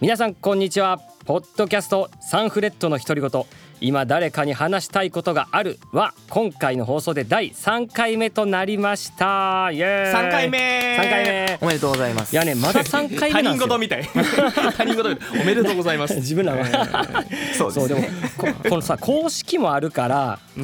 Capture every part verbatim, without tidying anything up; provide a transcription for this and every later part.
皆さんこんにちは。ポッドキャストサンフレットの独り言、今誰かに話したいことがあるは今回の放送でだいさんかいめとなりました。イエーイさんかいめさんかいめおめでとうございます。 いやね、まださんかいめなんですよ。 他人事みたい他人事みたいおめでとうございます自分らは、えー、そうですね。そうでも こ, このさ公式もあるから、うん、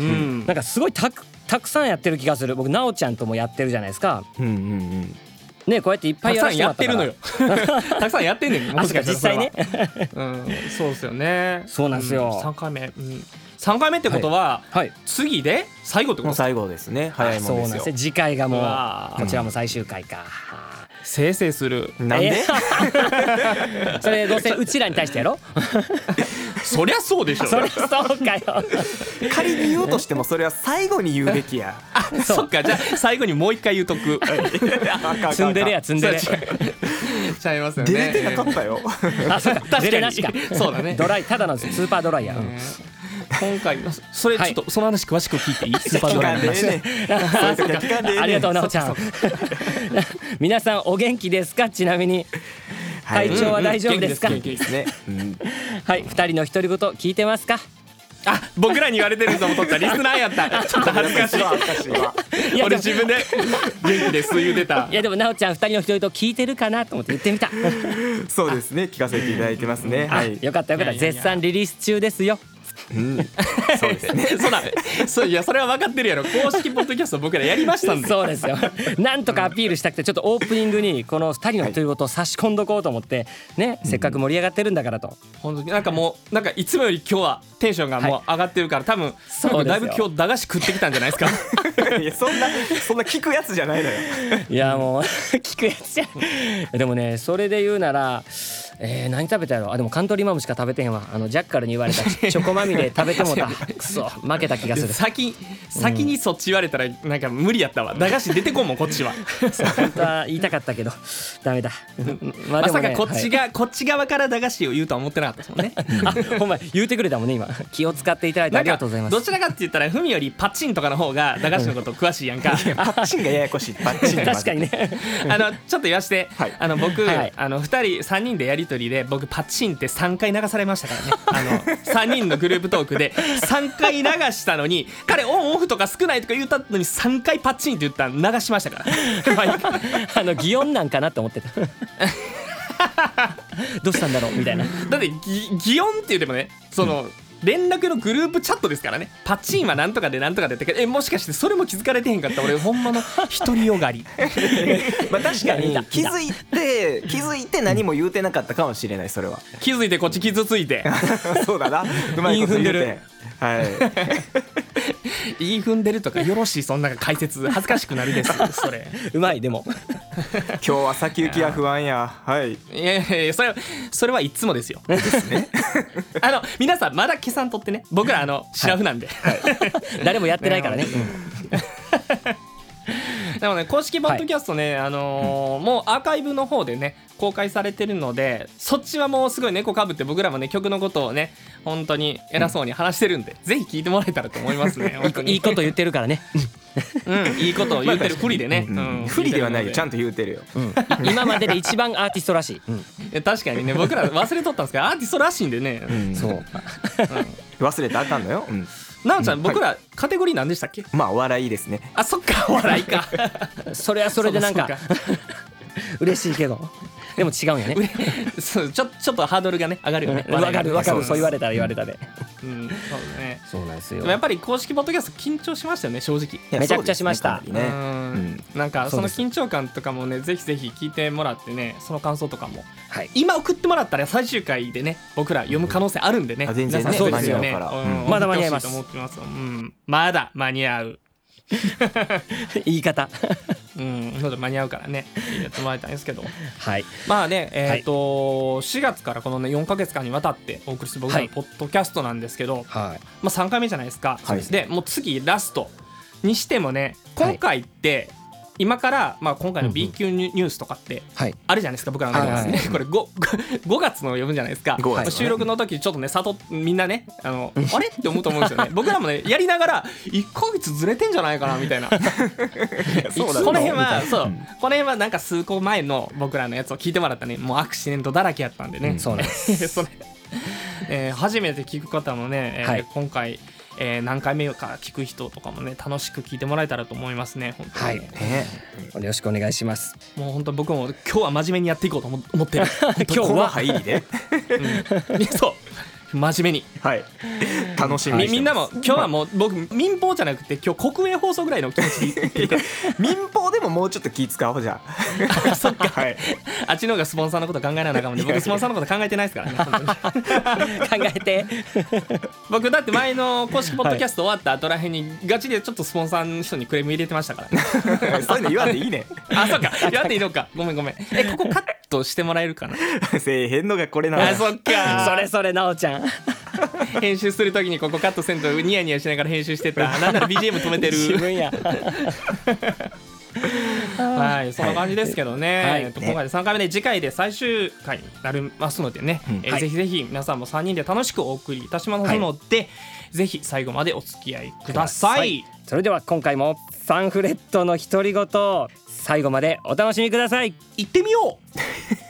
なんかすごいたくたくさんやってる気がする。僕なおちゃんともやってるじゃないですか。 うんうんうんね、こうやっていっぱいやらせてもらったからたくさんやってるのよたくさんやってんねん。もしかしたら実際ねうん、そうですよね。 そうなんですよ、 うん、さんかいめ、うん、さんかいめってことは、はいはい、次で最後ってこともう最後ですね。早いもんですよ。 そうなんですね。次回がもうこちらも最終回か、 せいせいする。 なんで、 えー、それどうせうちらに対してやろそりゃそうでしょ。 そりゃそうかよ仮に言おうとしてもそれは最後に言うべきやあ、そっか。じゃあ最後にもう一回言うとくツンデレやツンデレちゃいますよね。 出れてなかったよあ、そうか、 確かに出れなしか。 そうだね。 ドライ、ただのスーパードライヤー、うん、 今回それちょっとその話詳しく聞いていい？スーパードライヤーの話、 ね、 ありがとうなおちゃん皆さんお元気ですか？ちなみに体調は大丈夫ですか？ 元気ですね、うん、 はい、ふたりの独り言聞いてますか？ あ、僕らに言われてると思ったリスナーやったちょっと恥ずかしい俺自分で元気です言うてた。 いやでもなおちゃんふたりの独り言聞いてるかなと思って言ってみたそうですね、聞かせていただいてますね、はい、 よかったよかった。絶賛リリース中ですよ。 うん、そうですねそうだそう、いやそれは分かってるやろ。公式ポッドキャスト僕らやりましたんでそうですよなんとかアピールしたくてちょっとオープニングにこのふたりの独り言を差し込んどこうと思ってね、せっかく盛り上がってるんだからと。 本当になんかもうなんかいつもより今日はテンションがもう上がってるから、はい、多分そうですよ。 だいぶ今日駄菓子食ってきたんじゃないですかいやそんなそんな聞くやつじゃないのよいやもう聞くやつじゃでもね、それで言うならえー、何食べたやろ。あ、でもカントリーマムしか食べてへんわ。あのジャッカルに言われたチョコまみれ食べてもたくそ負けた気がする。 先先にそっち言われたらなんか無理やったわ。駄菓子出てこんもんこっちは本当は言いたかったけどダメだまあでも、ね、まさかこっちが、はい、こっち側から駄菓子を言うとは思ってなかったですもんねあ、ほんま言うてくれたもんね今。気を使っていただいてありがとうございます。 どちらかって言ったらフミよりパッチンとかの方が駄菓子のこと詳しいやんか、うん、 パッチンがややこしい。パッチン確かにねあのちょっと言わして、はい、あの僕、はい、あのふたりさんにんでやり取りで僕パッチンってさんかい流されましたからねあのさんにんのグループトークでさんかい流したのに彼オンオフとか少ないとか言ったのにさんかいパッチンって言ったら流しましたからあの擬音なんかなって思ってたどうしたんだろうみたいな。 だって擬音って言ってもね、その、うん連絡のグループチャットですからね。パッチンはなんとかでなんとかでってえもしかしてそれも気づかれてへんかった俺ほんまの独りよがりまあ確かに気づいて気づいて何も言うてなかったかもしれない。それは気づいてこっち傷ついてそうだな、うまいこと言うてはい言い踏んでるとかよろしいそんな解説恥ずかしくなるですそれうまい。でも今日は先行きは不安や。はいいやいやいやそれはそれはいつもですよですねあの皆さんまだ計算取ってね。僕らあのシラフなんで、はいはい、 誰もやってないからね、うんでもね公式ポッドキャストね、はい、あのーうん、もうアーカイブの方でね公開されてるのでそっちはもうすごい猫かぶって僕らもね曲のことをね本当に偉そうに話してるんで、うん、ぜひ聞いてもらえたらと思いますね本当にいいこと言ってるからねうん、いいことを言ってるふりでね、 うんうん、不利ではないよ、ちゃんと言うてるよ、 うん、今までで一番アーティストらしい、うん、 確かにね僕ら忘れとったんですけどアーティストらしいんでね、うん、 そう、 うん、 忘れたらあかんのよ、うん、 なおちゃん、 うん、 僕らカテゴリー何でしたっけ？ まあお笑いですね。 あ、そっかお笑いかそれはそれでなんか嬉しいけどでも違うんやねそうちょ、ちょっとハードルがね上がるよね。 わかるわかる、そう言われたら言われたで、 うん、そうね。 そうなんですよ。 でもやっぱり公式ポッドキャスト緊張しましたよね正直。 めちゃくちゃしました、 ね、 うん、なんかその緊張感とかもねぜひぜひ聞いてもらってね、その感想とかも、はい、今送ってもらったら最終回でね僕ら読む可能性あるんでね、 うん、全然ねそうですよね、 うん、まだ間に合います、 うん、まだ間に合う言い方うん、間に合うからねやってもらいたいんですけど、 はい、 まあねえっ、ー、と、はい、しがつからこのねよんかげつかんにわたってお送りする僕らのポッドキャストなんですけど、はい、まあさんかいめじゃないですか、はい、でもう次ラストにしてもね今回って今から、まあ、今回の B 級ニュースとかってあるじゃないですか、僕らの中で、はいはい、これ 5, ごがつの読むじゃないですか、はい、収録の時ちょっとね里みんなねあのあれって思うと思うんですよね僕らもねやりながらいっかげつずれてんじゃないかなみたいなそうだこの辺はそう、うん、この辺はなんか数個前の僕らのやつを聞いてもらったねもうアクシデントだらけやったんでね、うん、 そうなんですそれ、えー、初めて聞く方もね、えーはい、今回えー、何回目か聞く人とかもね楽しく聞いてもらえたらと思いますね本当に、はいね、 よろしくお願いします。 もう本当僕も今日は真面目にやっていこうと思ってる今日は入りで、 うん、そう真面目に、はい、 楽しみにしてます。 みんなも今日はもう僕民放じゃなくて今日国営放送ぐらいの気持ちで民放でももうちょっと気使おうじゃあそっか、はい、あっちの方がスポンサーのこと考えながらね僕スポンサーのこと考えてないですからね考えて僕だって前の公式ポッドキャスト終わった後らへんにガチでちょっとスポンサーの人にクレーム入れてましたからそういうの言わんでいいねあそっか言わんでいいのかごめんごめんえここカットしてもらえるかなせえへんのがこれなのあそっかそれそれなおちゃん編集するときにここカットせんとニヤニヤしながら編集してたなんなら ビージーエム 止めてる自分やはいそんな感じですけどね、はいえっと、今回でさんかいめで次回で最終回になりますのでね、うんえーはい、ぜひぜひ皆さんもさんにんで楽しくお送りいたしますので、はい、ぜひ最後までお付き合いください、はい、 それでは今回もサンフレットの独り言最後までお楽しみください。 行ってみよう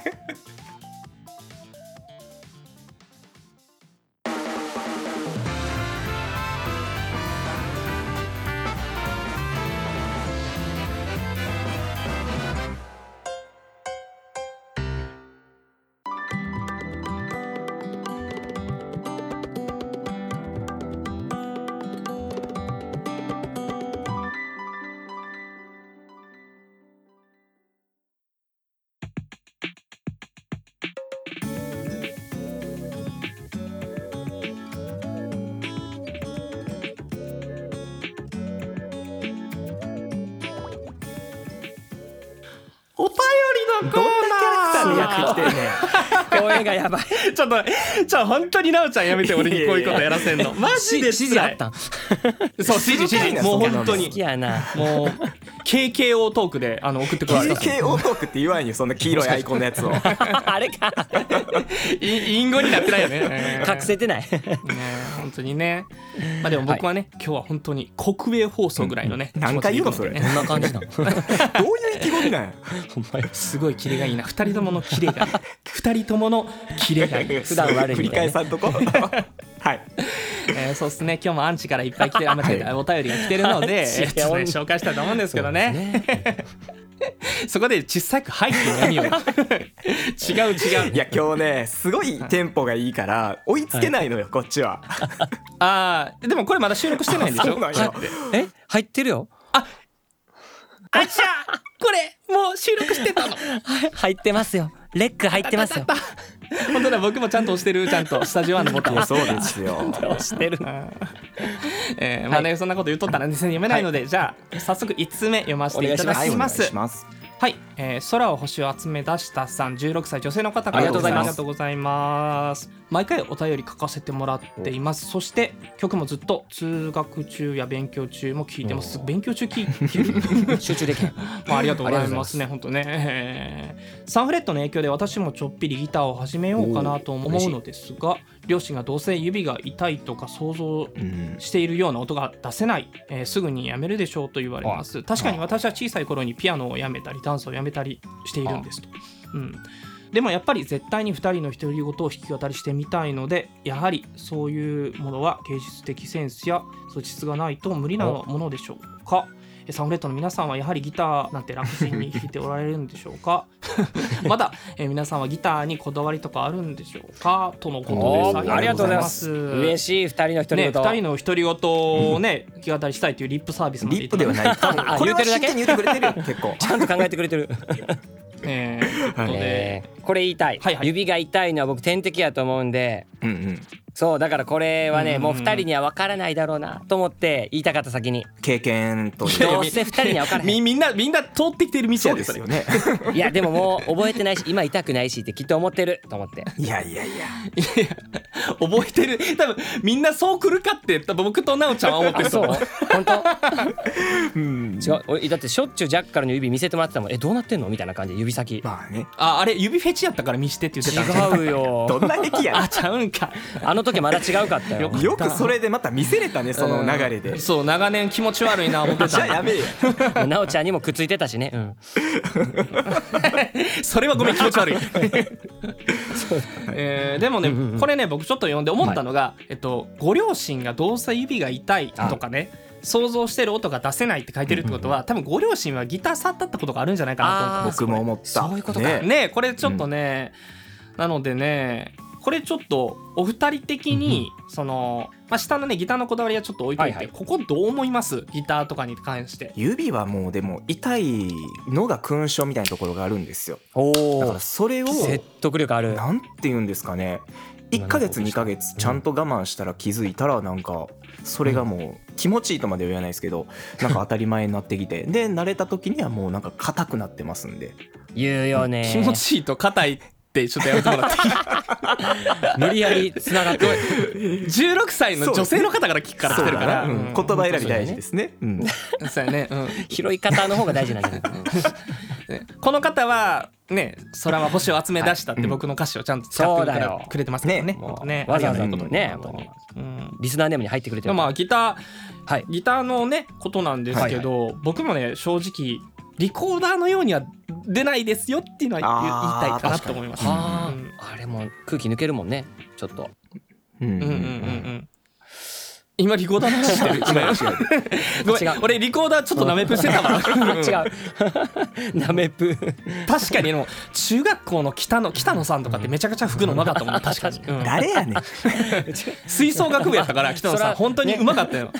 お便りのコーナーどんなキャラクターの役来てるね声がやばいちょっとちょ本当になおちゃんやめて俺にこういうことやらせんのマジで指示あったんそう指示指示もう本当に好きやなもう ケーケーオー トークであの送ってくれるケーケーオー トークって言わんよそんな黄色いアイコンのやつをあれか隠語になってないよね隠せてないね本当にねまあでも僕はね、はい、今日は本当に国営放送ぐらいのね、 うん、何回言うのそれこんな感じなのどういう意気込みなんやすごいキレがいいなふたりとものキレがいいふたりとものキレがいい普段悪いみたいな、ね、 繰り返さんとこはい、 えー、そうですね今日もアンチからいっぱい来てあ間違えたお便りが来てるので、えーね、紹介したいと思うんですけどねそこで小さく入ってやみよう違う違ういや今日ねすごいテンポがいいから追いつけないのよ、はい、こっちはあーでもこれまだ収録してないんでしょそうなんよえ入ってるよああちゃこれもう収録してたの入ってますよレック入ってますよ本当だ僕もちゃんと押してるちゃんとスタジオワンのボタンそうですよ押してるえー、まあね、はい、そんなこと言っとったら全然読めないので、はい、じゃあ早速いつつめ読ませていただきます。はい、えー、空を星を集め出したさんじゅうろくさい女性の方からありがとうございます。ありがとうございます。毎回お便り書かせてもらっています。そして曲もずっと通学中や勉強中も聞いてます。勉強中聞いて集中できるまあ、ありがとうございますね本当ね、えー、サンフレットの影響で私もちょっぴりギターを始めようかなと思うのですが両親がどうせ指が痛いとか想像しているような音が出せない、えー、すぐにやめるでしょうと言われます。確かに私は小さい頃にピアノをやめたりダンスをやめたりしているんですと、うん、でもやっぱり絶対にふたりの独り言を弾き語りしてみたいのでやはりそういうものは芸術的センスや素質がないと無理なものでしょうか。サンフレットの皆さんはやはりギターなんて楽ちんに弾いておられるんでしょうかまだ、えー、皆さんはギターにこだわりとかあるんでしょうかとのことです。 ありがとうございます。嬉しいふたりの独り言、 ね、ふたりの独り言をね弾き語りしたいというリップサービスまでリップではない多分これは真剣に言ってくれてるよ結構ちゃんと考えてくれてるえー、のでこれ言いたい、はいはい、指が痛いのは僕天敵やと思うんで、うんうん、そうだからこれはね、うんうん、もうふたりには分からないだろうなと思って言いたかった先に経験とどうせふたりには分からないみ, みんなみんな通ってきてる道ですよねいやでももう覚えてないし今痛くないしってきっと思ってると思っていやいやいやいや覚えてる多分みんなそう来るかって多分僕となおちゃんは思ってるそう本当うん違う俺だってしょっちゅうジャッカルの指見せてもらってたもん。えどうなってんのみたいな感じで指先。 まあね。 ああれ指フェチやったから見してって言ってたん違うよどんな癖やねん。 あちゃうんかあの時まだ違うかったよ。 よくそれでまた見せれたね、その流れで。 そう長年気持ち悪いな思ってたじゃあやめえよ。 なおちゃんにもくっついてたしね、うん、 それはごめん気持ち悪いえーでもね、 うんうんうん、 これね僕ちょっと読んで思ったのが、はいえっと、ご両親がどうせ指が痛いとかね想像してる音が出せないって書いてるってことは、うんうん、多分ご両親はギター触ったったことがあるんじゃないかなと思ったんです。 僕も思った。 そういうことかね, ねこれちょっとね、うん、なのでねこれちょっとお二人的に、うんうん、その、まあ、下のねギターのこだわりはちょっと置いといて、はいはい、ここどう思いますギターとかに関して。 指はもうでも痛いのが勲章みたいなところがあるんですよ。 おだからそれを説得力ある。 なんて言うんですかね、いっかげつにかげつちゃんと我慢したら気づいたらなんかそれがもう気持ちいいとまでは言わないですけどなんか当たり前になってきてで慣れた時にはもうなんか硬くなってますんで。 言うよね。 気持ちいいと硬いってちょっとやめてもらっていい無理やりつながってじゅうろくさいの女性の方から聞くから来てるから、 うん、言葉選び大事ですね。 そうやね、うん、 拾い方の方が大事なんじゃないかなこの方はね空は星を集め出したって僕の歌詞をちゃんと使ってくれてますからね。 ねわざわざねリスナーネームに入ってくれてる。 まあギター、はい、ギターのねことなんですけど、はいはい、僕もね正直リコーダーのようには出ないですよっていうのは言いたいかなと思います。 あ, あれも空気抜けるもんねちょっと。 うんうんうんうん今リコーダーの話してる今ごめん違う俺リコーダーちょっとナメプしてたわ違うナメプ確かにもう中学校の北野北野さんとかってめちゃくちゃ吹くのうまかったもん確かに、 うん、誰やねん吹奏楽部やったから北野さん本当にうまかったよ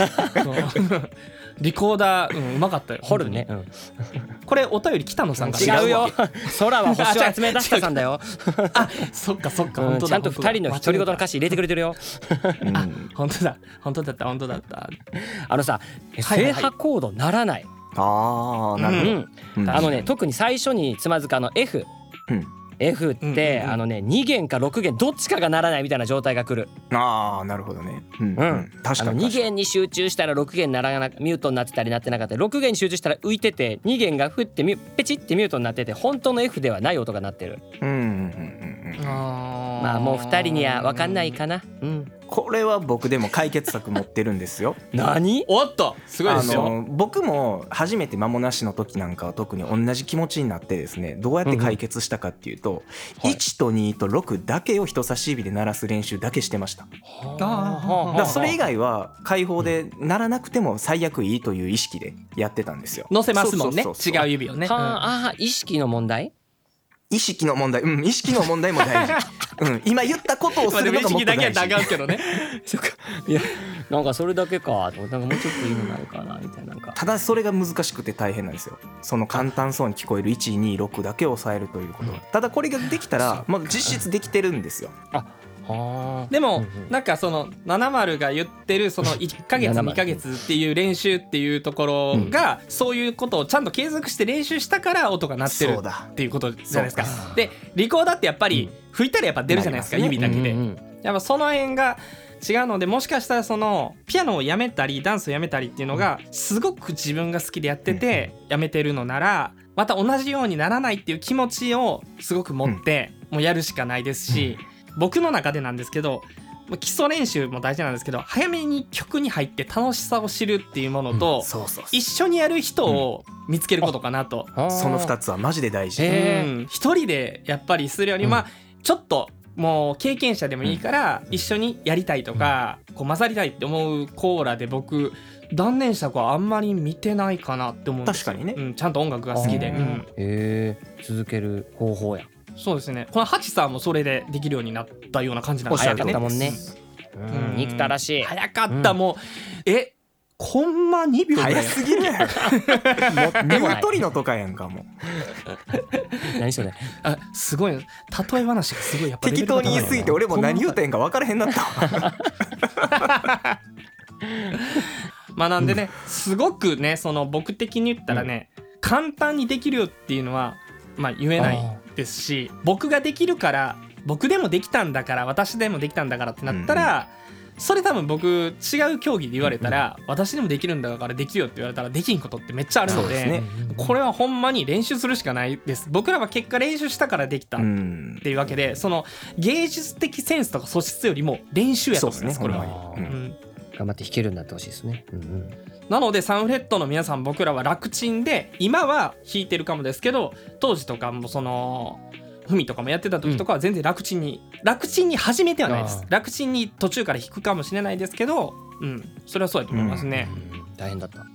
リコーダー、うん、うまかったよ掘るね、うん、 これお便り北野さんから違うよ空は星を集め出したさんだよあそっかそっか、うん、本当だちゃんとふたりの独り言の歌詞入れてくれてるよあ本当だ本当だった本当だったあのさ、正波コードならない。 ああなるほど、 うん、あのね特に最初につまずくあの F、うん、F って、うんうんうん、あのねに弦かろく弦どっちかがならないみたいな状態が来る。 ああなるほどね、うんうん、確かにあのに弦に集中したらろく弦ならなミュートになってたりなってなかったりろく弦に集中したら浮いててに弦が振ってペチってミュートになってて本当の F ではない音が鳴ってる。うんうんうんうんまあもうふたりには分かんないかな。うんこれは僕でも解決策持ってるんですよ何？ おっとすごいですよ。 あの僕も初めて間もなしの時なんかは特に同じ気持ちになってですねどうやって解決したかっていうと、うんうん、いちとにとろくだけを人差し指で鳴らす練習だけしてました。だからそれ以外は開放で鳴らなくても最悪いいという意識でやってたんですよ。 乗せますもんね違う指をね。 はあ、あ意識の問題意識の問題うん意識の問題も大事うん、今言ったことをするのがもっと大事。 意識だけは違うけどねそうかいやなんかそれだけかなんかもうちょっといいのないかなみたいな。なんかただそれが難しくて大変なんですよ。その簡単そうに聞こえるいちにろくだけを抑えるということ、うん、ただこれができたらもう実質できてるんですよ。 あはでも、うんうん、なんかそのななじゅうが言ってるそのいっかげつにかげつっていう練習っていうところが、うん、そういうことをちゃんと継続して練習したから音が鳴ってるっていうことじゃないですか。でリコーダーってやっぱり吹いたらやっぱ出るじゃないですか、うん、指だけで、うんうんうん、やっぱその辺が違うのでもしかしたらそのピアノをやめたりダンスをやめたりっていうのがすごく自分が好きでやっててやめてるのならまた同じようにならないっていう気持ちをすごく持ってもうやるしかないですし、僕の中でなんですけど基礎練習も大事なんですけど早めに曲に入って楽しさを知るっていうものと、うん、そうそうそう一緒にやる人を見つけることかなと、 うん、そのふたつはマジで大事。 うん一人でやっぱりするよりまあ、うん、ちょっともう経験者でもいいから一緒にやりたいとか、うん、こう混ざりたいって思うコーラで僕断念した子はあんまり見てないかなって思うんですよ。 確かにね、 うん、ちゃんと音楽が好きで、うん、 へー続ける方法や。 そうですねこのハチさんもそれでできるようになったような感じなんですよね。早かったもんね。うん憎たらしい。 早かった、うん、もうえコンマにびょう早すぎるやんニュートリノとかやんかもう何それあすごい例え話がすごいやっぱ適当に言い過ぎて俺も何言うてんか分からへんなったまあなんでねすごくねその僕的に言ったらね、うん、簡単にできるよっていうのはまあ言えないですし僕ができるから僕でもできたんだから私でもできたんだからってなったら、うんそれ多分僕違う競技で言われたら、うん、私でもできるんだからできるよって言われたらできんことってめっちゃあるの で, で、ね、これはほんまに練習するしかないです。僕らは結果練習したからできたっていうわけで、うん、その芸術的センスとか素質よりも練習やと思います、これは、うん、 頑張って弾けるようになってほしいですね、うんうん、 なのでサンフレットの皆さん、僕らは楽ちんで今は弾いてるかもですけど、当時とかもそのふみとかもやってた時とかは全然楽ちんに、うん、楽ちんに始めてはないです。楽ちんに途中から弾くかもしれないですけど、うん、それはそうやと思いますね、 うんうん、大変だった、うん、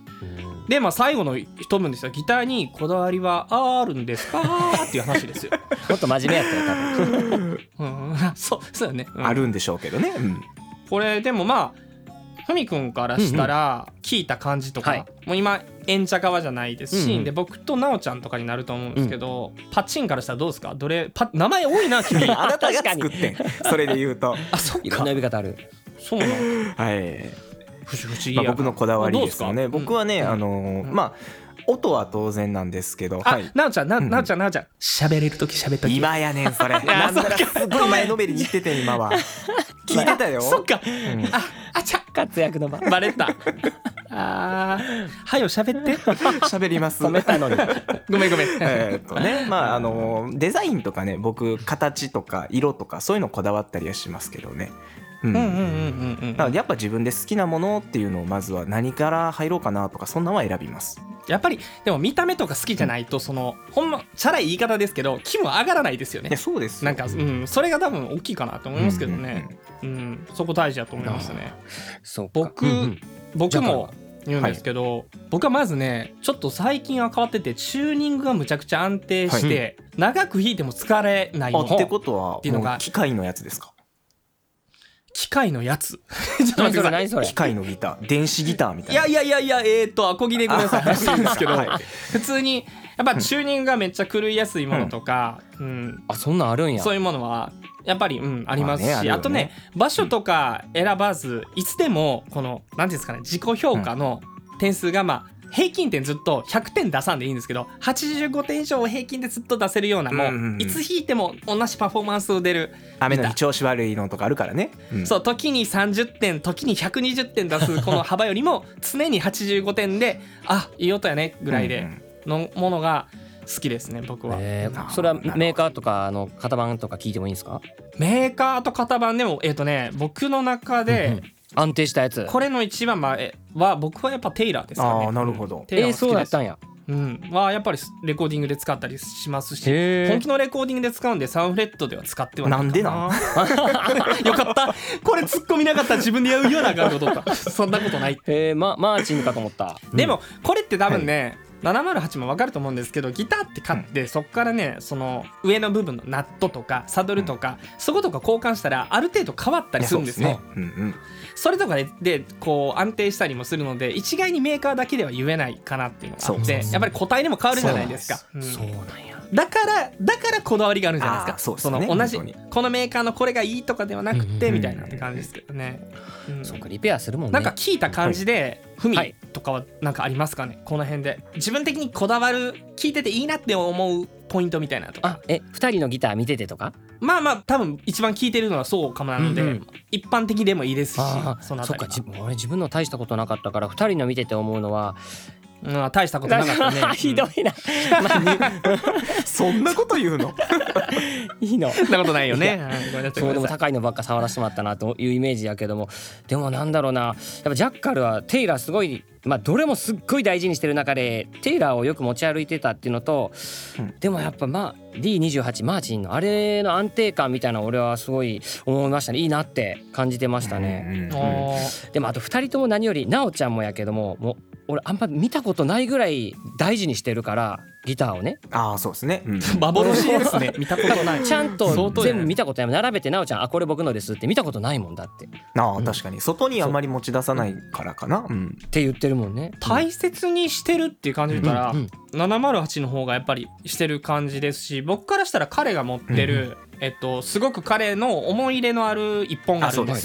でまあ最後の一文ですよ。ギターにこだわりはあるんですかっていう話ですよもっと真面目やったよ多分、 うん、そうそうよね、 うん、あるんでしょうけどね、うん、 これでもまあふみくんからしたら聞いた感じとか、うんうん、もう今演者側じゃないですし、うんうん、で僕となおちゃんとかになると思うんですけど、うん、パッチンからしたらどうですか？どれパ名前多いな君あなたが作ってんそれで言うとあ、そっか、 いろんな呼び方ある。 そうなのはい不思議、 まあ、僕のこだわりですよね。僕はね、うん、あのーうん、まあ音は当然なんですけど、 あ、はい、なおちゃんな、なおちゃんなおちゃん喋れるとき喋っとき。 今やねんそれなんだかすごい前のめりに言ってて今は聞いてたよそっか、うん、あ、あちゃ活躍の場バレたあーはよ喋って喋ります止めたのにごめんごめんえっとねまああのデザインとかね、僕形とか色とかそういうのこだわったりはしますけどね。うんうんうんうん、やっぱ自分で好きなものっていうのをまずは何から入ろうかなとかそんなのは選びます。 やっぱりでも見た目とか好きじゃないと、そのほんまチャラい言い方ですけど気分上がらないですよね。 いやそうですなんか、うん、それが多分大きいかなと思いますけどね、うんうんうん、そこ大事だと思いますね。 そう僕、うんうん、僕も言うんですけど、はい、僕はまずねちょっと最近は変わっててチューニングがむちゃくちゃ安定して、はい、長く弾いても疲れないのってことはもう機械のやつですか？ 機械のやつちょっと待ってください、 機械のギター、電子ギターみたいな。 いやいやいやいや、えー、っとアコギでごめんなさい話してるんですけど、はい、普通にやっぱチューニングがめっちゃ狂いやすいものとか、うんうん、 あ、そんなんあるんや。 そういうものはやっぱり、うん、ありますし、あ、ね、あ, ねあとね場所とか選ばず、いつでもこの何ていうんですかね、自己評価の点数がまあ平均点ずっとひゃくてん出さんでいいんですけどはちじゅうごてん以上を平均でずっと出せるような、もう、うんうんうん、いつ弾いても同じパフォーマンスを出る。 雨の日調子悪いのとかあるからね、 うん、そう時にさんじゅってん時にひゃくにじゅってん出すこの幅よりも常にはちじゅうごてんであいい音やねぐらいでのものが好きですね僕は。 えー、それはメーカーとかあの型番とか聞いてもいいんですか？ メーカーと型番でもえっ、ー、とね僕の中で、うんうん、 安定したやつ、 これの一番前は僕はやっぱテイラーですかね。 あ、なるほど。 テイラーえー、そうだったんや。 うん、はやっぱりレコーディングで使ったりしますし、本気のレコーディングで使うんでサンフレットでは使ってはないかな。 なんでなんよかったこれ突っ込みなかったら自分で言わなあかんことだったそんなことない。 へえ、ま、マーチンかと思った。 でもこれって多分ね、はい、ななまるはちも分かると思うんですけど、ギターって買って、うん、そっからねその上の部分のナットとかサドルとか、うん、そことか交換したらある程度変わったりするんですね。 うんうん、 それとか で, でこう安定したりもするので一概にメーカーだけでは言えないかなっていうのがあって、そうそうそう、やっぱり個体でも変わるじゃないですか。 そうなんや、 だからだからこだわりがあるんじゃないですか。 そうですね、 その同じこのメーカーのこれがいいとかではなくてみたいなって感じですけどね、 うん、そうかリペアするもんね。 なんか聞いた感じでふみとかはなんかありますかね、この辺で自分的にこだわる聞いてていいなって思うポイントみたいなとか。 あ、えふたりのギター見ててとか。 まあまあ多分一番聞いてるのはそうかもなので、うんうん、一般的でもいいですし、そのあたりは。そっか、自分俺自分の大したことなかったからふたりの見てて思うのは、 うん、大したことなかったねひどいなそんなこと言うのいいのそんなことないよね。 そうでも高いのばっか触らせてもらったなというイメージやけども、でもなんだろうな、やっぱジャッカルはテイラーすごい、まあどれもすっごい大事にしてる中でテイラーをよく持ち歩いてたっていうのと、うん、でもやっぱまあ ディーにじゅうはち マーチンのあれの安定感みたいな俺はすごい思いましたね。いいなって感じてましたね、うんうんうん、でもあとふたりとも何よりなおちゃんもやけども、もう俺あんま見たことないぐらい大事にしてるからギターをね。 ああそうですね、うん、 幻ですね見たことないちゃんと全部見たことない、並べてなおちゃんあこれ僕のですって見たことないもんだって。 ああ、うん、確かに外にあまり持ち出さないからかな、うん、 って言ってるもんね。 大切にしてるっていう感じで言ったら、うんうん、ななまるはちの方がやっぱりしてる感じですし、僕からしたら彼が持ってる、うん、えっと、すごく彼の思い入れのある一本があるんですよ。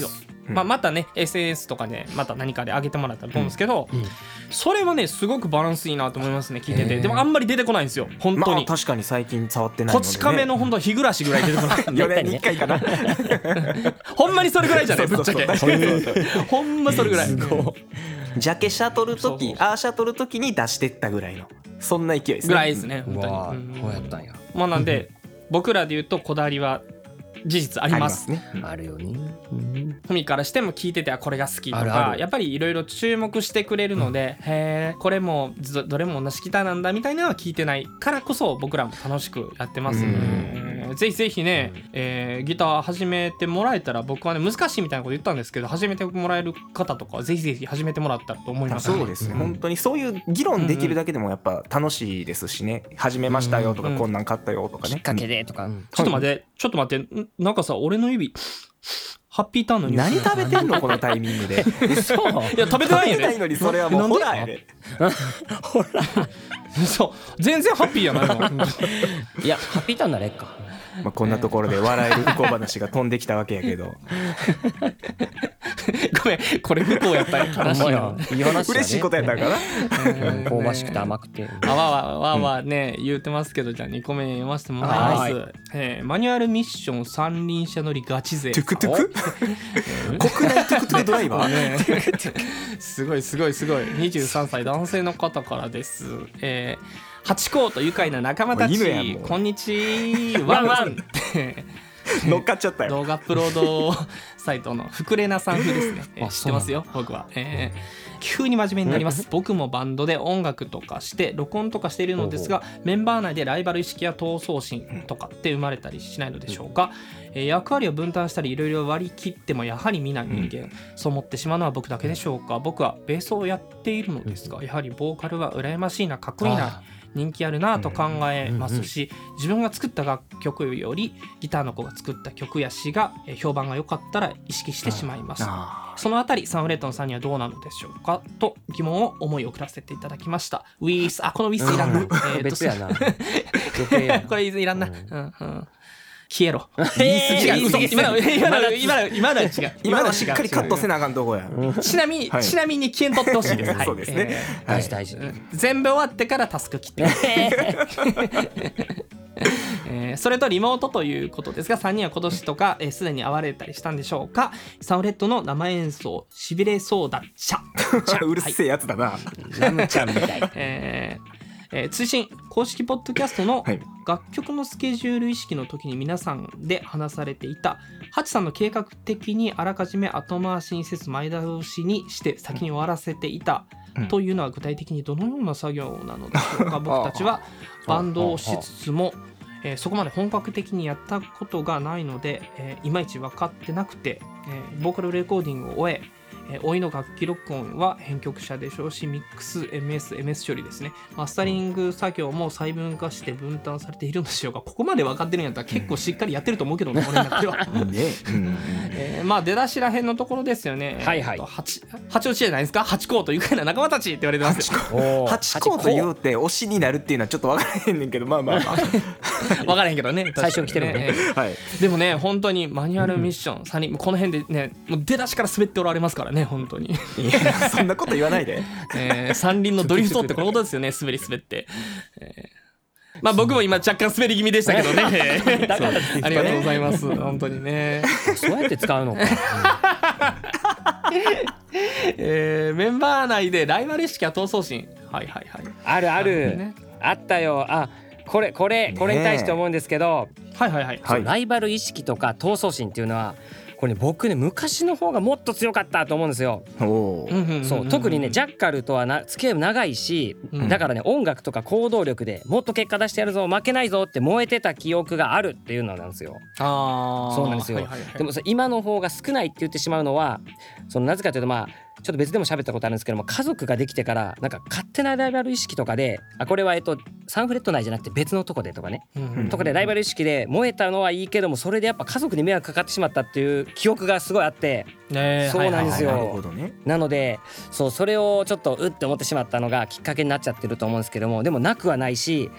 まあ、またね エスエヌエス とかでまた何かで上げてもらったらと思うんですけど、うんうん、それはねすごくバランスいいなと思いますね聞いてて。でもあんまり出てこないんですよ本当に、 まあ、確かに最近触ってないので、ね、 こち亀の本当日暮らしぐらい出てこないよねんにいっかいかなほんまにそれぐらいじゃないぶっちゃけほんまそれぐらいジャケシャトルときアーシャトルときに出してったぐらいのそんな勢いですねぐらいですね本当に。 そうやったんや。 まあなんで僕らで言うとこだわりは事実あります。 ありますね、 あるよね。 ふみからしても聞いててこれが好きとあるあるかやっぱりいろいろ注目してくれるので、うん、へーこれもどどれも同じギターなんだみたいなのは聞いてないからこそ僕らも楽しくやってますね。ぜひぜひね、えー、ギター始めてもらえたら僕はね難しいみたいなこと言ったんですけど始めてもらえる方とかはぜひぜひ始めてもらったらと思います、ね、 そうですね、うん、本当にそういう議論できるだけでもやっぱ楽しいですしね、始めましたよとか、うん、こんなん買ったよとかねきっかけでとか、うん、 ちょっと待ってちょっと待ってなんかさ俺の指ハッピーターンのニュース何食べてんのこのタイミングで嘘いや食べてないよね食べてないのにそれはもうホラーやでホラーそう全然ハッピーやないのいやハッピーターンならえっかまあ、こんなところで笑える不幸話が飛んできたわけやけどごめんこれ不幸やったら悲しいな嬉しいことやったんかな香ばしくて甘くてあわわわわね、うん、言うてますけどじゃあにこめ読ませてもらいます、はいえー、マニュアルミッション三輪車乗りガチ勢トゥクトゥク国内トゥクトゥクドライバー、ね、 すごいすごいすごいにじゅうさんさい男性の方からです、えーハチ公と愉快な仲間たちこんにちはワンワン乗っかっちゃったよ動画アップロードサイトのふくれなさん風ですね、えー、知ってますよ僕は、えー、急に真面目になります僕もバンドで音楽とかして録音とかしているのですがメンバー内でライバル意識や闘争心とかって生まれたりしないのでしょうか、えー、役割を分担したりいろいろ割り切ってもやはり皆人間、うん、そう思ってしまうのは僕だけでしょうか。僕はベースをやっているのですがやはりボーカルは羨ましいなかっこいいな人気あるなと考えますし、自分が作った楽曲よりギターの子が作った曲や詩が評判が良かったら意識してしまいます。そのあたりサンフレットンさんにはどうなのでしょうかと疑問を思い送らせていただきました。ウィースあこのウィースいらんな、うん、えー、別やなこれいらんな、うんうんうん消えろ。言い過ぎが嘘。今の今の今の今のは違う。 今のはしっかりカットせなあかんとこや。 ちなみに、はい、ちなみに消えんとってほしいです。はい、 そうですね。 えー、大事大事。全部終わってからタスク切って。えー、それとリモートということですがさんにんは今年とかすで、えー、に会われたりしたんでしょうか。サンフレットの生演奏しびれそうだっちゃうるせえやつだな、はい、 ラムちゃんみたい、 えーえー、追伸公式ポッドキャストの楽曲のスケジュール意識の時に皆さんで話されていたハチさんの計画的にあらかじめ後回しにせず前倒しにして先に終わらせていたというのは具体的にどのような作業なのでしょうか。僕たちはバンドをしつつもえー、そこまで本格的にやったことがないので、えー、いまいち分かってなくて、えー、ボーカルレコーディングを終ええー、おいの楽器録音は編曲者でしょうしミックス エムエス、エムエス 処理ですね。マスタリング作業も細分化して分担されているのでしょうか。ここまで分かってるんやったら結構しっかりやってると思うけど、うん、俺の中では、えー、まあ出だしらへんのところですよね。 はいはい、 八八落ちじゃないですか。八甲と愉快な仲間たちって言われてますよ。 八甲と言うて推しになるっていうのはちょっと分からへんねんけどまあまあまあ分からへんけどね最初来てるもんね、 えーはい、でもね本当にマニュアルミッションさんにんこの辺でねもう出だしから滑っておられますからね本当にいやそんなこと言わないで、 えー、三輪のドリフトってこのことですよね滑り滑って、えー、まあ僕も今若干滑り気味でしたけどねありがとうございます本当にねそうやって使うのかえー、メンバー内でライバル意識や闘争心はいはいはいあるある、ね、あったよ。あこれこれこれに対して思うんですけど、 ね、はいはいはい、 はい、ライバル意識とか闘争心っていうのはこれ、ね、僕ね昔の方がもっと強かったと思うんですよ。そう特にねジャッカルとはな付き合いも長いし、うん、だからね音楽とか行動力でもっと結果出してやるぞ負けないぞって燃えてた記憶があるっていうのなんですよ。 あそうなんですよ、はいはいはい、でも今の方が少ないって言ってしまうのはそのなぜかというとまあちょっと別でも喋ったことあるんですけども家族ができてからなんか勝手なライバル意識とかであこれはえっとサンフレット内じゃなくて別のとこでとかね、うんうん、とかでライバル意識で燃えたのはいいけどもそれでやっぱ家族に迷惑かかってしまったっていう記憶がすごいあって、 ね、 そうなんですよ、 はいはいはい、なるほどね。 なのでそうそれをちょっとうって思ってしまったのがきっかけになっちゃってると思うんですけどもでもなくはないし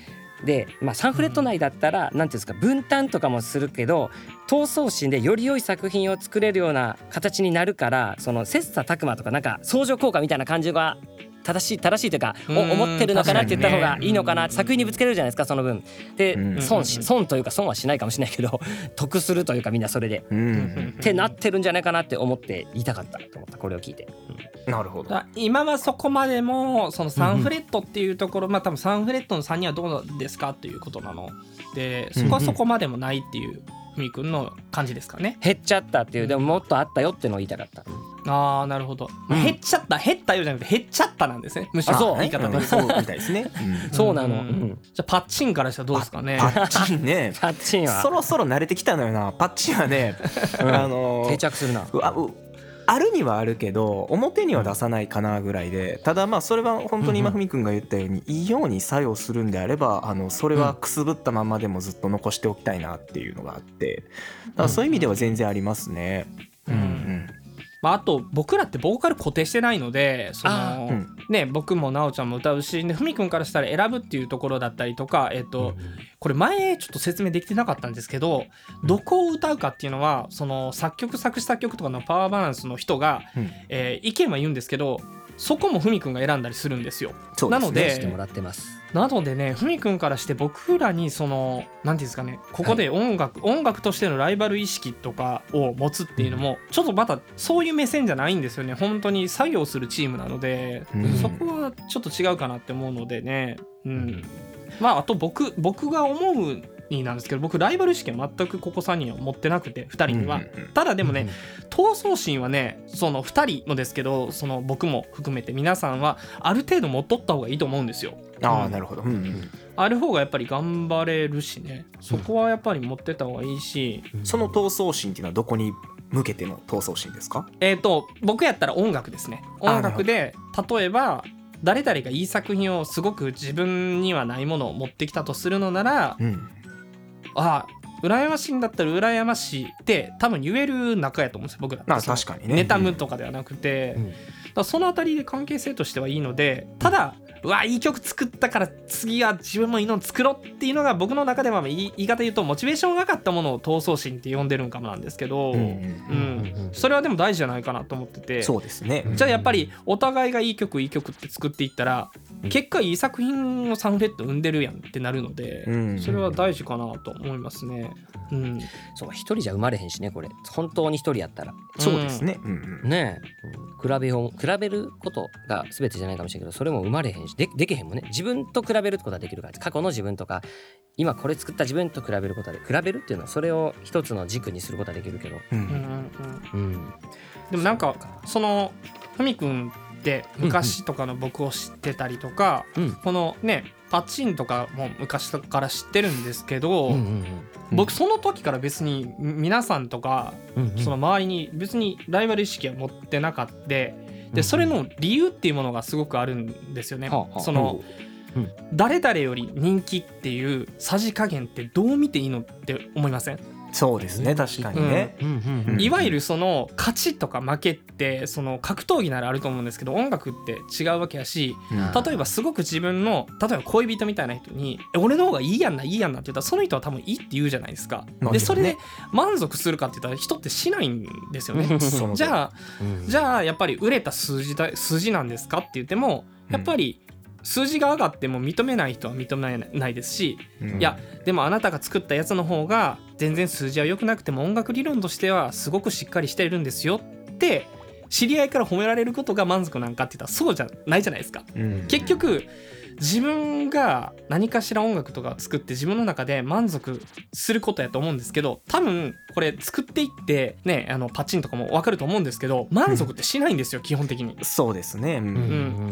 で、まあ、サンフレット内だったら何ていうんですか分担とかもするけど闘争心でより良い作品を作れるような形になるからその切磋琢磨とかなんか相乗効果みたいな感じが正しい正しいというかお思ってるのかなって言った方がいいのかな、作品にぶつけるじゃないですかその分で損し損というか損はしないかもしれないけど得するというかみんなそれでってなってるんじゃないかなって思って言いたかったと思ったこれを聞いて、 うん、なるほど。 今はそこまでもそのサンフレットっていうところ、うんうん、まあ多分サンフレットのさんにんはどうですかっていうことなのでそこはそこまでもないっていうふみくんの感じですかね。 減っちゃったっていうでももっとあったよっていうのを言いたかった、 うん、ああなるほど、うん、減っちゃった減ったよじゃなくて減っちゃったなんですねむしろそう言い方で、 うん、そうみたいですね、 うん、そうなの、うん、 じゃあパッチンからしたらどうですかね。 パッチンねパッチンはそろそろ慣れてきたのよな。パッチンはね、 うん、あのー、定着するな。 うわうあるにはあるけど表には出さないかなぐらいで、ただまあそれは本当に今ふみくんが言ったようにいいように作用するんであればあのそれはくすぶったままでもずっと残しておきたいなっていうのがあってだからそういう意味では全然ありますね。うんうんまあ、あと僕らってボーカル固定してないのでその、うん、ね、僕もなおちゃんも歌うしふみくんからしたら選ぶっていうところだったりとか、えーとうん、これ前ちょっと説明できてなかったんですけどどこを歌うかっていうのはその作曲作詞作曲とかのパワーバランスの人が、うんえー、意見は言うんですけどそこもふみくんが選んだりするんですよ。 そうですね、 なのでしてもらってます。 なのでねふみくんからして僕らにその何ていうんですかねここで音楽、はい、音楽としてのライバル意識とかを持つっていうのもちょっとまたそういう目線じゃないんですよね。本当に作業するチームなので、うん、そこはちょっと違うかなって思うのでね、うん、まああと僕僕が思うになんですけど僕ライバル意識は全くここさんにんは持ってなくてふたりには、うんうんうん、ただでもね、うん、闘争心はねそのふたりのですけどその僕も含めて皆さんはある程度持っとった方がいいと思うんですよ。 ああなるほど、うんうん、 ある方がやっぱり頑張れるしねそこはやっぱり持ってた方がいいし、 うん、その闘争心っていうのはどこに向けての闘争心ですか？ えーと僕やったら音楽ですね。音楽で例えば誰々がいい作品をすごく自分にはないものを持ってきたとするのなら、うん、ああ羨ましいんだったら羨ましいって多分言える仲やと思うんですよ僕らって。 あ確かにね妬むとかではなくて、うん、だからそのあたりで関係性としてはいいのでただ、うん、うわいい曲作ったから次は自分もいいの作ろうっていうのが僕の中では言い方言うとモチベーションがかったものを闘争心って呼んでるんかもなんですけど、うんうんうん、それはでも大事じゃないかなと思ってて。 そうですね。 じゃあやっぱりお互いがいい曲いい曲って作っていったら結果いい作品をサンフレット生んでるやんってなるので、うん、それは大事かなと思いますね。うん、 そう一人じゃ生まれへんしねこれ本当に一人やったら。 そうですね、 うんうん、ねえ比べよう比べることが全てじゃないかもしれないけどそれも生まれへんし で, できへんもんね。自分と比べることはできるから過去の自分とか今これ作った自分と比べることで比べるっていうのはそれを一つの軸にすることはできるけど、うんうんうんうん、 でもなんかそのふみくんって昔とかの僕を知ってたりとか、うんうん、このねパッチンとかも昔から知ってるんですけど、うんうんうん、僕その時から別に皆さんとか、うんうん、その周りに別にライバル意識は持ってなかった。でそれの理由っていうものがすごくあるんですよね、うんうん、その、うん、誰々より人気っていうさじ加減ってどう見ていいのって思いません？ そうですね確かにね、 うんうん、いわゆるその勝ちとか負けってその格闘技ならあると思うんですけど音楽って違うわけやし、うん、例えばすごく自分の例えば恋人みたいな人に俺の方がいいやんないいやんなって言ったらその人は多分いいって言うじゃないですか。でそれで満足するかって言ったら人ってしないんですよねじゃあ、うん、じゃあやっぱり売れた数字だ数字なんですかって言ってもやっぱり、うん数字が上がっても認めない人は認めないですし、うん、いやでもあなたが作ったやつの方が全然数字は良くなくても音楽理論としてはすごくしっかりしてるんですよって知り合いから褒められることが満足なんかって言ったらそうじゃないじゃないですか、うん、結局自分が何かしら音楽とか作って自分の中で満足することやと思うんですけど多分これ作っていってねあのパチンとかも分かると思うんですけど満足ってしないんですよ、うん、基本的に。 そうですね、うんうん、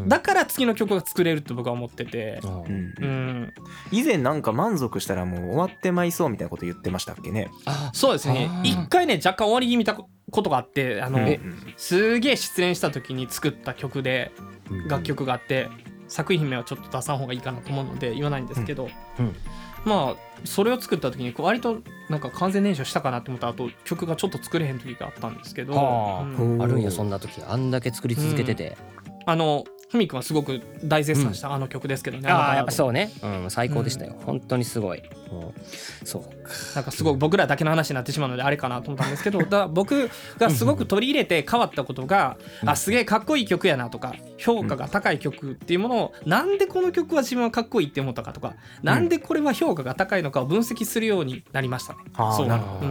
だから次の曲が作れるって僕は思ってて、うんうん、以前なんか満足したらもう終わってまいそうみたいなこと言ってましたっけね。 あそうですね一回ね若干終わり気味たことがあってあの、うん、すげえ失恋した時に作った曲で楽曲があって、うん作品名はちょっと出さん方がいいかなと思うので言わないんですけど、うんうん、まあそれを作った時に割となんか完全燃焼したかなと思った後曲がちょっと作れへん時があったんですけど、 あ、うん、あるんやそんな時あんだけ作り続けてて、 うん、あのふみくんはすごく大絶賛したあの曲ですけどね、 うん、 あああやっぱそうね、うん、最高でしたよ、うん、本当にすごい、うん、そうか、 なんかすごく僕らだけの話になってしまうのであれかなと思ったんですけど、だ僕がすごく取り入れて変わったことが、うん、あすげえかっこいい曲やなとか評価が高い曲っていうものを、なんでこの曲は自分はかっこいいって思ったかとか、うん、なんでこれは評価が高いのかを分析するようになりましたね。そうなるほど、うん、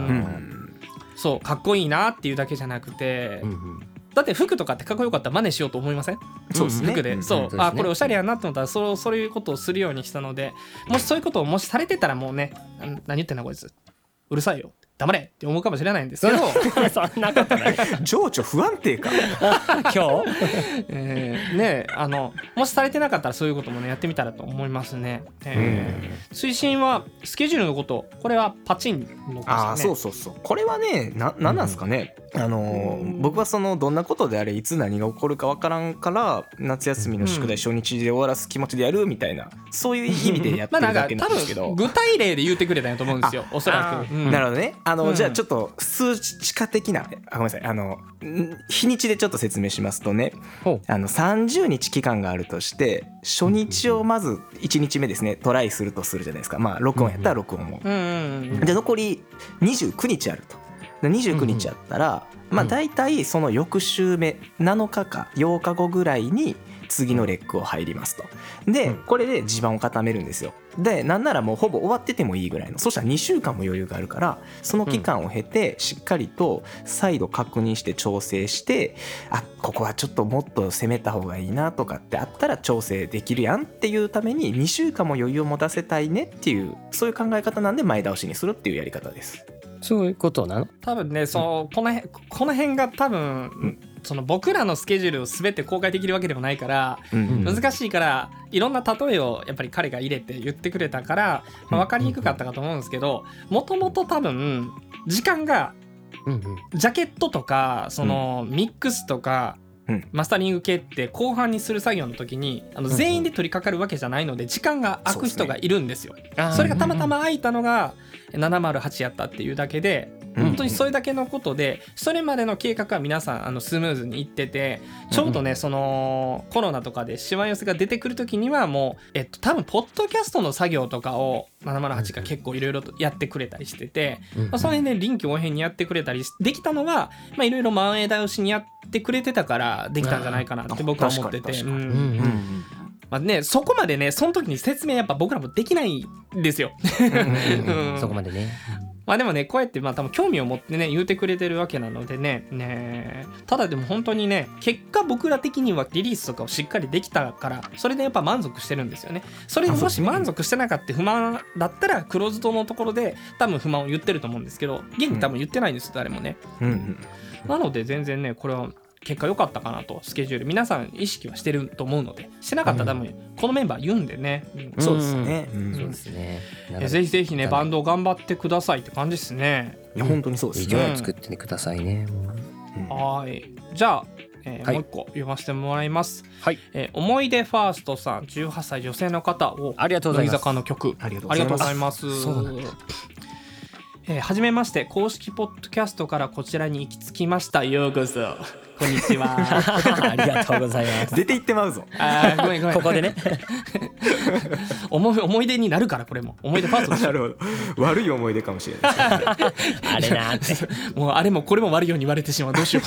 そうかっこいいなっていうだけじゃなくて、うんうん、だって服とかってかっこよかったら真似しようと思いません？そうですね。服で、うん、そう、うん、あこれおしゃれやなと思ったらそうそういうことをするようにしたので、もしそういうことをもしされてたらもうね、何言ってんだこいつ、うるさいよ、黙れって思うかもしれないんですけどそんなことない情緒不安定か今日、 えー、ねあのもしされてなかったらそういうこともねやってみたらと思いますね、えー、推進はスケジュールのこと、これはパチンのことですね。 あそうそうそう、これはねななんなんですかね、うん、あの僕はそのどんなことであれいつ何が起こるか分からんから夏休みの宿題初日で終わらす気持ちでやるみたいな、そういう意味でやってるだけなんですけど、 まあ、具体例で言ってくれたんやと思うんですよ、おそらく、うん、 なるほどね。あの、うん、じゃあちょっと数値化的な、あごめんなさい、あの日にちでちょっと説明しますとね、あのさんじゅうにち期間があるとして、初日をまずいちにちめですねトライするとするじゃないですか。まあ録音やったら録音も、うんうんうん、で残りにじゅうくにちあると。にじゅうくにちあったら、うん、まあ大体その翌週目なのかかようかごぐらいに次のレックを入りますと。でこれで地盤を固めるんですよ。でなんならもうほぼ終わっててもいいぐらいの、そしたらにしゅうかんも余裕があるから、その期間を経てしっかりと再度確認して調整して、あここはちょっともっと攻めた方がいいなとかってあったら調整できるやんっていうためににしゅうかんも余裕を持たせたいねっていう、そういう考え方なんで前倒しにするっていうやり方です。 そういうことなの？ 多分ね、そう、この辺、この辺が多分、うん、その僕らのスケジュールを全て公開できるわけでもないから、うんうん、難しいから、いろんな例えをやっぱり彼が入れて言ってくれたから、まあ、分かりにくかったかと思うんですけど、もともと多分時間がジャケットとかそのミックスとか、うん、マスタリング系って後半にする作業の時にあの全員で取り掛かるわけじゃないので時間が空く人がいるんですよ。 そうですね。それがたまたま空いたのがななまるはちやったっていうだけで、本当にそれだけのことで、それまでの計画は皆さんあのスムーズにいってて、ちょうどねそのコロナとかでしわ寄せが出てくる時にはもうえっと多分ポッドキャストの作業とかをななまるはちが結構いろいろとやってくれたりしてて、まあ、その辺で臨機応変にやってくれたりできたのは、まあいろいろ前倒しにやってくれてたからできたんじゃないかなって僕は思ってて、まあね、そこまでねその時に説明やっぱ僕らもできないんですようん、 そこまでね。 まあでもねこうやってまあ多分興味を持ってね言うてくれてるわけなのでね、ねただでも本当にね結果僕ら的にはリリースとかをしっかりできたからそれでやっぱ満足してるんですよね。それにもし満足してなかった不満だったらクローズドのところで多分不満を言ってると思うんですけど、現に多分言ってないんですよ誰もね、うんうん、なので全然ねこれは結果良かったかなと。スケジュール皆さん意識はしてると思うので、してなかったら多分このメンバー言うんでね、うん、 そうですね、うん、 そうですね。 ぜひぜひねバンド頑張ってくださいって感じですね。 いや本当にそうですね。 以上作ってくださいね、 うん、はいじゃあ、えーはい、もう一個読ませてもらいます、 はいえー、思い出ファーストさんじゅうはっさい女性の方をありがとうございます。 乃木坂の曲ありがとうございます。 えー、はじめまして、公式ポッドキャストからこちらに行き着きました。ようこそこんにちはありがとうございます。 出て行ってまうぞ。 あごめんごめんここでね思い思い出になるからこれも思い出ファーストです。 なるほど、悪い思い出かもしれないあれなってもうあれもこれも悪いように言われてしまう、どうしよう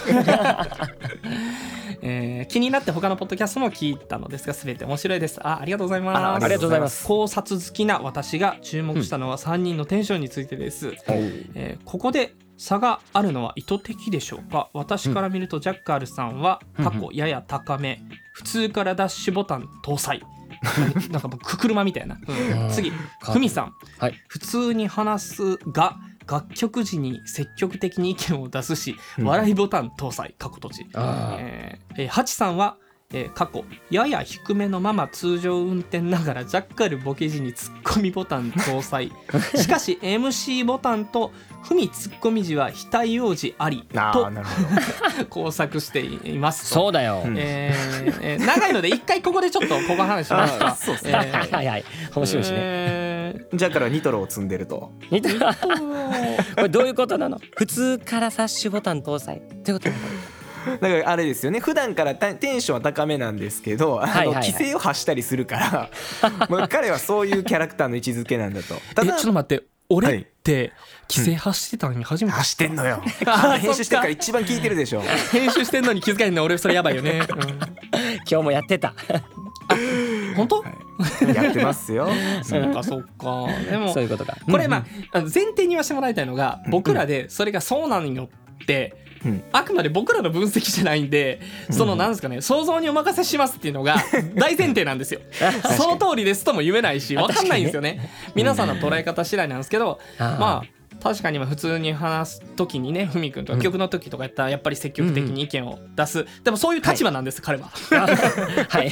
えー、気になって他のポッドキャストも聞いたのですが全て面白いです。 あ, ありがとうございます。 あ, ありがとうございます。 考察好きな私が注目したのはさんにんのテンションについてです、うんえー、ここで差があるのは意図的でしょうか。私から見るとジャッカールさんは過去やや高め、普通からダッシュボタン搭載なんかもうく車みたいな、うん、次ふみさん、はい、普通に話すが楽曲時に積極的に意見を出すし、うん、笑いボタン搭載過去閉じ、えーえー、ハチさんは、えー、過去やや低めのまま通常運転ながらジャッカルボケ時にツッコミボタン搭載しかし エムシー ボタンとふみツッコミ時は非対応時ありと工作していますと。 そうだよ、 えーえー、長いので一回ここでちょっとここ話しますか。 そうですね、 えー、はいはい面白いしね、 えー、 じゃあからニトロを積んでるとニトロこれどういうことなの。普通からダッシュボタン搭載ってことなの。 だからあれですよね、普段からテンションは高めなんですけど、あの、はいはいはい、規制を発したりするからもう彼はそういうキャラクターの位置づけなんだと。 ただえちょっと待って、俺って規制発してたのに初めて、 うん、発してんのよ編集してるから一番聞いてるでしょ編集してんのに気づかへんの俺それやばいよね、うん、 今日もやってたあ本当、 はい、やってますよそうかそうか。でもそういうことか。 これまあ前提に言わせてもらいたいのが、僕らでそれがそうなのよってうん、あくまで僕らの分析じゃないんで、そのなんですかね、想像にお任せしますっていうのが大前提なんですよその通りですとも言えないし分かんないんですよね。皆さんの捉え方次第なんですけど、まあ確かに普通に話す時にね、ふみくんとか曲の時とかやったらやっぱり積極的に意見を出す、でもそういう立場なんです、彼ははい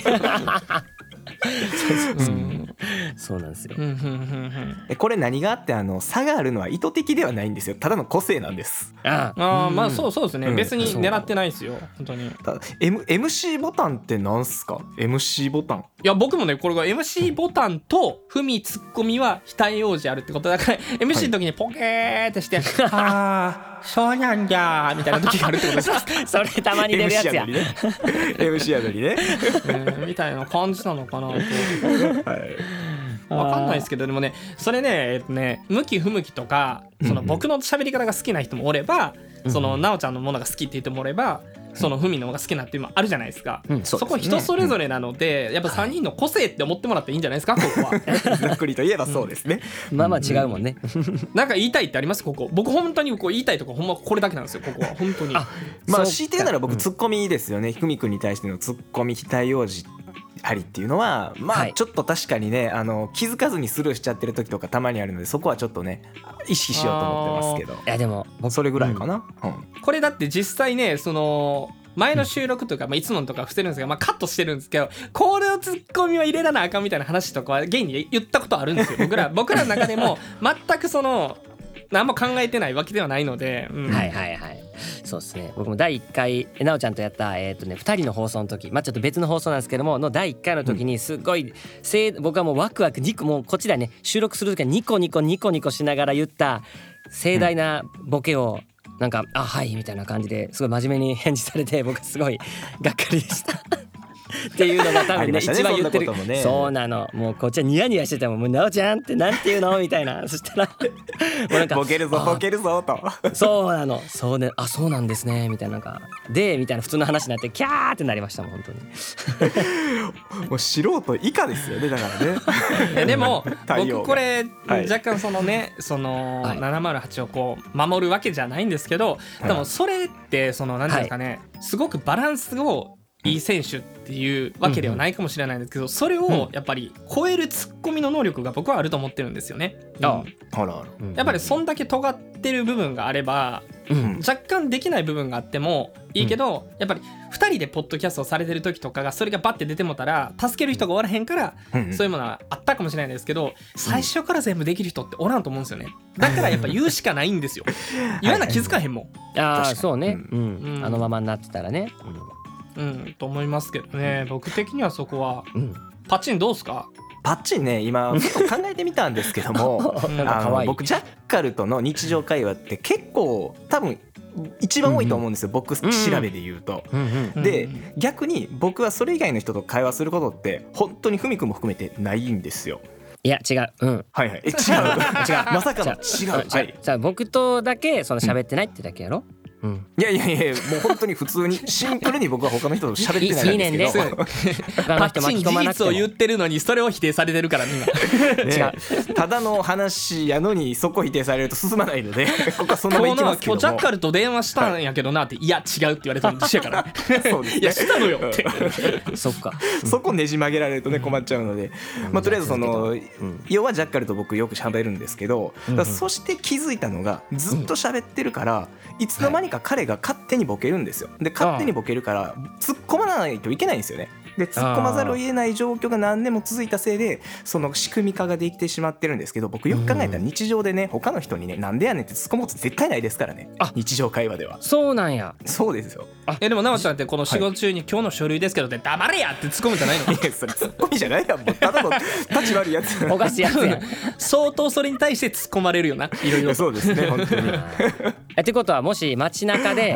そうなんですよ。 えこれ何があって、あの差があるのは意図的ではないんですよ、ただの個性なんです。 ああ、まあそうそうですね、うん、別に狙ってないですよ本当に。 ただ M エムシー ボタンってなんすか？ エムシー ボタン、 いや僕もねこれが エムシー ボタンとふみツッコミは非対応時あるってことだから、 エムシー の時にポケーってして、はい、ああそうなんだみたいな時があるってことですそれたまに出るやつやエムシー やのにねえー、みたいな感じなのかなと、はい、分かんないですけど、でもねそれね、えっとね向き不向きとか、その僕の喋り方が好きな人もおれば、うん、そのなおちゃんのものが好きって言ってもおれば、そのふみの方が好きなっていうのもあるじゃないですか、うん、そこ人それぞれなので、うん、やっぱさんにんの個性って思ってもらっていいんじゃないですかここはざっくりと言えばそうですね、 うん、まあまあ違うもんねなんか言いたいってありますここ？僕本当にこう言いたいとかほんまこれだけなんですよここは本当に。あまあ強いて言うなら僕ツッコミですよね、ふみくんに対してのツッコミ非対応時ありっていうのはまあちょっと確かにね、あの気づかずにスルーしちゃってる時とかたまにあるので、そこはちょっとね意識しようと思ってますけど。 いやでもそれぐらいかな、うんうん、 これだって実際ねその前の収録とか、まあ、いつものとか伏せるんですけど、まあ、カットしてるんですけど、これをツッコミは入れらなあかんみたいな話とかは現に言ったことあるんですよ僕ら僕らの中でも全くその何も考えてないわけではないので、うん、 はいはいはい、そうですね。僕もだいいっかいなおちゃんとやったえっとねふたりの放送の時、まあちょっと別の放送なんですけどものだいいっかいの時にすごい、うん、僕はもうワクワクニコもうこっちでね収録する時はニコニコニコニコしながら言った盛大なボケを、うん、なんかあはいみたいな感じですごい真面目に返事されて、僕すごいがっかりでしたっていうのが多分ね一番言ってる、ね、そうなの。もうこっちはニヤニヤしててももうなおちゃんってなんていうのみたいな、そしたらもうなんかボケるぞボケるぞとそうなの、そうね、あそうなんですねみたいな、なんかでみたいな普通の話になってキャーってなりましたもん本当にもう素人以下ですよねだからねでも僕これ、はい、若干そのねその、はい、ななまるはちをこう守るわけじゃないんですけど、でもそれってその何ていうんですかね、はい、すごくバランスをいい選手っていうわけではないかもしれないんですけど、それをやっぱり超えるツッコミの能力が僕はあると思ってるんですよね、うん、ああらあらやっぱりそんだけ尖ってる部分があれば、うん、若干できない部分があってもいいけど、うん、やっぱりふたりでポッドキャストをされてる時とかがそれがバッて出てもたら助ける人がおらへんから、うん、そういうものはあったかもしれないですけど、最初から全部できる人っておらんと思うんですよね。だからやっぱ言うしかないんですよ言わな気づかへんもん。 ああそうね、うんうん、あのままになってたらね、 うん、と思いますけどね。僕的にはそこは、うん、パッチンどうすか？ パッチンね今考えてみたんですけどもあの僕ジャッカルとの日常会話って結構多分一番多いと思うんですよ、うんうん、僕調べで言うと、うんうん、で逆に僕はそれ以外の人と会話することって本当にふみくんも含めてないんですよ。 いや違う、うん、 はいはいえ違う違うまさかの違う、 はい、じゃあ僕とだけその喋ってないってだけやろ、うんうん、 いやいやいやもう本当に普通にシンプルに僕は他の人と喋ってないんですけどパッチン事実を言ってるのにそれを否定されてるから今、 ね、違うただの話やのにそこ否定されると進まないのでここはそのままいきますけども、 今日ジャッカルと電話したんやけどなって、いや違うって言われたんですやからそうですね、いやしたのよってそっかそこねじ曲げられるとね困っちゃうので、まあとりあえずその要はジャッカルと僕よく喋るんですけど、そして気づいたのがずっと喋ってるからいつの間にか彼が勝手にボケるんですよ。で勝手にボケるから突っ込まないといけないんですよね。で突っ込まざるを得ない状況が何年も続いたせいでその仕組み化ができてしまってるんですけど、僕よく考えたら日常でね他の人にねなんでやねんって突っ込むこと絶対ないですからね。あ日常会話ではそうなんや。 そうですよ。 あえでもなおちゃんってこの仕事中に今日の書類ですけどって黙れやって突っ込むんじゃないの？ いやそれ突っ込みじゃないやん、もうただの立ち悪いやつおかしいやつや相当それに対して突っ込まれるよないろいろ。 そうですね本当にってことはもし街中で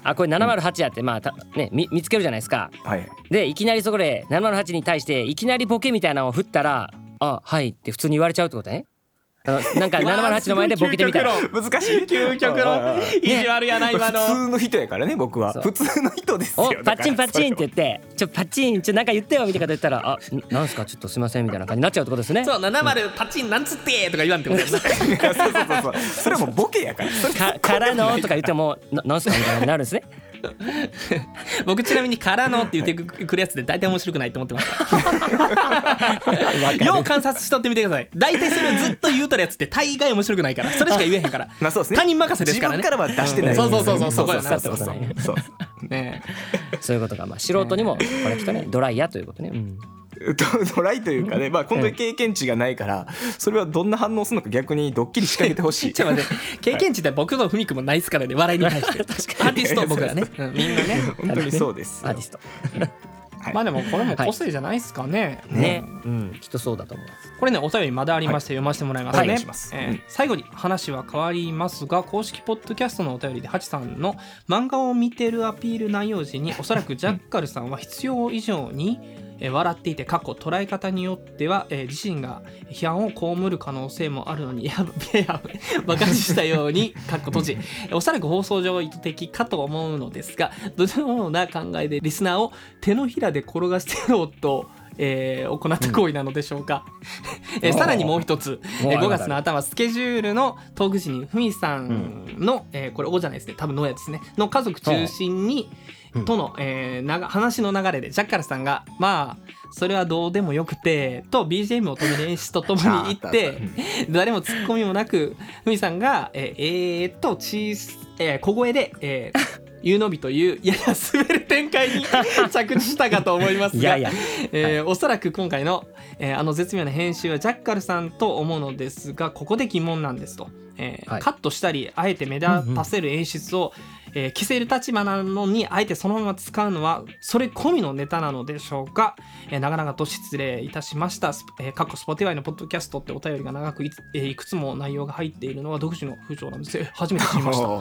あこれななまるはちやってまあた、ね、見, 見つけるじゃないですか。 はい、 でいきなりそこでななまるはちに対していきなりボケみたいなのを振ったらあはいって普通に言われちゃうってことね。あのなんかななまるはちの前でボケてみたら難しい究極の意地悪やな今の。 普通の人やからね僕は普通の人ですよ。 おパッチンパッチンって言ってちょパッチンちょなんか言ってよみたいなこと言ったらあなんすかちょっとすいませんみたいな感じになっちゃうってことですね。 そうななまるパチンなんつってとか言わんってことやな。 そうそうそうそうそれはもうボケやからそれかからのとか言ってもななんすかみたいになるんですね。 僕ちなみにからのって言ってくるやつで大体面白くないと思ってましたよう観察しとってみてください。大体それをずっと言うとるやつって大概面白くないからそれしか言えへんからまあそうですね、 他人任せですからね。 自分からは出してない、 そうそうそうそうそこやな。 そうそうそうそうねそういうことがまあ素人にもこれきっとねドライやということね、うん、 ドライというかね、まあ本当に経験値がないからそれはどんな反応するのか逆にドッキリ仕掛けてほしい。 ちょっと待って経験値って僕とふみくんもないですからね笑いに対してアーティスト僕らね、うん、みんなね本当にそうですアーティストはい、 まあでもこれも個性じゃないですかね、 はい、ね、うん、きっとそうだと思います。 これねお便りまだありまして、はい、読ませてもらいますね、はいえーうん、 最後に話は変わりますが公式ポッドキャストのお便りでハチさんの漫画を見てるアピール内容時におそらくジャッカルさんは必要以上にえー、笑っていて過去捉え方によっては、えー、自身が批判を被る可能性もあるのにいやいやバカにしたようにかっこ閉じおそらく放送上意図的かと思うのですがどのような考えでリスナーを手のひらで転がしてやろうとえー、行った行為なのでしょうか、うんえー、さらにもう一つ、えー、ごがつの頭スケジュールのトーク時にふみさんの、うんえー、これ「お」じゃないですね多分「の」やですねの家族中心にとの、えー、なが話の流れでジャッカルさんがまあそれはどうでもよくてと ビージーエム を止める演出とともに言って誰もツッコミもなくふみさんがえー、えー、っと小、えー、小声で、えーゆうのびというやや滑る展開に着地したかと思いますがいやいや、えーはい、おそらく今回の、えー、あの絶妙な編集はジャッカルさんと思うのですがここで疑問なんですと、えーはい、カットしたりあえて目立たせる演出を、うんうんえー、消せる立場なのにあえてそのまま使うのはそれ込みのネタなのでしょうか、えー、長々と失礼いたしました、えー、過去 Spotify のポッドキャストってお便りが長く い,、えー、いくつも内容が入っているのは独自の風潮なんですよ。初めて知りました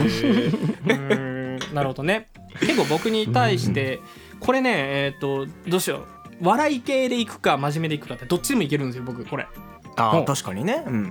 なるほどね。結構僕に対してこれねえっ、ー、とどうしよう笑い系でいくか真面目でいくかってどっちでもいけるんですよ僕これ。 あ確かにね、うんうんうん、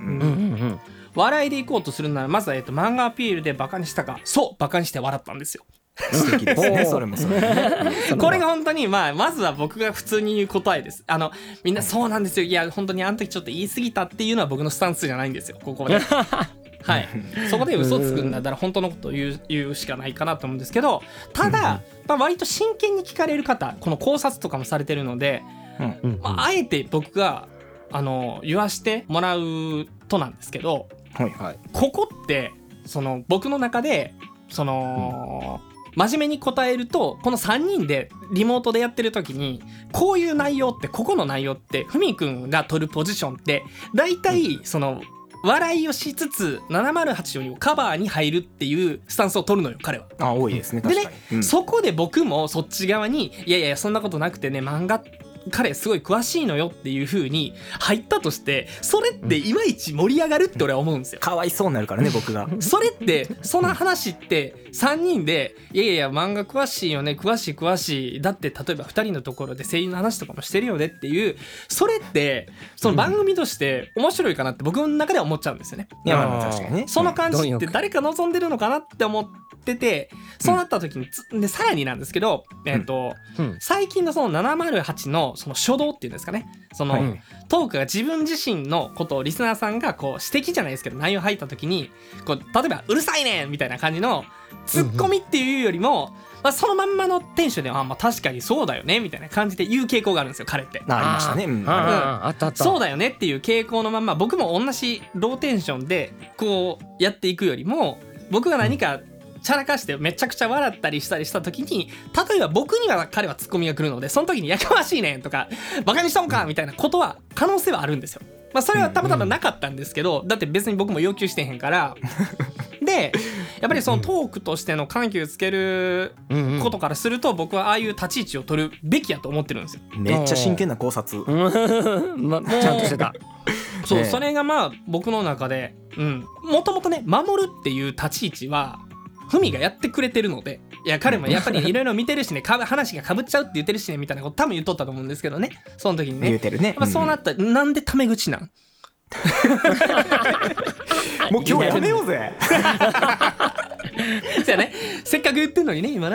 笑いでいこうとするならまずは、えー、と漫画アピールでバカにしたかそうバカにして笑ったんですよ。 素敵ですねそれもそれもねこれが本当に、まあ、まずは僕が普通に言う答えです。あのみんなそうなんですよいや本当にあの時ちょっと言い過ぎたっていうのは僕のスタンスじゃないんですよここではい、そこで嘘つくんだったら本当のことを言う、言うしかないかなと思うんですけどただ、まあ、割と真剣に聞かれる方この考察とかもされてるので、うんまあ、あえて僕があの言わしてもらうとなんですけど、はいはい、ここってその僕の中でその、うん、真面目に答えるとこのさんにんでリモートでやってる時にこういう内容ってここの内容ってふみくんが取るポジションって大体その、うん笑いをしつつななまるはちよりもカバーに入るっていうスタンスを取るのよ彼は。 あ多いですね確かに。でね、うん、そこで僕もそっち側にいやいやそんなことなくてね漫画彼すごい詳しいのよっていう風に入ったとしてそれっていまいち盛り上がるって俺は思うんですよ。 かわいそうになるからね僕がそれってその話ってさんにんでいやいや漫画詳しいよね詳しい詳しいだって例えばふたりのところで声優の話とかもしてるよねっていうそれってその番組として面白いかなって僕の中では思っちゃうんですよね。 いやまあ確かにねその感じって誰か望んでるのかなって思っててそうなった時につでさらになんですけど、えーとうん、最近のそのななまるはちのその初動っていうんですかねその、はい、トークが自分自身のことをリスナーさんがこう指摘じゃないですけど内容入った時にこう例えばうるさいねんみたいな感じのツッコミっていうよりも、うんうんまあ、そのまんまのテンションであ、まあ、確かにそうだよねみたいな感じで言う傾向があるんですよ彼って。 ありましたね、うん、 ああったあったそうだよねっていう傾向のまんま僕も同じローテンションでこうやっていくよりも僕が何か、うんチャラかしてめちゃくちゃ笑ったりしたりした時に例えば僕には彼はツッコミが来るのでその時にやかましいねんとかバカにしとんかみたいなことは可能性はあるんですよ。まあそれはたまたまなかったんですけど、うんうん、だって別に僕も要求してへんからでやっぱりそのトークとしての緩急つけることからすると僕はああいう立ち位置を取るべきやと思ってるんですよ。 めっちゃ真剣な考察ま、ちゃんとしてたそう、ね、それがまあ僕の中でもともとね守るっていう立ち位置はふみがやってくれてるので、いや彼もやっぱりいろいろ見てるしねか話がかぶっちゃうって言ってるしねみたいなこと多分言っとったと思うんですけどね、その時にね言うてるね。 やっぱそうなったら、うん、なんでタメ口なんもう今日やめようぜじゃあね、せっかく言ってんのにね今な、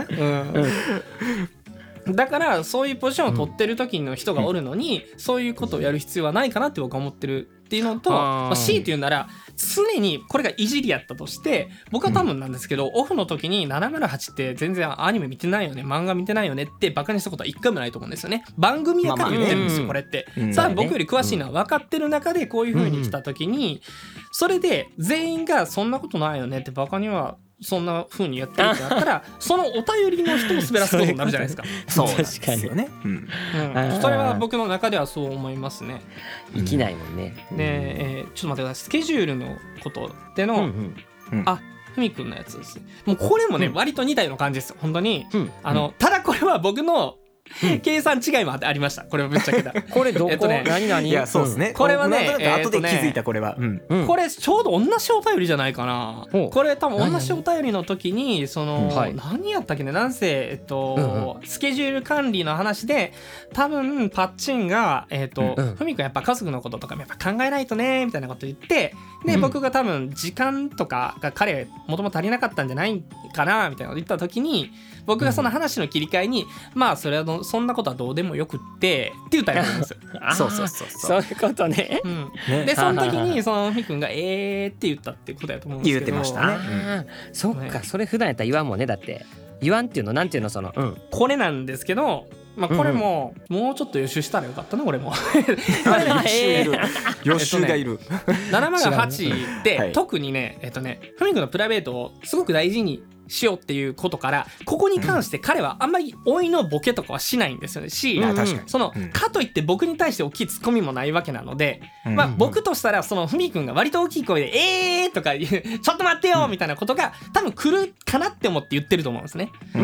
うん、だからそういうポジションを取ってる時の人がおるのに、うん、そういうことをやる必要はないかなって僕は思ってるっていうのと、まあ、強いて言うなら常にこれがいじりやったとして僕は多分なんですけど、うん、オフの時にななまるはちって全然アニメ見てないよね漫画見てないよねってバカにしたことは一回もないと思うんですよね。番組やから言ってるんですよ、まあまあ、これって、うん、さあ僕より詳しいのは分かってる中でこういう風に来た時に、うん、それで全員がそんなことないよねってバカにはそんな風にやってるってなったらそのお便りの人を滑らすことになるじゃないですかそう確かによね、うんうん、それは僕の中ではそう思いますね。 生きないもんね。 で、えー、ちょっと待ってください。スケジュールのことでの、うんうん、あふみくんのやつですね。もうこれもね、うん、割と似たような感じですよ本当に、うん、あのただこれは僕の計算違いもありました。これはぶっちゃけたこれどこ、えっとね、何々 いやそうですね、 これはね後で気づいたこれは、 うんうん、これちょうど同じお便りじゃないかな、うん、これ多分同じお便りの時にその、はい、何やったっけねなんせえっと、うんうん、スケジュール管理の話で多分パッチンがえっと、うんうん、ふみくんやっぱ家族のこととかもやっぱ考えないとねみたいなこと言ってで、うん、僕が多分時間とかが彼もともと足りなかったんじゃないかなみたいなこと言った時に僕がその話の切り替えに、うん、まあそれはそんなことはどうでもよくってって言ったらいいんですよそうそうそうそういうことね、 うん、ねでその時にそのふみくんがえーって言ったってことやと思うんですけど言ってましたね、 うん、そっか、ね、それ普段やったら言わんもんね。だって言わんっていうのなんていうのその、うん、 これなんですけどまあ、これももうちょっと予習したらよかったな俺も予習がいるななまるはちって特にねえっとねふみくんのプライベートをすごく大事にしようっていうことからここに関して彼はあんまり老いのボケとかはしないんですよねし、うんうん、そのかといって僕に対して大きいツッコミもないわけなので、うんうん、まあ僕としたらそのふみくんが割と大きい声でえーとか言うちょっと待ってよみたいなことが多分来るかなって思って言ってると思うんですね、うんうん、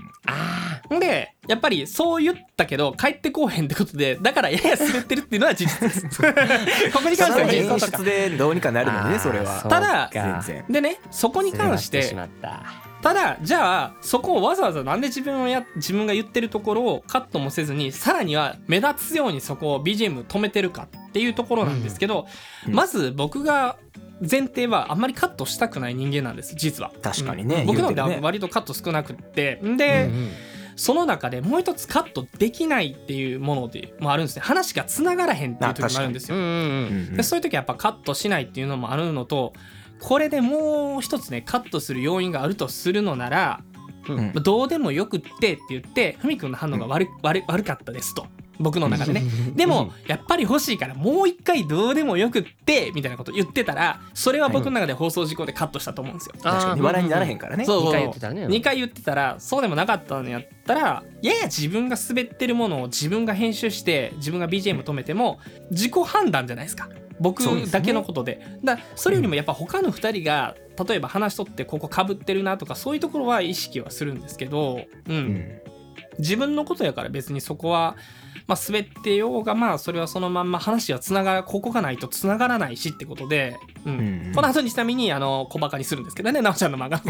あでやっぱりそう言ったけど帰ってこうへんってことでだからやや滑ってるっていうのは事実ですここに関しては演出でどうにかなるのねそれは。 ただでねそこに関してただじゃあそこをわざわざなんで自分をや自分が言ってるところをカットもせずにさらには目立つようにそこを ビージーエム 止めてるかっていうところなんですけど、うん、まず僕が前提はあんまりカットしたくない人間なんです実は。 確かにね、 うん、僕のでは割とカット少なくってで、うんうん、その中でもう一つカットできないっていうものでもあるんですね。話がつながらへんっていう時もあるんですよ、うんうんうん、でそういう時はやっぱカットしないっていうのもあるのとこれでもう一つねカットする要因があるとするのなら、うん、どうでもよくってって言ってふみくんの反応が 悪,、うん、悪, 悪かったですと僕の中でねでもやっぱり欲しいからもう一回どうでもよくってみたいなこと言ってたらそれは僕の中で放送事故でカットしたと思うんですよ。 確かに笑いにならへんからね。 そうそうにかい言ってたね。 にかい言ってたらそうでもなかったのやったらやや自分が滑ってるものを自分が編集して自分が ビージーエム 止めても自己判断じゃないですか僕だけのことで。だからそれよりもやっぱ他のふたりが例えば話しとってここかぶってるなとかそういうところは意識はするんですけど、うんうん、自分のことやから別にそこはまあ滑ってようがまあそれはそのまんま話はつながらここがないとつながらないしってことで、うんうんうん、この後にちなみにあの小バカにするんですけどねなおちゃんの漫画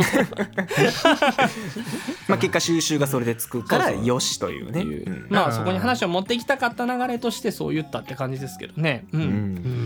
まあ結果収集がそれでつくからよしというね。 そうそう、うん、まあそこに話を持っていきたかった流れとしてそう言ったって感じですけどね、うんうん、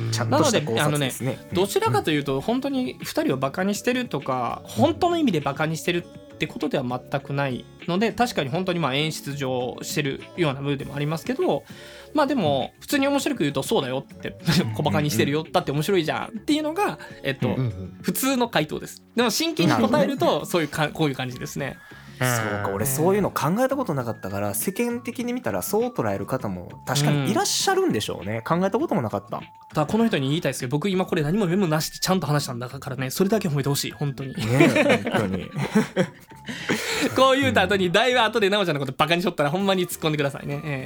ちゃんとした考察ですね。 なのであのねどちらかというと本当にふたりをバカにしてるとか本当の意味でバカにしてるってことでは全くないので確かに本当にまあ演出上してるようなムードでもありますけどまあでも普通に面白く言うとそうだよって小バカにしてるよだって面白いじゃんっていうのがえっと普通の回答です。でも真剣に答えるとそういうかこういう感じですね。 そうか俺そういうの考えたことなかったから世間的に見たらそう捉える方も確かにいらっしゃるんでしょうね、うん、考えたこともなかった。 だこの人に言いたいですけど僕今これ何もメモなしでちゃんと話したんだからねそれだけ褒めてほしい本当に、 ね、本当にこう言うた後にだいぶ後でなおちゃんのことバカにしとったらほんまに突っ込んでくださいね、え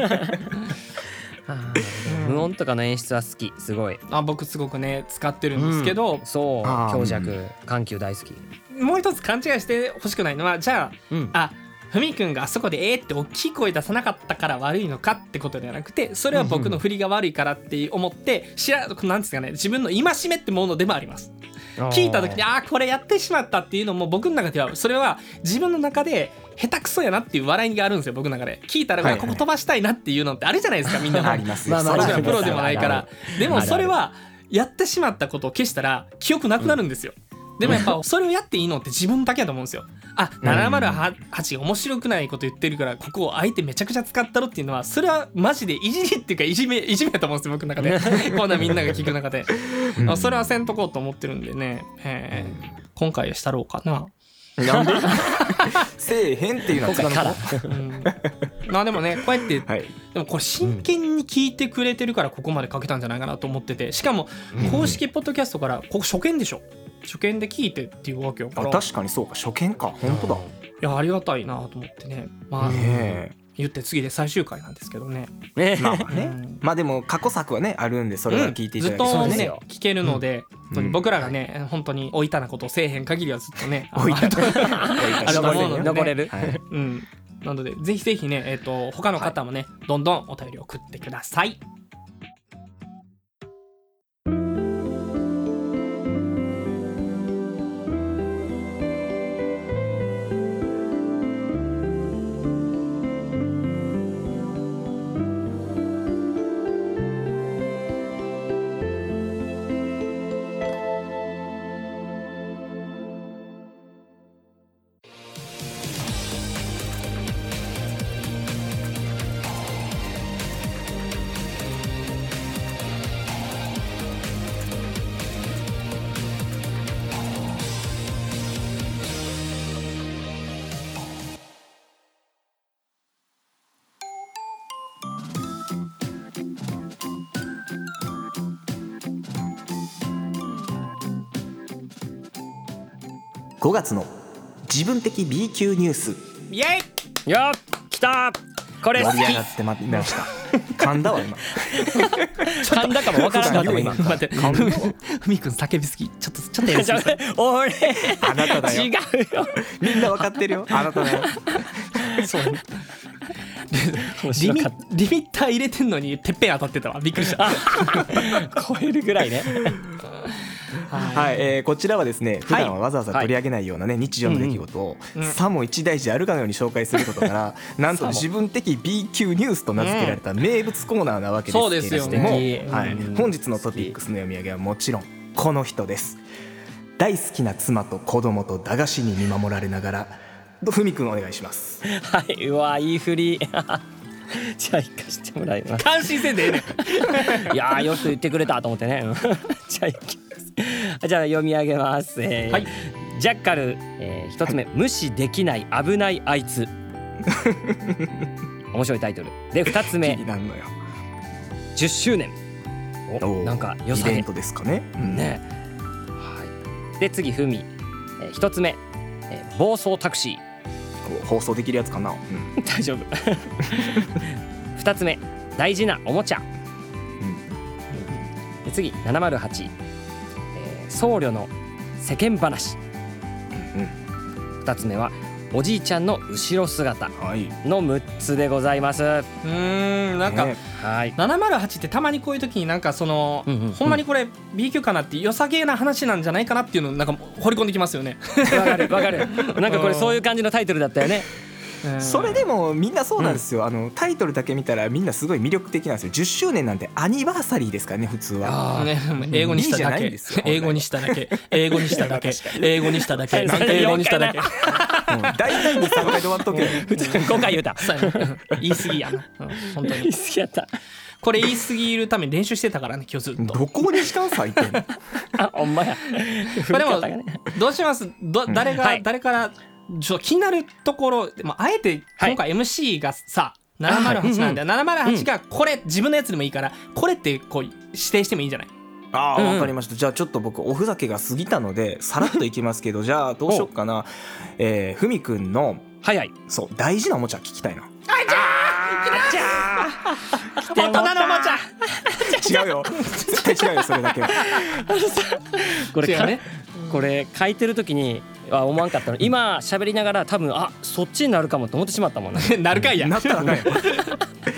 ー、無音とかの演出は好きすごい。 あ僕すごくね使ってるんですけど、 うん、そう強弱緩急大好き。 もう一つ勘違いしてほしくないのはじゃあ、うん、あふみくんがあそこでえーって大きい声出さなかったから悪いのかってことではなくてそれは僕の振りが悪いからって思って知らなんですかね自分の戒めってものでもあります。 聞いた時にあーこれやってしまったっていうのも僕の中ではそれは自分の中で下手くそやなっていう笑いがあるんですよ僕の中で。聞いたら、はいはい、ここ飛ばしたいなっていうのってあるじゃないですかみんなもありますよ。 僕らプロでもないから。でもそれはやってしまったことを消したら記憶なくなるんですよ、うん、でもやっぱそれをやっていいのって自分だけだと思うんですよ。あ、ななまるはちが面白くないこと言ってるからここをあえてめちゃくちゃ使ったろっていうのはそれはマジでいじりっていうかいじめいじめだと思うんですよ僕の中でこんなみんなが聞く中で、うん、それはせんとこうと思ってるんでね、えー、今回はしたろうかな。 なんでせえへんっていうのは今回から、 うん、まあでもねこうやって、はい、でもこれ真剣に聞いてくれてるからここまで書けたんじゃないかなと思ってて、しかも公式ポッドキャストからここ初見でしょ、初見で聞いてっていうわけよから。 あ、確かにそうか、初見か、本当だ。いやありがたいなと思ってね。まあ、ね、言って次で最終回なんですけどね。 ね、まあまあね、うん、まあでも過去作はねあるんでそれは聞いていただきたい、 うん、ずっとね聞けるので、うん、僕らがね本当に置いたなことをせえへん限りはずっとね置いたあると思うので、ね、 残れる、はい、 うん、なのでぜひぜひね、えーと、他の方もね、はい、どんどんお便り送ってください。 ごがつの自分的 B 級ニュース。 イエイよっ来たこれ好き。 盛り上がってまいりました噛んだわ今噛んだかもわからなかった今。 待ってふみくん叫びすぎちょっとちょっとやりすぎ俺あなただよ。 違うよみんなわかってるよあなただよそうリミ, リミッター入れてんのにてっぺん当たってたわびっくりした超えるぐらいねはい、えー、こちらはですね普段はわざわざ取り上げないようなね、はい、日常の出来事を、うんうん、さも一大事あるかのように紹介することからなんと自分的 B 級ニュースと名付けられた名物コーナーなわけですけれども、うんはい、本日のトピックスの読み上げはもちろんこの人です。大好きな妻と子供と駄菓子に見守られながらふみくんお願いします。 はい、うわいい振りじゃあ行かせてもらいます。 感心せんでええねんいやよく言ってくれたと思ってねじゃあ行きますじゃあ読み上げます、えーはい、ジャッカル、えー、一つ目、はい、無視できない危ないあいつ面白いタイトルで、二つ目じゅっしゅうねんおなんか良さげイベントですかね、 うん、ね、はい、で次ふみ、えー、一つ目、えー、暴走タクシー放送できるやつかな、 うん、大丈夫二つ目大事なおもちゃ、うん、で次ななまるはち、えー、僧侶の世間話、うん、二つ目はおじいちゃんの後ろ姿のむっつでございます、はい、うーんなんか、ね、はい、ななまるはちってたまにこういう時になんかその、うんうんうん、ほんまにこれ B 級かなって良さげな話なんじゃないかなっていうのをなんか掘り込んできますよね。 わかるわかるなんかこれそういう感じのタイトルだったよね。 それでもみんなそうなんですよ、うん、あのタイトルだけ見たらみんなすごい魅力的なんですよ。じゅっしゅうねんなんてアニバーサリーですからね普通は、 ね、英語にしただけ英語にしただけ英語にしただけ英語にしただけ英語にしただけ大体にさんかいで終わっとけ普通にごかい言うた言い過ぎやな、うん、本当に言い過ぎやった。 これ言い過ぎるために練習してたからね今日ずっと。 どこに時間割いてんのあほんまやこれもどうしますど誰が、はい、誰からちょっと気になるところ、まあ、あえて今回 エムシー がさ、はい、ななまるはちなんで、うんうん、ななまるはちがこれ、うん、自分のやつでもいいからこれってこう指定してもいいんじゃない？ ああ、うんうん、分かりました。じゃあちょっと僕おふざけが過ぎたのでさらっといきますけどじゃあどうしよっかな、えー、ふみくんの、 はいはい、 そう大事なおもちゃ聞きたいな。 あじゃー大人のおもちゃ違うよ絶対違うよそれだけはこれかねこれ書いてる時にあ思わんかったの今喋りながら多分あそっちになるかもと思ってしまったもんねなるかいやなったらあかんよ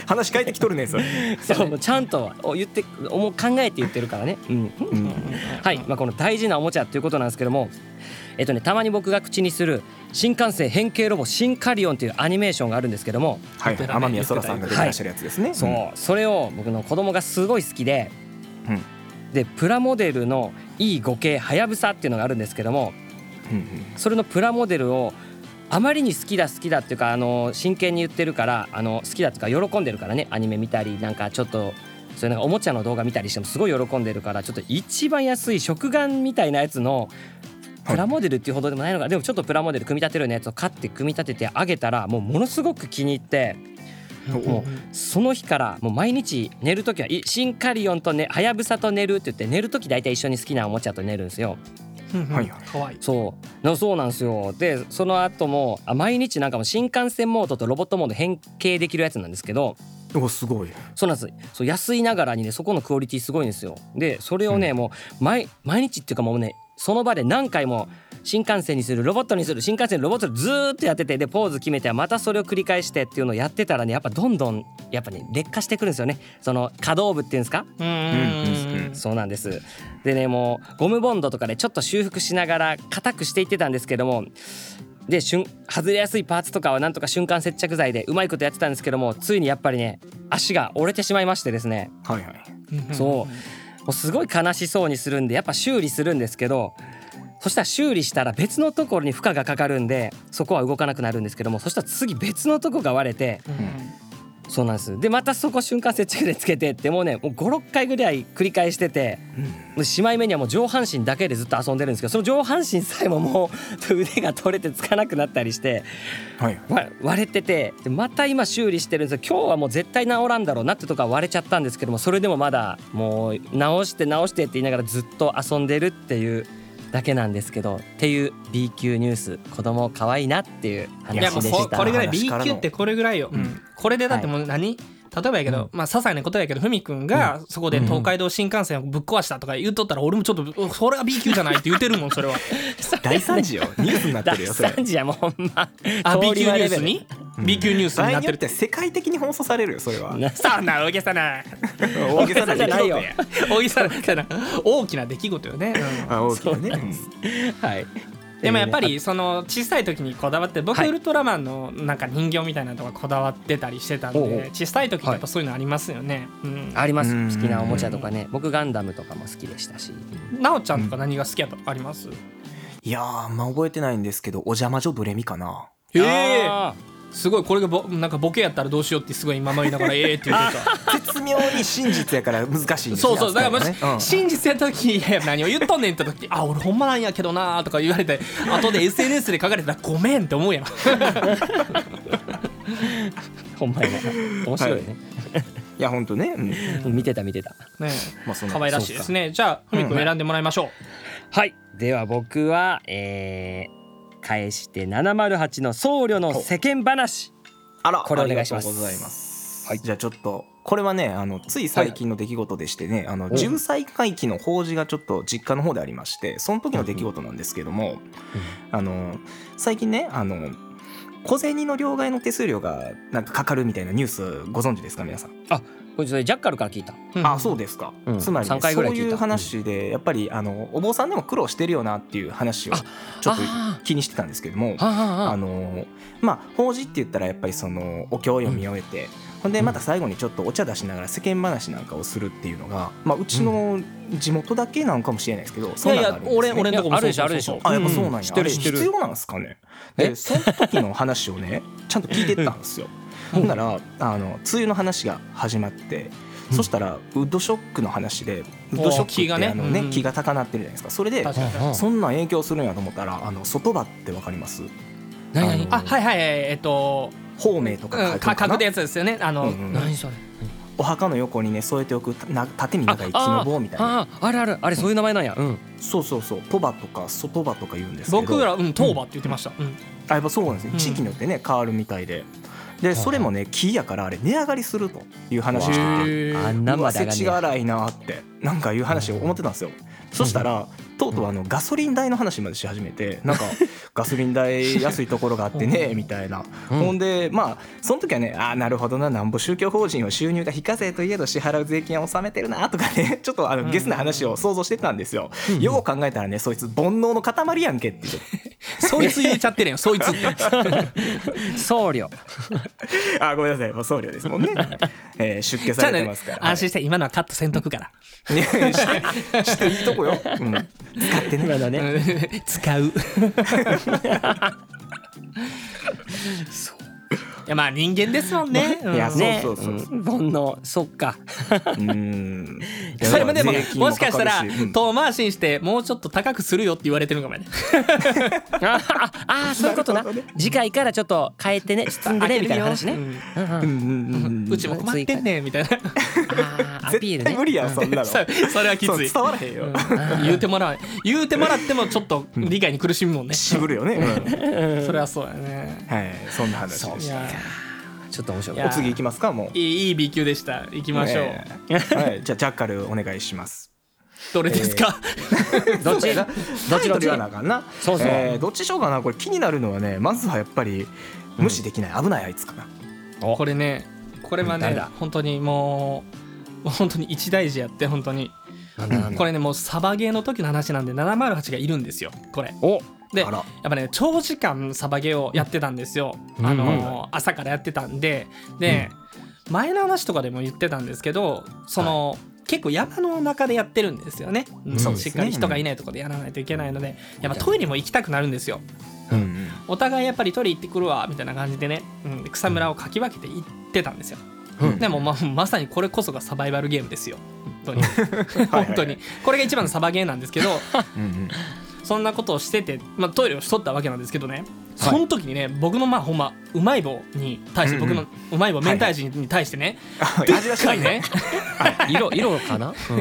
話変えてきとるねそれ。 そうちゃんと言って考えて言ってるからね、うんうん、はい、まあ、この大事なおもちゃということなんですけども、えっとね、たまに僕が口にする新幹線変形ロボシンカリオンというアニメーションがあるんですけども、 はい、天宮空さんが出てらっしゃるやつですね、はい、 そう、それを僕の子供がすごい好きで、うん、でプラモデルの イーご 系はやぶさっていうのがあるんですけども、うんうん、それのプラモデルをあまりに好きだ好きだっていうか、あの真剣に言ってるから、あの好きだっていうか喜んでるからね、アニメ見たりなんかちょっとそういうなんかおもちゃの動画見たりしてもすごい喜んでるから、ちょっと一番安い食玩みたいなやつのプラモデルっていうほどでもないのか、でもちょっとプラモデル組み立てるようなやつを買って組み立ててあげたら、もうものすごく気に入って、もうその日からもう毎日寝るときはシンカリオンとねはやぶさと寝るって言って、寝るとき大体一緒に好きなおもちゃと寝るんですよ。 はいはい、かわいい。 そうそうなんですよ。でその後もあ毎日なんかも新幹線モードとロボットモード変形できるやつなんですけど、 おすごい。 そうなんです。そう安いながらにね、そこのクオリティすごいんですよ。でそれをね、うん、もう 毎, 毎日っていうかもうね、その場で何回も新幹線にするロボットにする新幹線ロボットずーっとやってて、でポーズ決めてまたそれを繰り返してっていうのをやってたらね、やっぱどんどんやっぱね劣化してくるんですよね、その可動部っていうんですか。うんうん、そうなんです。でね、もうゴムボンドとかでちょっと修復しながら硬くしていってたんですけども、で外れやすいパーツとかはなんとか瞬間接着剤でうまいことやってたんですけども、ついにやっぱりね足が折れてしまいましてですね、はいはい、そうもうすごい悲しそうにするんで、やっぱ修理するんですけど、そしたら修理したら別のところに負荷がかかるんで、そこは動かなくなるんですけども、そしたら次別のとこが割れて、うん、そうなんです。でまたそこ瞬間接着でつけてって、もうねもうごろっかいぐらい繰り返してて、うん、しまい目にはもう上半身だけでずっと遊んでるんですけど、その上半身さえももう腕が取れてつかなくなったりして、はい、割れてて、でまた今修理してるんですよ。今日はもう絶対治らんだろうなってとこは割れちゃったんですけども、それでもまだもう直して直してって言いながらずっと遊んでるっていうだけなんですけど、っていう ビー 級ニュース、子供可愛いなっていう話でした。いやこれぐらい ビー 級ってこれぐらいよ、うん、これでだってもう何、はい、例えばやけど、うん、まあ些細なことやけど、ふみくんがそこで東海道新幹線をぶっ壊したとか言っとったら、俺もちょっとそれは ビー 級じゃないって言ってるもんそれは。 大惨事よ、ニュースになってるよそれ。 大惨事やもうほんま。 あ ビー 級ニュースに、うん、ビー 級ニュースになってるって、 世界的に放送されるよそれは。 そんな大げさな大げさなじゃないよ。大げさな大きな出来事よね、 うん、あ大きなね、 はい。でもやっぱりその小さい時にこだわって、僕ウルトラマンのなんか人形みたいなのとかこだわってたりしてたんで、小さい時ってやっぱそういうのありますよね、はい、うん、 あります。好きなおもちゃとかね、僕ガンダムとかも好きでしたし。 なおちゃんとか何が好きやとあります？ いやー、まあ覚えてないんですけど、お邪魔女ドレミかな。 へえ、すごい。これがボなんかボケやったらどうしようってすごい今の言いながらええって言ってた。 絶妙に真実やから難しいんですよ。そうそう、だからもし、うん、真実やった時、いや何を言っとんねんって時、あ俺ほんまなんやけどなとか言われて、後で エスエヌエス で書かれたらごめんって思うやん。 ほんまやな、面白いね。 はい、いや本当ね、 うん、見てた見てた。 ね、まあそんな可愛らしいですね。じゃあふみくん選んでもらいましょう。うん、 はい、では僕は、えー、返してななまるはちの僧侶の世間話。 あら、 これお願いします。 ありがとうございます。はい、じゃあちょっとこれはね、あのつい最近の出来事でしてね、はい、あのじゅっさい回忌の法事がちょっと実家の方でありまして、その時の出来事なんですけども、うん、あの最近ね、あの小銭の両替の手数料がなんかかかるみたいなニュースご存知ですか皆さん？ あ、これジャッカルから聞いた。 あ、そうですか。うん、つまり、ね、そういう話でやっぱりあのお坊さんでも苦労してるよなっていう話をちょっと気にしてたんですけども、ああのまあ法事って言ったらやっぱりそのお経を読み終えて、うん、ほんでまた最後にちょっとお茶出しながら世間話なんかをするっていうのが、まあうちの地元だけなんかもしれないですけど、そんなのあるんですね。 いやいや、俺俺のとこもあるでしょあるでしょ。 あ、やっぱそうなんや。 知ってる知ってる。 必要なんですかね。でその時の話をねちゃんと聞いてったんですよ。ほんならあの梅雨の話が始まって、そしたらウッドショックの話で、ウッドショックってあのね木が高鳴ってるじゃないですか。それでそんな影響するんやと思ったら、あの外場ってわかります？ 何何？あ、はいはい、えっと方面とか書くやつですよね。あの何それ？ お墓の横にね添えておくな縦に長い木の棒みたいな。 ああ、あれあれあれ、そういう名前なんや。うん、 そうそうそう、鳥羽とか外場とか言うんですけど、 僕らうん鳥羽って言ってました。うん、 あ、やっぱそうなんですね。地域によってね変わるみたいで。でそれもね木やからあれ値上がりするという話をしてて、 あんなまで上がるね。 世知が荒いなってなんかいう話を思ってたんですよ。そしたらとうとうあのガソリン代の話までし始めて、なんかガソリン代安いところがあってねみたいな、うん、ほんでまあその時はね、ああなるほどな、なんぼ宗教法人は収入が非課税といえど支払う税金は納めてるなとかね、ちょっとあのゲスな話を想像してたんですよ、うん、よう考えたらね、そいつ煩悩の塊やんけっていうそいつ入れちゃってるよ、そいつって僧侶あ、ごめんなさい、もう僧侶ですもんね、えー、出家されてますから、 安心して、今のはカットせんとくからしてしていいとこよ、うん、使ってね、 今だね使うそういやまあ人間ですもんね、 いやそうそうそう、 ね、うん、煩悩、そっかうん、 それもでももしかしたら、 うん、 遠回しにしてもうちょっと高くするよって言われてるかもねああ、そういうことな、次回からちょっと変えてね、包んでねみたいな話ね、 うちも困ってんねんみたいなあ、アピールね、 絶対無理やそんなのそれはきつい、 伝わらへんよ、 うん、言うてもらう言うてもらってもちょっと理解に苦しむもんね、 渋るよね、うん、 それはそうやね、 はい、そんな話でした。 ちょっと面白い。 お次行きますか、もう。 いい、いい B 級でした。行きましょう。 ね、はい、じゃあジャッカルお願いします。 どれですか？ えー、どっち？どっちどっち言わなあかんな。 そうそう。 えー、どっちしようかな。これ気になるのはね、まずはやっぱり無視できない、うん、危ないあいつかな。 これね、これはね、本当にもう本当に一大事やって本当に。なんだなんだこれねもうサバゲーの時の話なんでななまるはちがいるんですよ。これ。 お。 でやっぱね長時間サバゲーをやってたんですよ、うん、あのー、朝からやってたんでで、うん、前の話とかでも言ってたんですけどその、はい、結構山の中でやってるんですよね、うん、しっかり人がいないところでやらないといけないので、やっぱトイレも行きたくなるんですよ、うん、お互いやっぱりトイレ行ってくるわみたいな感じでね、うん、草むらをかき分けて行ってたんですよ、うん、でも ま, まさにこれこそがサバイバルゲームですよ本当に本当にこれが一番のサバゲーなんですけどうん、うんそんなことをしてて、まあ、トイレをしとったわけなんですけどね、その時にね、はい、僕のまあほんまうまい棒に対して、うんうん、僕のうまい棒明太子に対してね、はい、でっかいね色, 色かな、うん、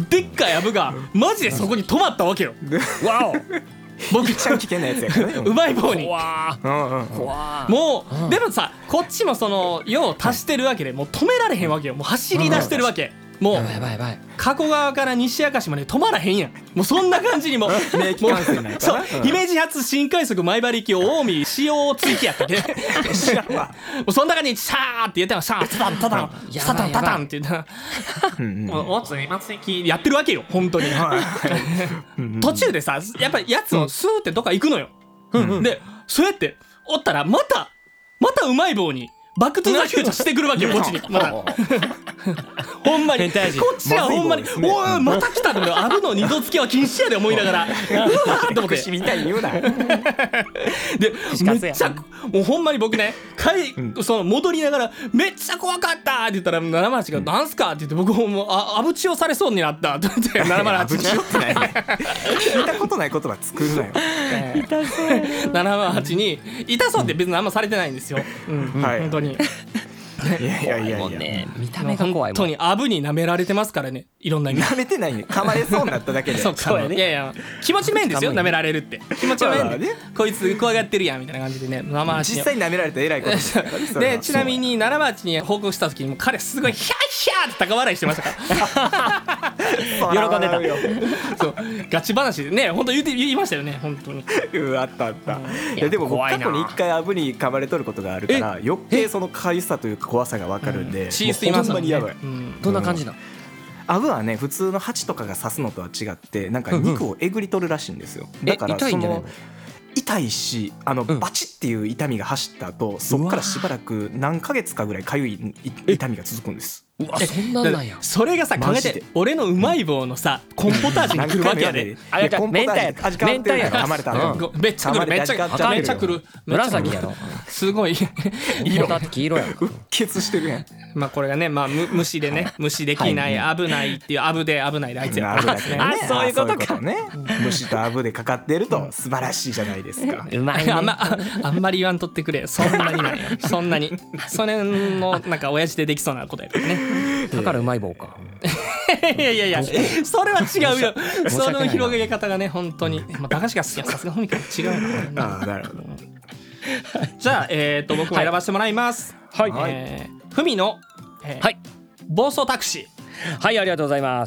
でっかいアブがマジでそこに止まったわけよわお僕ちゃん危険なやつやからねうまい棒にわーもう、うん、でもさこっちもその用を足してるわけでもう止められへんわけよ、もう走り出してるわけ、もうやばいやばいやばい加古川から西明石まで止まらへんやん、もうそんな感じにも名機関線なんかな、 そう、うん、姫路発新快速前張り機を近江使用追記やったっけ知らんわもうそんな感じにシャーって言ってたの、シャータタンタタンタタンタタンって言ったらおつい松木やってるわけよ本当に途中でさやっぱりやつをスーってどっか行くのよ、うんうん、でそうやっておったらまたまたうまい棒にバックトゥザフューチャーしてくるわけよこっちにまたほんまにこっちはほんまにおいまた来たのよ、アブの二度付けは禁止やで思いながらうわーって思ってみたいに言うなでめっちゃもうほんまに僕ね帰、うん、その戻りながらめっちゃ怖かったって言ったらななまるはちがなんすかって言って僕もうあアブチをされそうになったって言ってななまるはちに聞いたことない言葉作るなよ痛そうななまるはちに痛そうって別にあんまされてないんですよ、うんうん、はい、本当にいやいやいやいや、 ね、見た目が怖いもん。 本当にアブに舐められてますからね、いろんな意味。 舐めてないね、噛まれそうになっただけで。 そうそうやね。いやいや気持ち面ですよ、舐められるって気持ち面で、ね、こいつ怖がってるやんみたいな感じでね、 実際舐められたら偉いことですからね。 でちなみに奈良町に報告した時にも彼すごいヒャッヒャーって高笑いしてましたから喜んでたよそうガチ話でね、本当言って言いましたよね、本当に。 うあったあった、うん、いやでも僕過去に一回アブに噛まれとることがあるから余計そのかゆさというか怖さが分かるんで、 血吸いますもんね。 やばい、 うん、どんな感じなの？ アブはね普通のハチとかが刺すのとは違ってなんか肉をえぐり取るらしいんですよ。だからその痛いしあの、うん、バチっていう痛みが走った後そっからしばらく何ヶ月かぐらいかゆい痛みが続くんです。 うわそんなんなんや。 それがさ考えて俺のうまい棒のさコンポタージュに来るわけやで。 あれ明太味変わってるやろ。噛まれたのめっちゃくるめっちゃめっちゃくる紫やろ。 すごい色だって黄色やん。 うっ血してるやん。 まあこれがねまあ虫でね虫できない危ないっていうアブで危ないであいつやあそういうことかね。虫とアブでかかってると素晴らしいじゃないですか。 うまいね。 あんまあんまり言わんとってくれ。そんなにないそんなにそれのなんか親父でできそうなことやからね。 だからうまい棒かいやいやいやそれは違うよその広げ方がね本当に、まあ、駄菓子が好きやさすがふみか違うな。 あなるほどじゃあ、えー、と僕も選ばせてもらいますはい、えー、ふみの、えー、はい暴走タクシー。はいありがとうございます。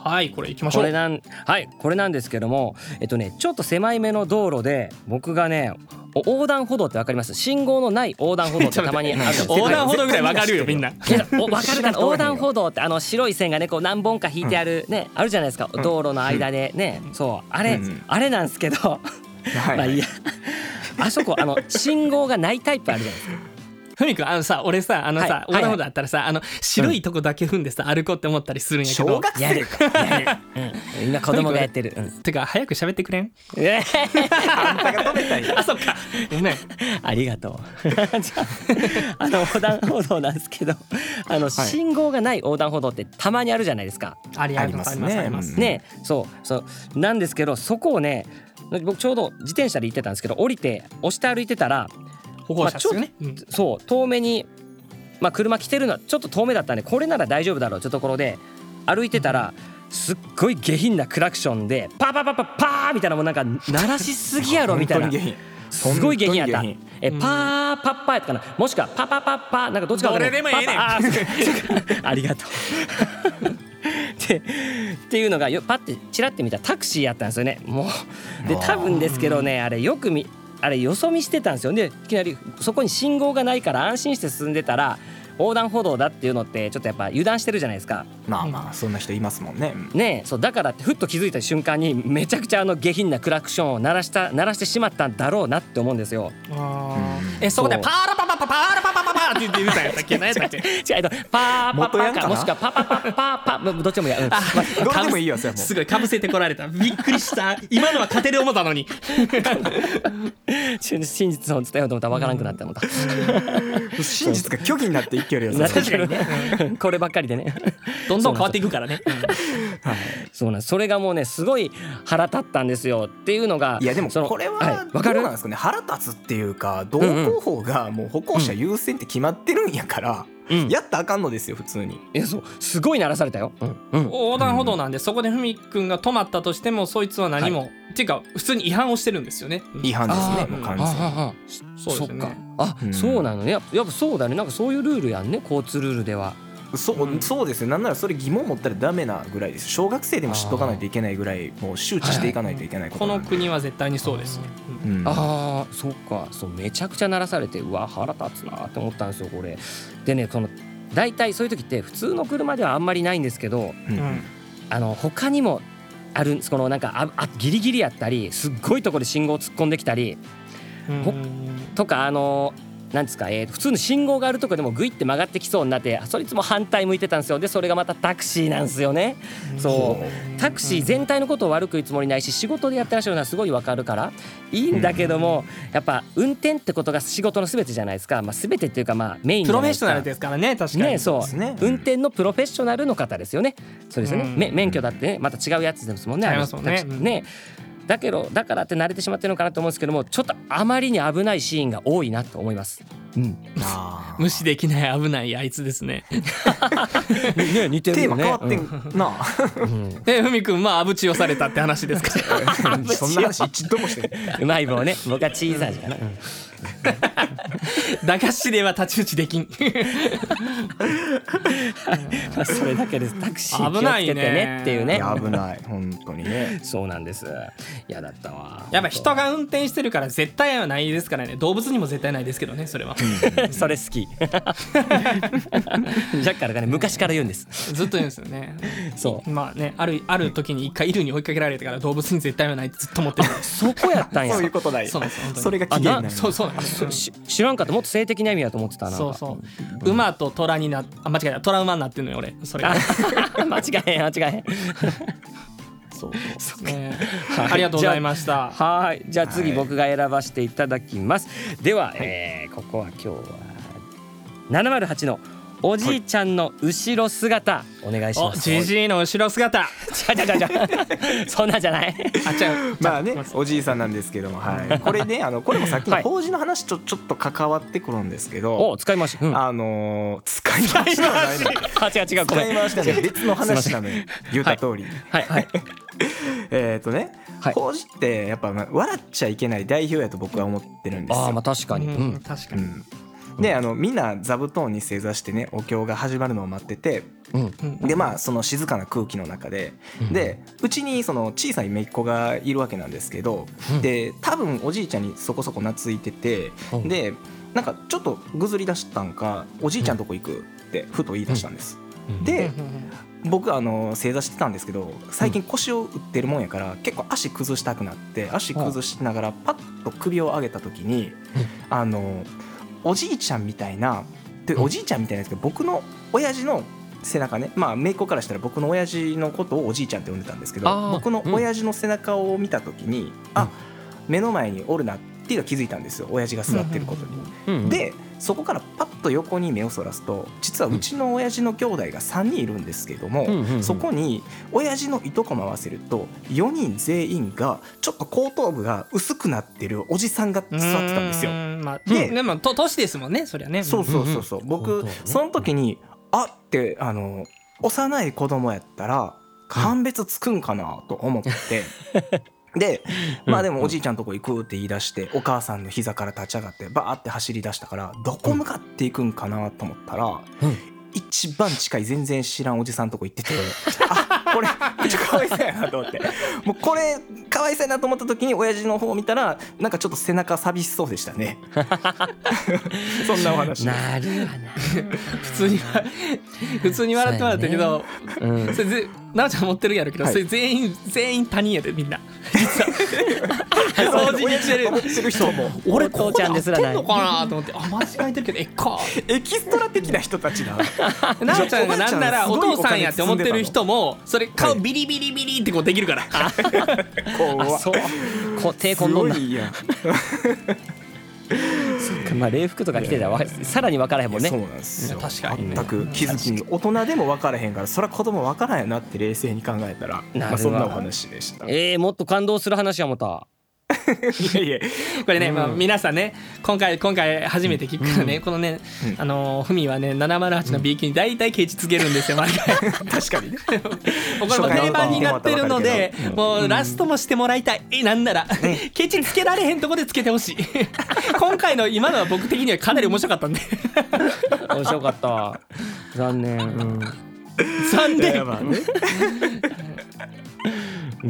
はい、これ行きましょう。 これなんはいこれなんですけども、えっとねちょっと狭いめの道路で僕がね横断歩道ってわかります？信号のない横断歩道ってたまにあるんですよ。 横断歩道ぐらいわかるよみんな。 おわかるかな。横断歩道ってあの白い線がねこう何本か引いてあるね、あるじゃないですか、道路の間でね、そうあれ、あれなんですけどまあいいや、あそこあの信号がないタイプあるじゃないですか。 ふみくん、あのさ、俺さ、あのさ、 はい横断歩道だったらさ、あの白いとこだけ踏んでさ、歩こうって思ったりするんやけど。 小学生か。 やる、うん、今子供がやってる、うん、 てか早く喋ってくれん？ えあんたが止めたんや。 あ、そっか。ごめん。 ありがとうじゃあ、あの横断歩道なんですけど、あの信号がない横断歩道ってたまにあるじゃないですか。 ありますね。ありますね。そうそうなんですけど、そこをね僕ちょうど自転車で行ってたんですけど、降りて押して歩いてたら歩行者ですよね、 まあ、そう遠目に、まあ、車来てるのはちょっと遠目だったんでこれなら大丈夫だろうというところで歩いてたら、すっごい下品なクラクションでパーパーパーパーパーみたいな、もうなんか鳴らしすぎやろみたいなすごい下品やった。えパーパッパーやったかな、もしくはパパパッパーなんかどっちか分からない。 どれでもええねん。 あ, ありがとうってっていうのがよパッてチラって見たらタクシーやったんですよね。もうで多分ですけどね、あれよく見あれよそ見してたんですよ。でいきなりそこに信号がないから安心して進んでたら横断歩道だっていうのってちょっとやっぱ油断してるじゃないですか。 まあまあそんな人いますもんね。 ねえ、そうだからってふっと気づいた瞬間にめちゃくちゃあの下品なクラクションを鳴らした鳴らしてしまったんだろうなって思うんですよ。 あえそこでパーラパパパパーラパパパパーって言って言ったんやったっけ？何やったっけ？ 違う、パーパパかもしくはパパパパパパどっちもいいや、うん、 どうでもいいよそれも。 すごいかぶせてこられた。びっくりした。今のは勝てる思ったのに真実を伝えようと思ったらわからなくなって思った。 真実が虚偽になっていけるよ。 確かにねこればっかりでねどんどん変わっていくからね。 そうなんです。それがもうねすごい腹立ったんですよっていうのが。 いやでもこれはどうなんですかね、腹立つっていうか道交法がもう歩行者優先って決まってるんやから、うん、やったらあかんのですよ普通に。 いやそうすごい鳴らされたよ、うんうん、横断歩道なんで、そこでふみくんが止まったとしてもそいつは何も、はい、っていうか普通に違反をしてるんですよね。 違反ですね、もう完全に。 あそうですね。あ、うん、そうなのね。やっぱそうだね。なんかそういうルールやんね、交通ルールでは。 そう、そうですね。なんならそれ疑問持ったらダメなぐらいです。小学生でも知っとかないといけないぐらいもう周知していかないといけないことなんで、 この国は絶対にそうです。 うん、ああそうか。そうめちゃくちゃ鳴らされて、うわ腹立つなって思ったんですよこれでね。この大体そういう時って普通の車ではあんまりないんですけど、うん、あの他にもあるんです。このなんかああギリギリやったりすっごいところで信号突っ込んできたり、うん、とかあのなんですか、えー、普通の信号があるとこでもグイって曲がってきそうになって、そいつも反対向いてたんですよ。でそれがまたタクシーなんですよね。そうタクシー全体のことを悪く言うつもりないし、仕事でやってらっしゃるのはすごいわかるからいいんだけども、やっぱ運転ってことが仕事の全てじゃないですか。まあ、全てっていうかまあメインじゃないですか。 プロフェッショナルですからね。確かにね、そうですね、うん、運転のプロフェッショナルの方ですよね。そうですよね、免許だってねまた違うやつですもんね。 ありますもんね。 ねだけどだからって慣れてしまってるのかなと思うんですけども、ちょっとあまりに危ないシーンが多いなと思います。うん、 あ無視できない危ないあいつですね。 ね似てるよね。 テーマ変わってん、うん、なあ、 うん、えふみくんまあアブチをされたって話ですか。 そんな話一度もしてないうまい棒ね。僕はチーズ味かな、うん、 駄菓子では太刀打ちできん。 まあそれだけです。タクシー気をつけてねっていうね。 危ない本当にね。 そうなんです。嫌だったわ。 やっぱ人が運転してるから絶対はないですからね。動物にも絶対ないですけどねそれは。 それ好き。ジャッカルがね昔から言うんです。 ずっと言うんですよね。 そうまあねあるある時に一回犬に追いかけられてから動物に絶対はないってずっと思ってる。 そこやったんや。 そういうことない。 そうなんです本当に。 それが起源なんや。 そうそうなんです。 知らんかった。もっと性的な意味だと思ってたな。 そうそう、うん、馬と虎になあ間違えたトラウマになってるのよ俺それが。 間違えへん間違えへん。 そうそうね、はい、ありがとうございました。 はい、じゃあ次僕が選ばせていただきます、はい、では、はい、えー、ここは今日はななまるはちのおじいちゃんの後ろ姿、お願いします。 じじいの後ろ姿。 ちゃちゃちゃちゃそんなんじゃない。 あ違うまあねおじいさんなんですけども、はい、これねあのこれもさっきの法事の話とちょっと関わってくるんですけど、 お使い回し、うん、 あのー、使い回しはないの。 あ違う違うごめん使い回しはね別の話なのよ。言った通り、 はいはい、はい、 えっとね、はい、法事ってやっぱ笑っちゃいけない代表やと僕は思ってるんですよ。 あまあ確かに、うん、 確かに、うんであのみんな座布団に正座してねお経が始まるのを待ってて、うん、でまあその静かな空気の中で、うん、でうちにその小さい姪っ子がいるわけなんですけど、うん、で多分おじいちゃんにそこそこ懐いてて、うん、でなんかちょっとぐずり出したんかおじいちゃんとこ行くってふと言い出したんです、うん、で僕あの正座してたんですけど最近腰を打ってるもんやから結構足崩したくなって足崩しながらパッと首を上げた時にあのおじいちゃんみたいなでおじいちゃんみたいなんですけど僕の親父の背中ねまあ姪っ子からしたら僕の親父のことをおじいちゃんって呼んでたんですけど僕の親父の背中を見た時にあ目の前におるなっていうの気づいたんですよ親父が座ってることに。でそこからパッと横に目をそらすと実はうちの親父の兄弟がさんにんいるんですけども、うんうんうん、そこに親父のいとこも合わせるとよにん全員がちょっと後頭部が薄くなってるおじさんが座ってたんですよ。 まあ、で、でもと年ですもんねそりゃね。 そうそうそうそう、うんうん、僕その時にあってあの幼い子供やったら判別つくんかなと思って、うん、でまあでもおじいちゃんとこ行くって言い出してお母さんの膝から立ち上がってバーって走り出したからどこ向かっていくんかなと思ったら、うん、一番近い全然知らんおじさんとこ行っててあこれめっちゃかわいそうやなと思ってもうこれかわいそうやなと思った時に親父の方を見たらなんかちょっと背中寂しそうでしたねそんなお話なるわな普通に普通に笑ってもらったけど、ねうん、それぜなおちゃん持ってるやろけど、はい、それ全員全員他人やでみんな実は掃除にしてる思ってる人も俺ここで合ってんのかなと思ってあ間違えてるけどえっかエキストラ的な人たちななおちゃんがなんならお父さんやって思ってる人もそれ顔ビリビリビリってこうできるから、はい、 あそうこ手込んどんなそっかまあ礼服とか着てたらさらに分からへんもんね。 そうなんですよ確かに全く気づきに大人でも分からへんからそりゃ子供分からへんなって冷静に考えたらまあそんなお話でした。 えー、もっと感動する話やもたいやいやこれね、うん、まあ、皆さんね今回今回初めて聞くからね、うん、このね、うん、あのふみはねななまるはちの B 級に大体ケチつけるんですよ毎回確かにねこれも定番になってるのでもうラストもしてもらいたい、うん、なんなら、うん、ケチつけられへんとこでつけてほしい今回の今のは僕的にはかなり面白かったんで面白かった残念、うん、 残念うん、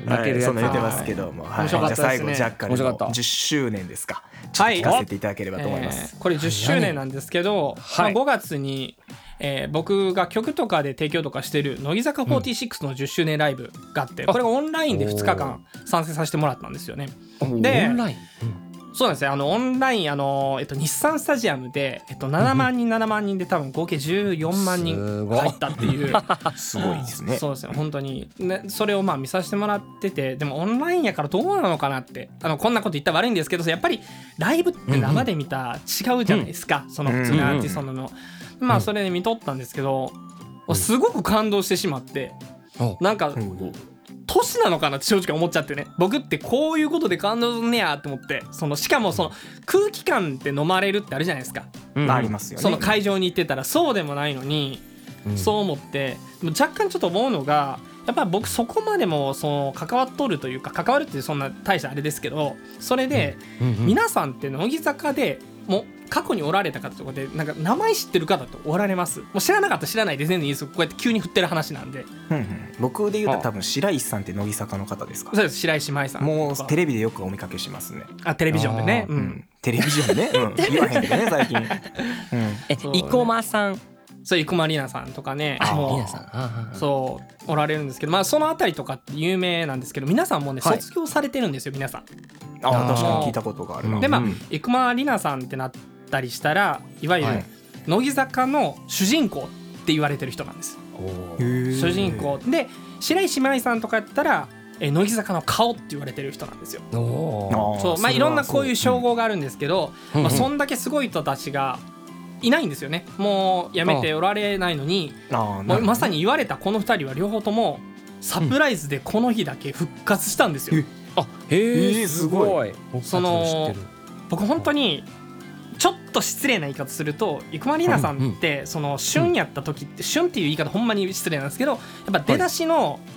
泣けるやつそんな言ってますけども、はい、じゃあ最後ジャッカルのじゅっしゅうねんですかちょっと聞かせていただければと思います、 はいえー、これじゅっしゅうねんなんですけど、はいまあ、ごがつに、えー、僕が曲とかで提供とかしてる乃木坂フォーティーシックスのじゅっしゅうねんライブがあって、うん、これがオンラインでふつかかん参戦させてもらったんですよね。でオンライン、 うんそうなんですよあのオンラインあの、えっと、日産スタジアムで、えっと、ななまんにんななまんにんで多分合計じゅうよんまんにん入ったっていうすごいですね。 そうですよ本当に、ね、それをまあ見させてもらっててでもオンラインやからどうなのかなってあのこんなこと言ったら悪いんですけどやっぱりライブって生で見たら違うじゃないですか、うん、その普通のアーティストの、うん、まあそれで見とったんですけど、うん、すごく感動してしまってなんか、うん年なのかなって正直思っちゃってね僕ってこういうことで感動すんねやと思ってそのしかもその空気感って飲まれるってあるじゃないですか、 うん、ありますよね。 その会場に行ってたらそうでもないのに、うん、そう思って若干ちょっと思うのがやっぱり僕そこまでもその関わっとるというか関わるってそんな大したあれですけどそれで皆さんって乃木坂でもう過去におられた方とかでなんか名前知ってる方っておられます？もう知らなかったら知らないで全然いいです。こうやって急に振ってる話なんで、 うんうん、僕で言うと多分白石さんって乃木坂の方ですか？ そうです白石麻衣さんもうテレビでよくお見かけしますね。 あテレビジョンでね、うんうん、 テレビジョンね、うん、言わへんけどね最近、うん、 え生駒さんそう生駒里奈さんとかねもうそうおられるんですけどまあそのあたりとかって有名なんですけど皆さんもね、はい、卒業されてるんですよ皆さん。 ああ確かに聞いたことがあるな。 でまあ生駒里奈さんってなったりしたらいわゆる乃木坂の主人公って言われてる人なんです。主人公で白石麻衣さんとかやったらえ乃木坂の顔って言われてる人なんですよ。そうまあいろんなこういう称号があるんですけど、うんまあ、そんだけすごい人たちがいないんですよね。もうやめておられないのにもうまさに言われたこのふたりは両方ともサプライズでこの日だけ復活したんですよ。 あへえすごい。 その僕本当にちょっと失礼な言い方すると生駒里奈さんってその旬やった時って旬っていう言い方ほんまに失礼なんですけどやっぱ出だしの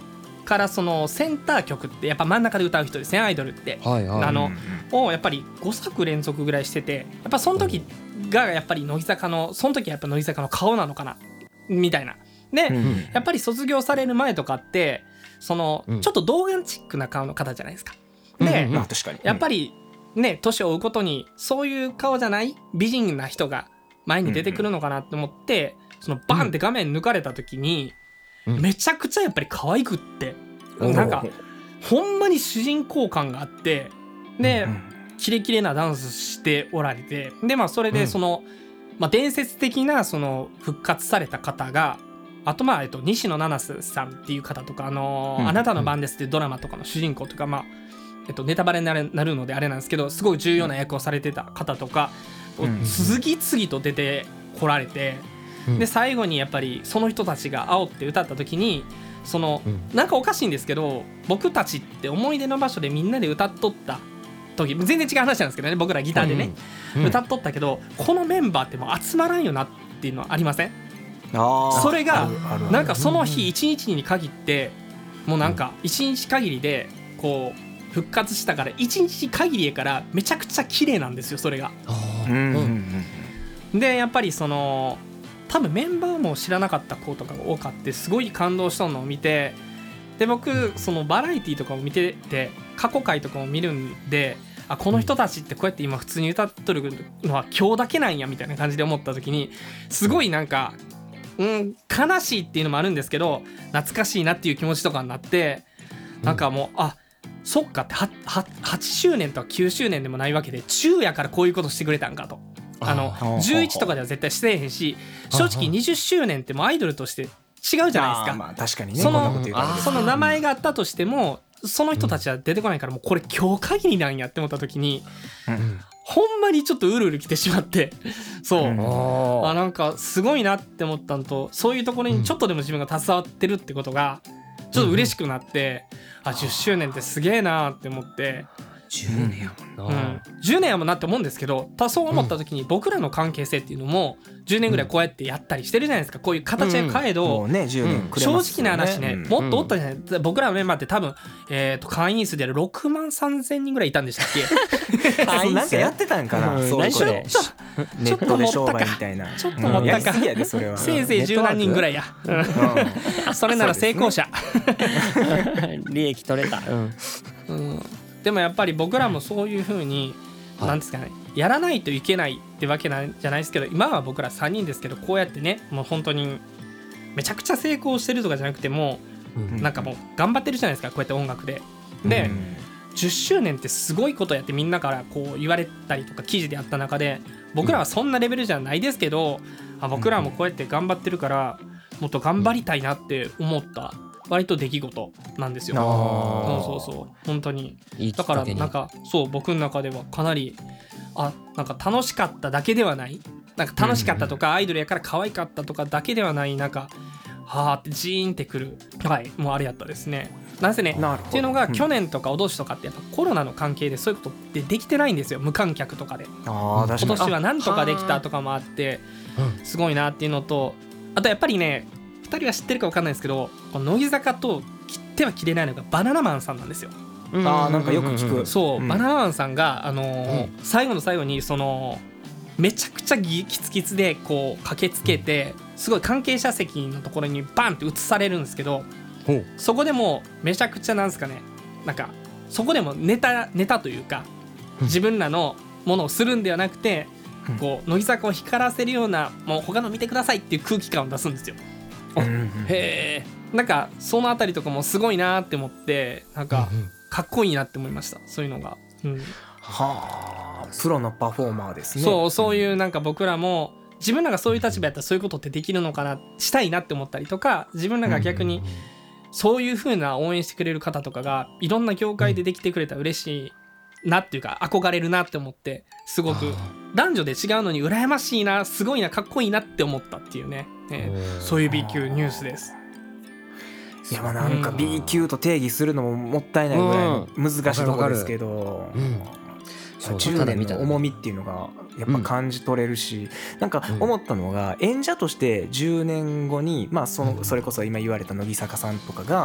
からそのセンター曲ってやっぱ真ん中で歌う人ですねアイドルって、 はいはい、 あのをやっぱりごさく連続ぐらいしてて、やっぱその時がやっぱり乃木坂のその時はやっぱ乃木坂の顔なのかなみたいなで、うん、やっぱり卒業される前とかってそのちょっと童顔チックな顔の方じゃないですか。で、うんうん、やっぱりね年を追うことにそういう顔じゃない美人な人が前に出てくるのかなって思って、うんうん、そのバンって画面抜かれた時に、うん、めちゃくちゃやっぱり可愛くって、うん、なんかほんまに主人公感があってで、うん、キレキレなダンスしておられてでまあそれでその、うんまあ、伝説的なその復活された方があとまあえっと西野七瀬さんっていう方とかあのーうん、あなたの番ですっていうドラマとかの主人公とかまあえっとネタバレになるのであれなんですけどすごい重要な役をされてた方とか次々と出てこられてで最後にやっぱりその人たちが煽って歌った時にそのなんかおかしいんですけど僕たちって思い出の場所でみんなで歌っとった時全然違う話なんですけどね僕らギターでね、うんうん、歌っとったけどこのメンバーってもう集まらんよなっていうのはありません？あそれがなんかその日一日に限ってもうなんか一日限りでこう復活したから一日限りやからめちゃくちゃ綺麗なんですよそれが。でやっぱりその多分メンバーも知らなかった子とかが多かってすごい感動したのを見てで僕そのバラエティとかを見てて過去回とかも見るんであこの人たちってこうやって今普通に歌っとるのは今日だけなんやみたいな感じで思った時にすごいなんか、うん、悲しいっていうのもあるんですけど懐かしいなっていう気持ちとかになってなんかもうあそっかってはははちしゅうねんとかきゅうしゅうねんでもないわけで中やからこういうことしてくれたんかとあのじゅういちとかでは絶対してへんし正直にじゅっしゅうねんってもうアイドルとして違うじゃないですか。 まあ確かにねそのその名前があったとしてもその人たちは出てこないからもうこれ今日限りなんやって思った時に、うん、ほんまにちょっとうるうるきてしまってそう、うん、あなんかすごいなって思ったのとそういうところにちょっとでも自分が携わってるってことがちょっと嬉しくなって、うん、あじゅっしゅうねんってすげえなって思ってじゅうねんやもんな、うん、 じゅうねんやもんなって思うんですけどたそう思った時に僕らの関係性っていうのもじゅうねんぐらいこうやってやったりしてるじゃないですかこういう形は変えど、うんねじゅうねんくれますよね、正直な話ね、うん、もっとおったじゃないですか僕らのメンバーって多分、えー、と会員数でろくまんさんぜんにんぐらいいたんでしたっけなんかやってたんかな、うん、そういうことネットで商売みたいなちょっと持ったか、うん、やでそれはせいぜいじゅうなんにんぐらいや、うん、それなら成功者、 ね、利益取れた、うんうんでもやっぱり僕らもそういう風に何ですかねやらないといけないってわけなんじゃないですけど今は僕らさんにんですけどこうやってねもう本当にめちゃくちゃ成功してるとかじゃなくてもなんかもう頑張ってるじゃないですかこうやって音楽ででじゅっしゅうねんってすごいことやってみんなからこう言われたりとか記事であった中で僕らはそんなレベルじゃないですけどあ僕らもこうやって頑張ってるからもっと頑張りたいなって思った割と出来事なんですよ。そうそうそう本当にいいだからなんかそう僕の中ではかなりあなんか楽しかっただけではないなんか楽しかったとか、うんうん、アイドルやから可愛かったとかだけではないなんかはーってジーンってくるはいもうあれやったですね。なぜねっていうのが、うん、去年とかおとしとかってやっぱコロナの関係でそういうことってできてないんですよ無観客とかで。あ今年はなんとかできたとかもあってすごいなっていうのとあとやっぱりねふたりは知ってるか分かんないですけどこの乃木坂と切っては切れないのがバナナマンさんなんですよ。 あなんかよく聞くそう、うん、バナナマンさんが、あのーうん、最後の最後にそのめちゃくちゃキツキツでこう駆けつけてすごい関係者席のところにバンって映されるんですけどそこでもめちゃくちゃなんですかねなんかそこでもネタネタというか自分らのものをするんではなくてこう乃木坂を光らせるようなもう他の見てくださいっていう空気感を出すんですよ。へえなんかそのあたりとかもすごいなって思ってなんかかっこいいなって思いましたそういうのが、うん、 はあプロのパフォーマーですね。 そうそういうなんか僕らも自分らがそういう立場やったらそういうことってできるのかなしたいなって思ったりとか自分らが逆にそういう風な応援してくれる方とかがいろんな業界でできてくれたら嬉しいなっていうか憧れるなって思ってすごく男女で違うのに羨ましいなすごいなかっこいいなって思ったっていうね、えー、そういう B 級ニュースです。 いやまあなんか B 級と定義するのももったいないぐらい難しいところですけど、うん、じゅうねんの重みっていうのがやっぱ感じ取れるし、うん、なんか思ったのが演者としてじゅうねんごにまあそのそれこそ今言われた乃木坂さんとかが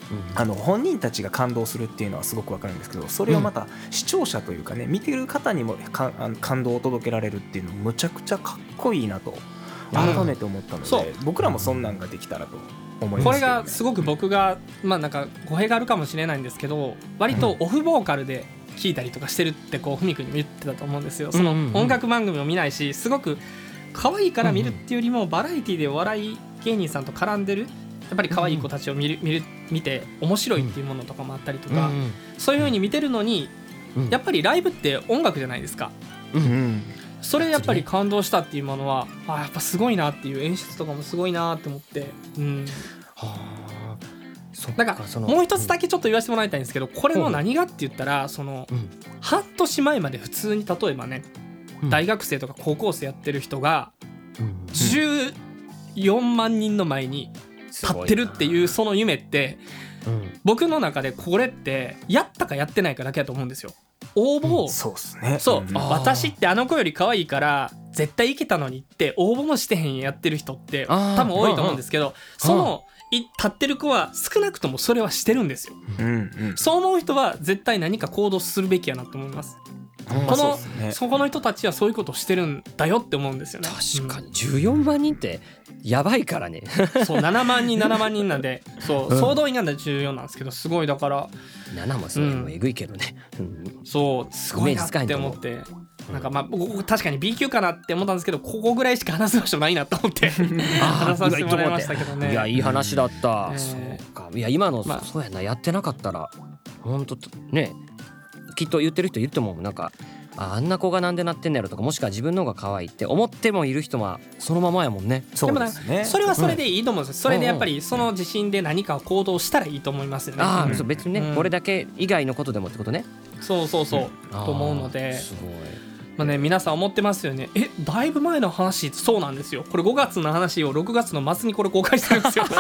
あの本人たちが感動するっていうのはすごく分かるんですけど、それをまた視聴者というかね、見てる方にもかあの感動を届けられるっていうのむちゃくちゃかっこいいなと改めて思ったので、うん、僕らもそんなんができたらと思いますけどね。 これがすごく僕がまあなんか語弊があるかもしれないんですけど、割とオフボーカルで聴いたりとかしてるってこうふみくんにも言ってたと思うんですよ。その音楽番組を見ないし、すごく可愛いから見るっていうよりもバラエティでお笑い芸人さんと絡んでるやっぱり可愛い子たちを見る、見る、見て面白いっていうものとかもあったりとか、そういう風に見てるのにやっぱりライブって音楽じゃないですか。それやっぱり感動したっていうものはあやっぱすごいなっていう、演出とかもすごいなって思って、うん、はあ、だからもう一つだけちょっと言わせてもらいたいんですけど、これの何がって言ったら、その半年前まで普通に例えばね大学生とか高校生やってる人がじゅうよんまんにんの前に立ってるっていうその夢って、僕の中でこれってやったかやってないかだけだと思うんですよ。応募を、うん、そうですね。そう、うん、私ってあの子より可愛いから絶対いけたのにって応募もしてへんやってる人って多分多いと思うんですけど、その立ってる子は少なくともそれはしてるんですよ、うんうん、そう思う人は絶対何か行動するべきやなと思います。この そ, う、ね、そこの人たちはそういうことをしてるんだよって思うんですよね。 確かにじゅうよんまんにんってやばいからねそうななまんにんななまんにんなんで、そう、うん、総動員なんでじゅうよんなんですけど、すごいだからななもすごい、うん、えぐいけどね、 うん、そうすごいなって思って、なんかまあ僕確かに ビー 級かなって思ったんですけど、ここぐらいしか話す場所ないなと思って話させてもらいましたけどね。 いやいい話だった、えー、そうか。いや今の、まあ、そうやな、やってなかったら本当ねきっと言ってる人いると思う。なんか あ, あんな子がなんでなってんのやろとか、もしくは自分の方が可愛いって思ってもいる人はそのままやもんね。 そうですね。でもそれはそれでいいと思うんですよ、うん、それでやっぱりその自信で何か行動したらいいと思いますよね。 あ、うん、そう別にね、うん、これだけ以外のことでもってことね。 そうそうそう、うん、と思うので、すごい、まあね、皆さん思ってますよね。えだいぶ前の話。そうなんですよ。これごがつの話をろくがつの末にこれ公開してるんですよ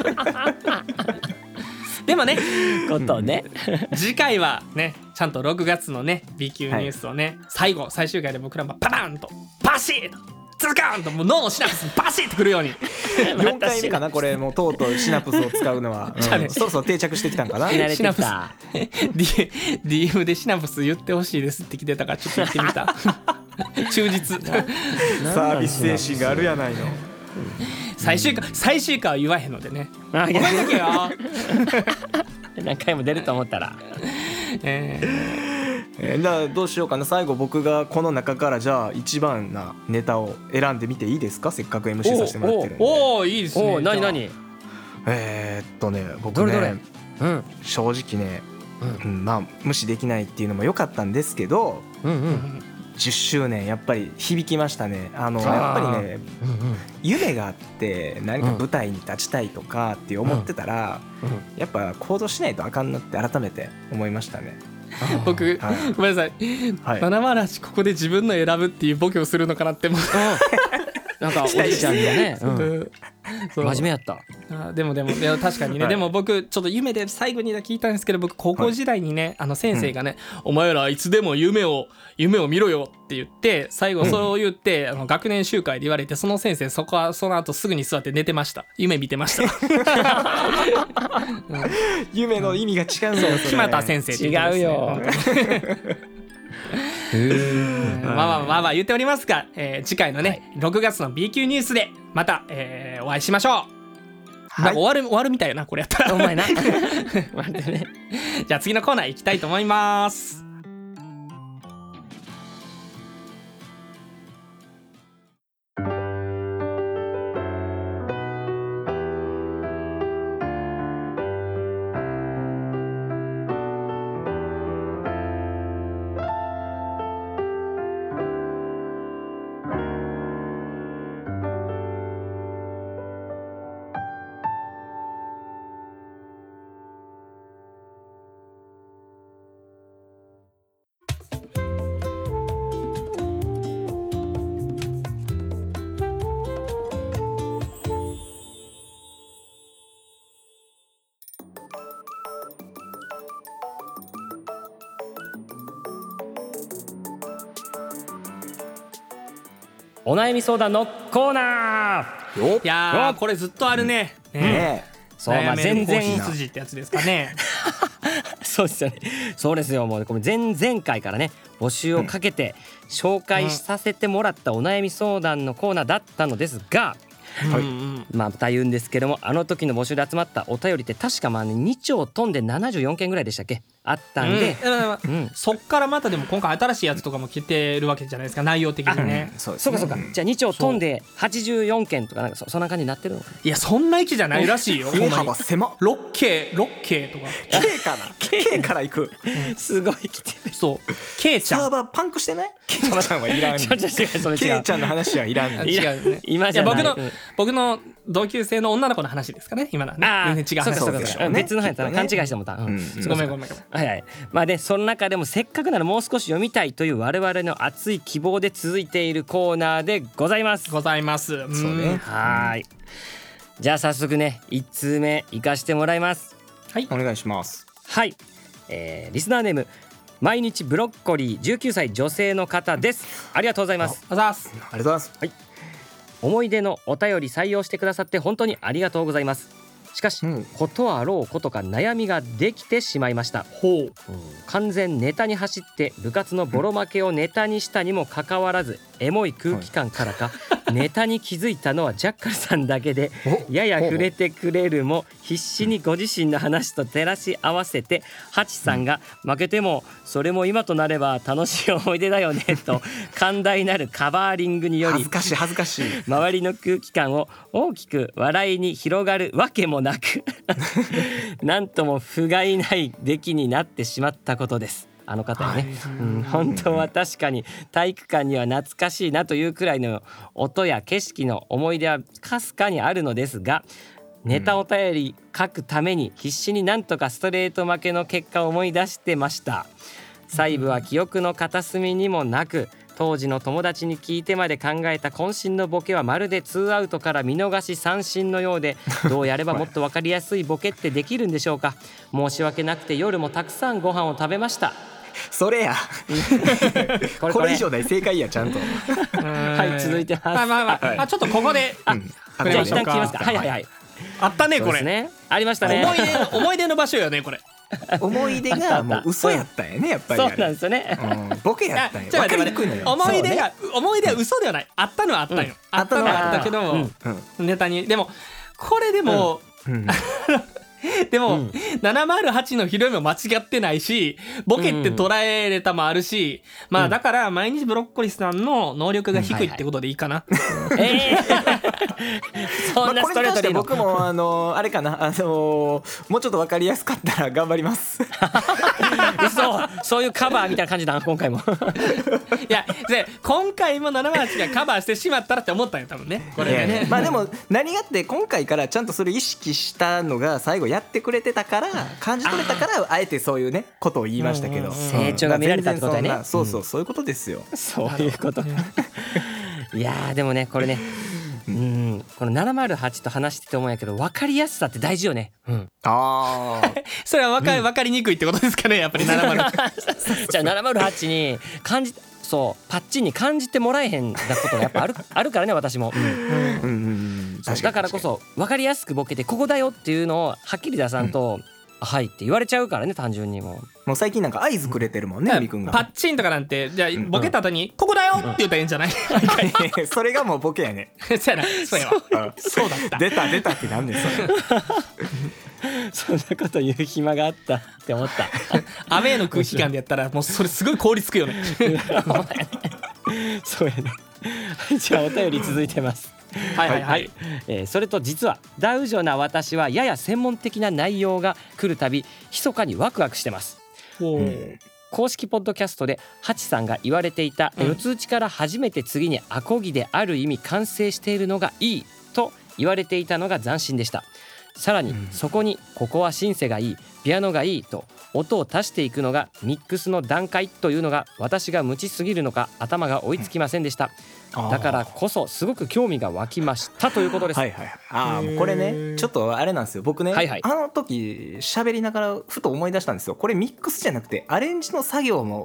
でもねことね次回はねちゃんとろくがつのね B 級ニュースをね、はい、最後最終回で僕らもパタンとバシッとズカーンともう脳のシナプスにバシッとくるようによんかいめかなこれ、もうとうとうシナプスを使うのは、うん、そろそろ定着してきたんかな。 シナプス ディーエム でシナプス言ってほしいですって来てたからちょっと言ってみた忠実サービス精神があるやないの。 最終回、最終回は言わへんのでね。あげとけよ何回も出ると思ったら、 えーえー、だからどうしようかな。最後僕がこの中からじゃあ一番なネタを選んでみていいですか。せっかく エムシー させてもらってるんで。 おおいいですね。 お何何えー、っとね僕ねどれどれ、うん、 正直ね、うんうん、まあ無視できないっていうのも良かったんですけど、うんうんじゅっしゅうねんやっぱり響きましたね。あのやっぱりね、うんうん、夢があって何か舞台に立ちたいとかって思ってたら、うんうん、やっぱ行動しないとあかんなって改めて思いましたね。 僕、はい、ごめんなさい、はい、七回しここで自分の選ぶっていうボケをするのかなって思うなんかおじちゃんがね、うん、真面目やった。 あでもでもいや確かにね、はい、でも僕ちょっと夢で最後に聞いたんですけど、僕高校時代にね、はい、あの先生がね、うん、お前らいつでも夢を夢を見ろよって言って最後そう言って、うん、あの学年集会で言われて、その先生そこはその後すぐに座って寝てました。夢見てました、 うん、夢の意味が違うんだよ。 木俣先生って言ってますね。違うよまあまあまあまあ言っておりますが、えー、次回のね、はい、ろくがつの B 級ニュースでまた、えー、お会いしましょう。はい、なんか終わる終わるみたいなこれやったらお前なじゃあ次のコーナー行きたいと思います。 お悩み相談のコーナー。 いやーこれずっとあるね。ねねそうまあ全然筋ってやつですかねそうですよね。そうですよ。もうこれ前々回からね募集をかけて紹介させてもらったお悩み相談のコーナーだったのですが、はい、まあまた言うんですけども、あの時の募集で集まったお便りって確かまあに丁飛んでななじゅうよんけんぐらいでしたっけあったんで、 うんうん、そっからまたでも今回新しいやつとかも来てるわけじゃないですか、内容的にね。 そうかそうか、じゃあに丁飛んではちじゅうよんけんとかなんか そ, そんな感じになってるのかな。 いやそんな域じゃないらしいよ。 振れ幅狭っ。 ろっけいろっけいとか K かな K からいく、 うん、すごい来てる。 そう K ちゃんサーバーパンクしてない K ちゃんはいらんちょちょ違うそれ違う K ちゃんの話はいらん違う、ね、 今じゃない。 僕の、うん、僕の同級生の女の子の話ですかね今のはね。全然違う話。 そうかそうか、別の話だな、勘違いしてもた、うんうん、ごめんごめん。 はいはい。まあでその中でもせっかくならもう少し読みたいという我々の熱い希望で続いているコーナーでございますございます。 そうね。 はい。じゃあ早速ねいち通目行かしてもらいます。 はいお願いします。 はい、えー、リスナーネーム毎日ブロッコリーじゅうきゅうさい女性の方です。ありがとうございます。 ありがとうございます。 ありがとうございます。 はい。思い出のお便り採用してくださって本当にありがとうございます。しかし、うん、ことあろうことか悩みができてしまいました。 ほう、うん、 完全ネタに走って部活のボロ負けをネタにしたにもかかわらずエモい空気感からか、はい、ネタに気づいたのはジャッカルさんだけでやや触れてくれるも必死にご自身の話と照らし合わせてハチさんが負けてもそれも今となれば楽しい思い出だよねと寛大なるカバーリングにより恥ずかしい恥ずかしい周りの空気感を大きく笑いに広がるわけもなくなんとも不甲斐ない出来になってしまったことです。あの方ね、うん、本当は確かに体育館には懐かしいなというくらいの音や景色の思い出はかすかにあるのですが、ネタお便り書くために必死になんとかストレート負けの結果を思い出してました。細部は記憶の片隅にもなく、当時の友達に聞いてまで考えた渾身のボケはまるでツーアウトから見逃し三振のようで、どうやればもっと分かりやすいボケってできるんでしょうか。申し訳なくて夜もたくさんご飯を食べました。 それやこれこれ以上ない正解やちゃんとはい続いてます。 まあまあまあ、はい、あちょっとここで、 うん、じゃあ一旦切りますか。はいはいはい。 あったねこれね、ありましたね。 思い出思い出の場所よねこれ。 思い出がもう嘘やったんやねやっぱり。 そうなんですよね、 うん、ボケやったんや。分かりにくいのよ。 思い出が、ね、思い出は嘘ではない。あったのはあったんよ、うん、あったのはあったけど、うんうん、ネタにでもこれでも、うんうんでも、うん、ななまるはちのひろみも間違ってないしボケって捉えれたもあるし、うん、まあだから毎日ブロッコリーさんの能力が低いってことでいいかな、うんはいはい、えー、そんなストレートでいいの。 僕もあのあれかなあのもうちょっと分かりやすかったら頑張ります嘘そういうカバーみたいな感じだな今回もいやで今回もななまるはちがカバーしてしまったらって思ったんよ多分ねこれでね。 まあでも何がって今回からちゃんとそれ意識したのが最後やってくれてたから感じ取れたからあえてそういうねことを言いましたけど、 成長が見られたってことだね。 そうそうそういうことですよ。 そういうこといやでもねこれねうんこのななまるはちと話してて思うんやけど分かりやすさって大事よね、うん、 あそれは分か、うん、分かりにくいってことですかねやっぱりななまるはちじゃあななまるはちに感じそうパッチンに感じてもらえへんだことがやっぱあるあるからね私も、うんうんうん、そうだからこそ分かりやすくボケてここだよっていうのをはっきり出さんと、うん、はいって言われちゃうからね単純にももう最近なんか合図くれてるもんね、うん、みくんがパッチンとかなんてじゃあボケた後に、うん、ここだよって言ったらいいんじゃない、 うん、それがもうボケやねそうやなそうやわそうだった出た出たってなんでそれそんなこと言う暇があったって思ったアウェーの空気感でやったらもうそれすごい凍りつくよねそうやねじゃあお便り続いてますはいはいはい、 えー、それと実はダウジョな私はやや専門的な内容が来るたび密かにワクワクしてます、うん、公式ポッドキャストでハチさんが言われていた、うん、四つ打ちから初めて次にアコギである意味完成しているのがいいと言われていたのが斬新でした。さらにそこにここはシンセがいいピアノがいいと音を足していくのがミックスの段階というのが私が無知すぎるのか頭が追いつきませんでした、うん、だからこそすごく興味が湧きましたということです。 はいはいはい、あこれねちょっとあれなんですよ僕ね、はいはい、あの時喋りながらふと思い出したんですよ。これミックスじゃなくてアレンジの作業も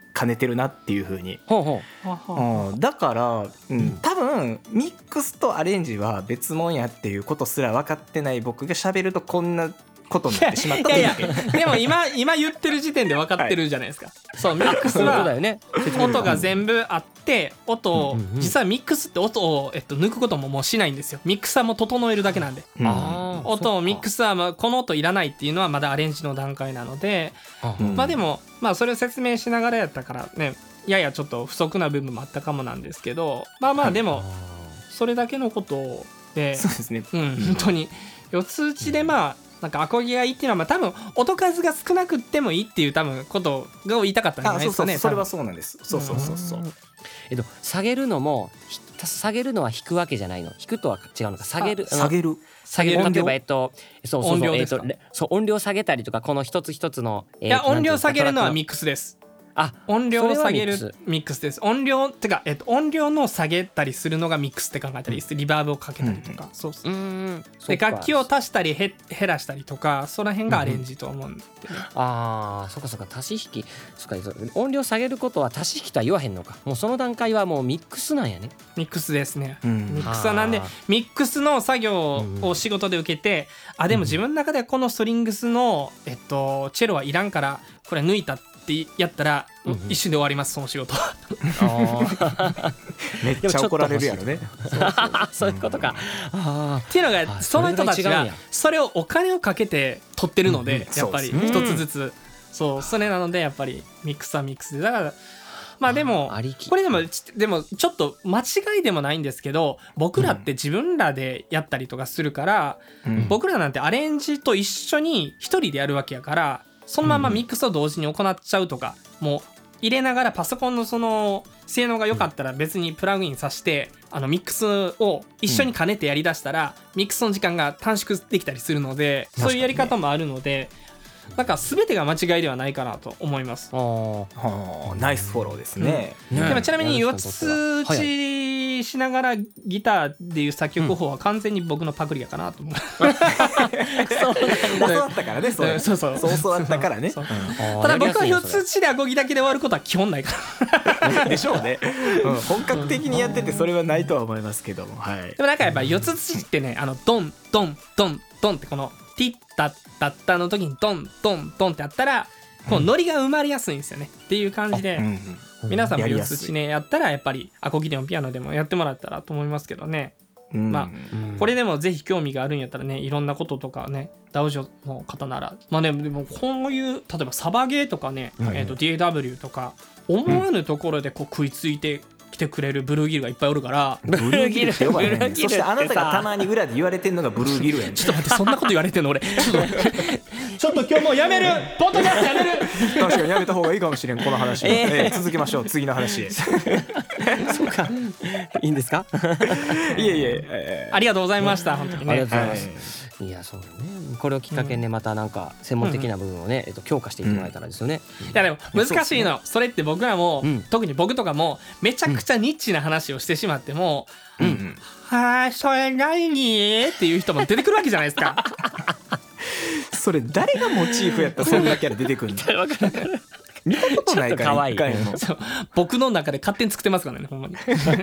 兼ねてるなっていう風に。 ほうほうん、だから、うん、多分ミックスとアレンジは別物やっていうことすら分かってない僕が喋るとこんなことになってしまったという。 いやいやでも今今言ってる時点で分かってるじゃないですか、はい、そうミックスそういうことだはよね。 音が全部あって音を、 うんうんうん、 実はミックスって音を、えっと、抜くことももうしないんですよ。ミックサーも整えるだけなんで、 うん、 あー音をミックスはまあこの音いらないっていうのはまだアレンジの段階なので、 うん、 まあでもまあそれを説明しながらやったからね、ややちょっと不足な部分もあったかもなんですけど、まあまあでもそれだけのことで、 そうですね、 うん、本当に四つ打ちでまあなんかアコギがいいっていうのはまあ多分音数が少なくってもいいっていう多分ことが言いたかったんじゃないですかね。 あ、そうそう、それはそうなんです。そうそうそうそう。 えっと下げるのも下げるのは弾くわけじゃないの。弾くとは違うのか。下げる下げる下げる例えばえっとそうそうそう、 音量ですか。 えっとそう音量下げたりとかこの一つ一つの、えー、 いや音量下げるのはミックスです。 あ、 音量を下げるそれはミックスです。音量ってか、えっと、音量の下げたりするのがミックスって考えたりです。リバーブをかけたりとか、うん、そうそう。 うーんで楽器を足したりへ減らしたりとかその辺がアレンジと思うんで、ね、 うん、ああそっかそっか足し引きそっか音量下げることは足し引きとは言わへんのか。もうその段階はもうミックスなんやね。 ミックスですね、 うん、 ミックスはなんでミックスの作業を仕事で受けて、うん、あでも自分の中でこのストリングスの、えっと、チェロはいらんからこれ抜いたってやったら、うんうん、一瞬で終わりますその仕事あめっちゃ怒られるやろね。 そういうことか、うん、あっていうのがその人たちがそれをお金をかけて取ってるので、うん、やっぱり一つずつ、うん、そうそれなのでやっぱりミックスはミックスでだからまあでもこれでもでもちょっと間違いでもないんですけど僕らって自分らでやったりとかするから、うん、僕らなんてアレンジと一緒に一人でやるわけやからそのままミックスを同時に行っちゃうとか、うん、もう入れながらパソコンのその性能が良かったら別にプラグインさせてあのミックスを一緒に兼ねてやりだしたら、うん、ミックスの時間が短縮できたりするのでそういうやり方もあるのでなんか全てが間違いではないかなと思います。 はあ、ナイスフォローですね。 うん、でもちなみに四つ打ちしながらギターでいう作曲法は完全に僕のパクリやかなと思う。そう教わったからね。そうそうそう。そう教わったからね。 ただ僕は四つ打ちでアコギだけで終わることは基本ないから。 でしょうね。うん、本格的にやっててそれはないとは思いますけども。はい。 でもなんかやっぱ四つ打ちってね、あのドンドンドンドンってこのティッタッタッタの時にドンドンドンってやったらこうノリが生まれやすいんですよね、うん、っていう感じで、うんうん、皆さんも四つ打ちねやったらやっぱりアコギでもピアノでもやってもらったらと思いますけどね、うん、まあこれでもぜひ興味があるんやったらねいろんなこととかねダウジョの方ならまあねでもこういう例えばサバゲーとかね、うんえー、と ディーエーダブリュー とか思わぬところでこう食いついて来てくれるブルーギルがいっぱいおるからブルーギルって呼ばれへんねん。そしてあなたがたまに裏で言われてんのがブルーギルやねん。 ちょっと待ってそんなこと言われてんの俺ちょっとちょっと今日もうやめるポッドキャストやめる確かにやめた方がいいかもしれんこの話、えーえー、続きましょう次の話へそうかいいんですかいえいえ、えー、ありがとうございました本当にねありがとうございます、はい、いやそうねこれをきっかけにねまたなんか専門的な部分をね、うんえっと、強化していってもらえたらですよね、 うん、いやでも難しいの そ,、ね、それって僕らも、うん、特に僕とかもめちゃくちゃニッチな話をしてしまっても、うんうん、はーそれ何っていう人も出てくるわけじゃないですかそれ誰がモチーフやったらそんなキャラ出てくるの見たことないから可愛いそう僕の中で勝手に作ってますからねほんまに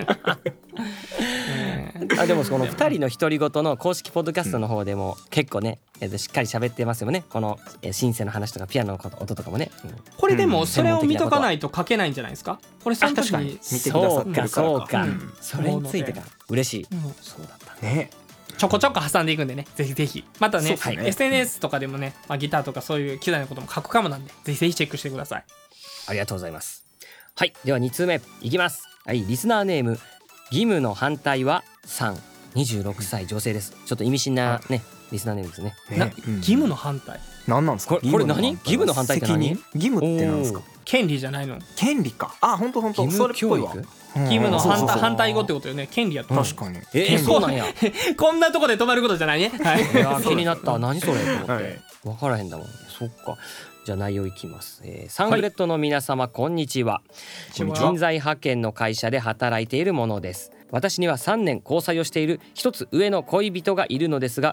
あでもそのふたりの独り言の公式ポッドキャストの方でも結構ね、うん、しっかり喋ってますよねこのシンセの話とかピアノの音とかもね、うん、 これでもそれを見とかないと書けないんじゃないですかこれその時に見てくださってるからかそうか、うん、それについてか嬉しい、 うん、 そうだったねちょこちょこ挟んでいくんでねぜひぜひまた ね, ねエスエヌエス とかでもね、まあ、ギターとかそういう機材のことも書くかもなんでぜひぜひチェックしてください。 ありがとうございます。はいではに通目いきます。はいリスナーネーム義務の反対はさん にじゅうろくさい女性です。ちょっと意味深なねリスナーネームですね。 な義務の反対何なんですかこれこれ何義務の反対って何義務って何ですか権利じゃないの権利かあ本当本当義務教育義務の反対反対語ってことよね権利やった確かにえー、そうなんやこんなとこで止まることじゃないね、はい、 いや気になった何それと思って、はい、分からへんだもんそっかじゃあ内容いきます、えー、サンフレットの皆様、はい、こんにちは人材派遣の会社で働いているものです。私にはさんねん交際をしている一つ上の恋人がいるのですが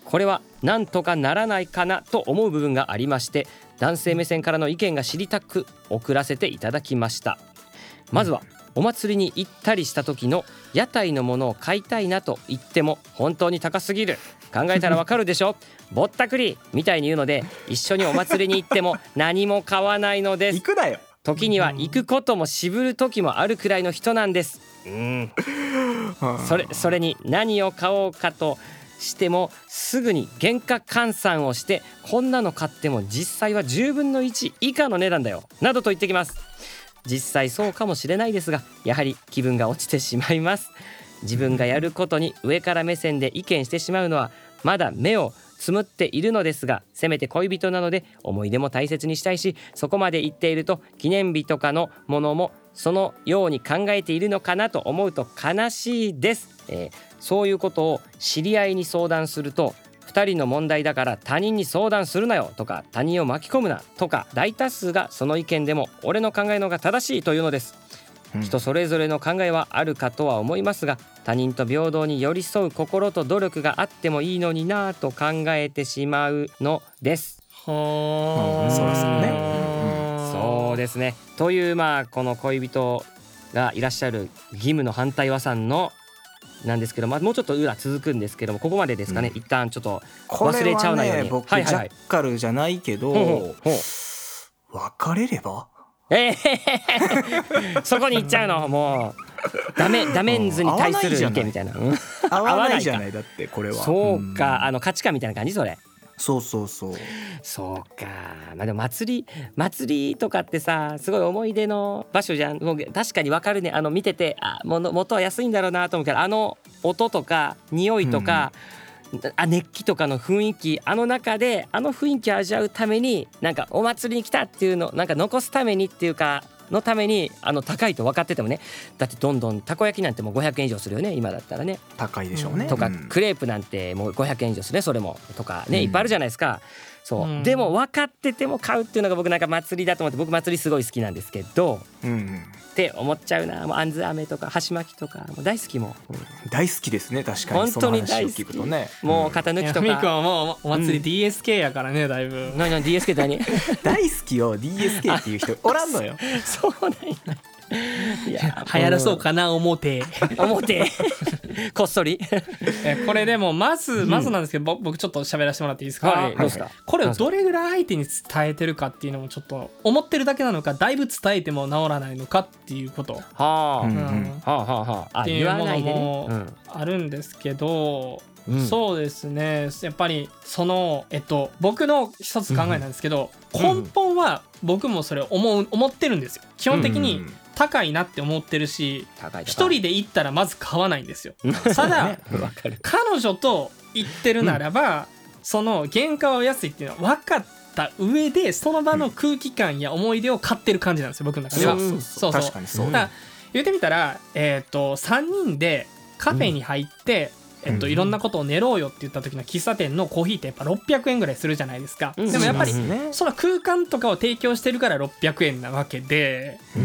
これはなんとかならないかなと思う部分がありまして、男性目線からの意見が知りたく送らせていただきました。まずはお祭りに行ったりした時の屋台のものを買いたいなと言っても本当に高すぎる、考えたらわかるでしょぼったくりみたいに言うので、一緒にお祭りに行っても何も買わないのです。 行くなよ。 時には行くことも渋る時もあるくらいの人なんです。うんそれ、それに何を買おうかとしてもすぐに原価換算をして、こんなの買っても実際はじゅうぶんのいち以下の値段だよなどと言ってきます。実際そうかもしれないですが、やはり気分が落ちてしまいます。自分がやることに上から目線で意見してしまうのはまだ目をつむっているのですが、せめて恋人なので思い出も大切にしたいし、そこまで言っていると記念日とかのものもそのように考えているのかなと思うと悲しいです。えー、そういうことを知り合いに相談すると、ふたりの問題だから他人に相談するなよとか、他人を巻き込むなとか、大多数がその意見でも俺の考えの方が正しいというのです。人それぞれの考えはあるかとは思いますが、他人と平等に寄り添う心と努力があってもいいのになぁと考えてしまうのです。 はそうですよね。 そうですね。というまあこの恋人がいらっしゃる義務の反対和算のなんですけど、まあ、もうちょっと裏続くんですけども、ここまでですかね、うん、一旦ちょっと忘れちゃうなように。 これはね、僕、はいはいはい、ジャッカルじゃないけど、ほうほうほう、別れればえー、そこに行っちゃうの。もうダメダメンズに対する意見みたいな。 合わないじゃない。だってこれはそうか、あの価値観みたいな感じそれ。 そうそうそうそうか。まあでも祭り祭りとかってさ、すごい思い出の場所じゃん。もう確かに分かるね。あの見てて、あもの元は安いんだろうなと思うから、あの音とか匂いとか、うん、あ熱気とかの雰囲気、あの中であの雰囲気を味わうために、なんかお祭りに来たっていうのなんか残すためにっていうかのために、あの高いと分かっててもね、だってどんどんたこ焼きなんてもうごひゃくえん以上するよね今だったらね。 高いでしょうね。 とか、うん、クレープなんてもうごひゃくえん以上するね、それもとかね、いっぱいあるじゃないですか。そう、うん、でも分かってても買うっていうのが僕なんか祭りだと思って、僕祭りすごい好きなんですけど、うんうん、って思っちゃうな。もうあんず飴とか箸巻きとかもう大好き。もう、うん、 大好きですね。確かに本当に大好き。 その話を聞くとね、 もう型抜きとか。 ミクはもうお祭り ディーエスケー やからね、だいぶ。 何何 ディーエスケー って何大好きよ ディーエスケー っていう人おらんのよ。 そうなんや。 いや流行らそうかな思て思てこっそりこれでもまずまずなんですけど、うん、僕ちょっと喋らせてもらっていいですか、 はい、どうですか。 これをどれぐらい相手に伝えてるかっていうのもちょっと思ってるだけなのか、だいぶ伝えても治らないのかっていうことはあ、うんうん、はあはあはあ、 っていうものもあるんですけど、うん、そうですね。やっぱりそのえっと僕の一つ考えなんですけど、うん、根本は僕もそれ思う思ってるんですよ。基本的に高いなって思ってるし、一人で行ったらまず買わないんですよ。ただ彼女と行ってるならば、うん、その原価は安いっていうのは分かった上で、その場の空気感や思い出を買ってる感じなんですよ、僕の中では。そうそう確かにそう。 だから言ってみたら、えー、とさんにんでカフェに入って、うん、えっと、いろんなことを練ろうよって言った時の喫茶店のコーヒーってやっぱろっぴゃくえんぐらいするじゃないですか、うん、でもやっぱりその空間とかを提供してるからろっぴゃくえんなわけで、うんうん、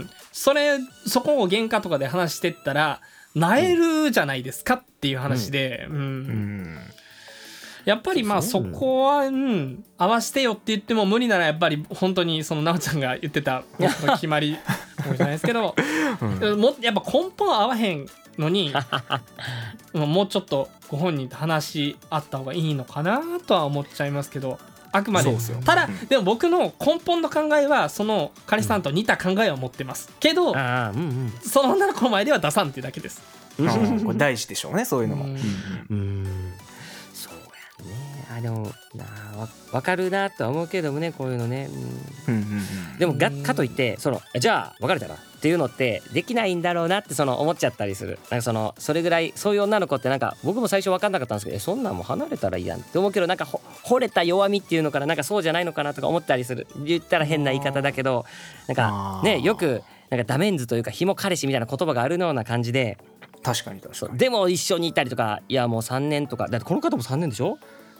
それそこを原価とかで話してったらなえるじゃないですかっていう話で、うんうんうん、やっぱりまあそこは、うん、合わせてよって言っても無理ならやっぱり本当にそのなおちゃんが言ってた決まりじゃないですけど、うん、もやっぱ根本合わへんのにもうちょっとご本人と話し合った方がいいのかなとは思っちゃいますけど、あくまでただ、うん、でも僕の根本の考えはその彼氏さんと似た考えを持ってますけど、うんうん、その女の子の前では出さんっていうだけです。 これ大事でしょうね、そういうのも。うん、うん、 そうやね。あでもなあ分かるなとは思うけどもね、こういうのね、うんうんうん、でもがかといってそのじゃあ別れたらっていうのってできないんだろうなってその思っちゃったりする。なんかそのそれぐらいそういう女の子ってなんか僕も最初分かんなかったんですけど、えそんなんも離れたらいいやんって思うけど、なんかほ惚れた弱みっていうのからなんかそうじゃないのかなとか思ったりする。言ったら変な言い方だけど、なんかねよくなんかダメンズというかひも彼氏みたいな言葉があるような感じで、 確かに確かに。 でも一緒にいたりとか、いやもうさんねんとかだってこの方もさんねんでしょ。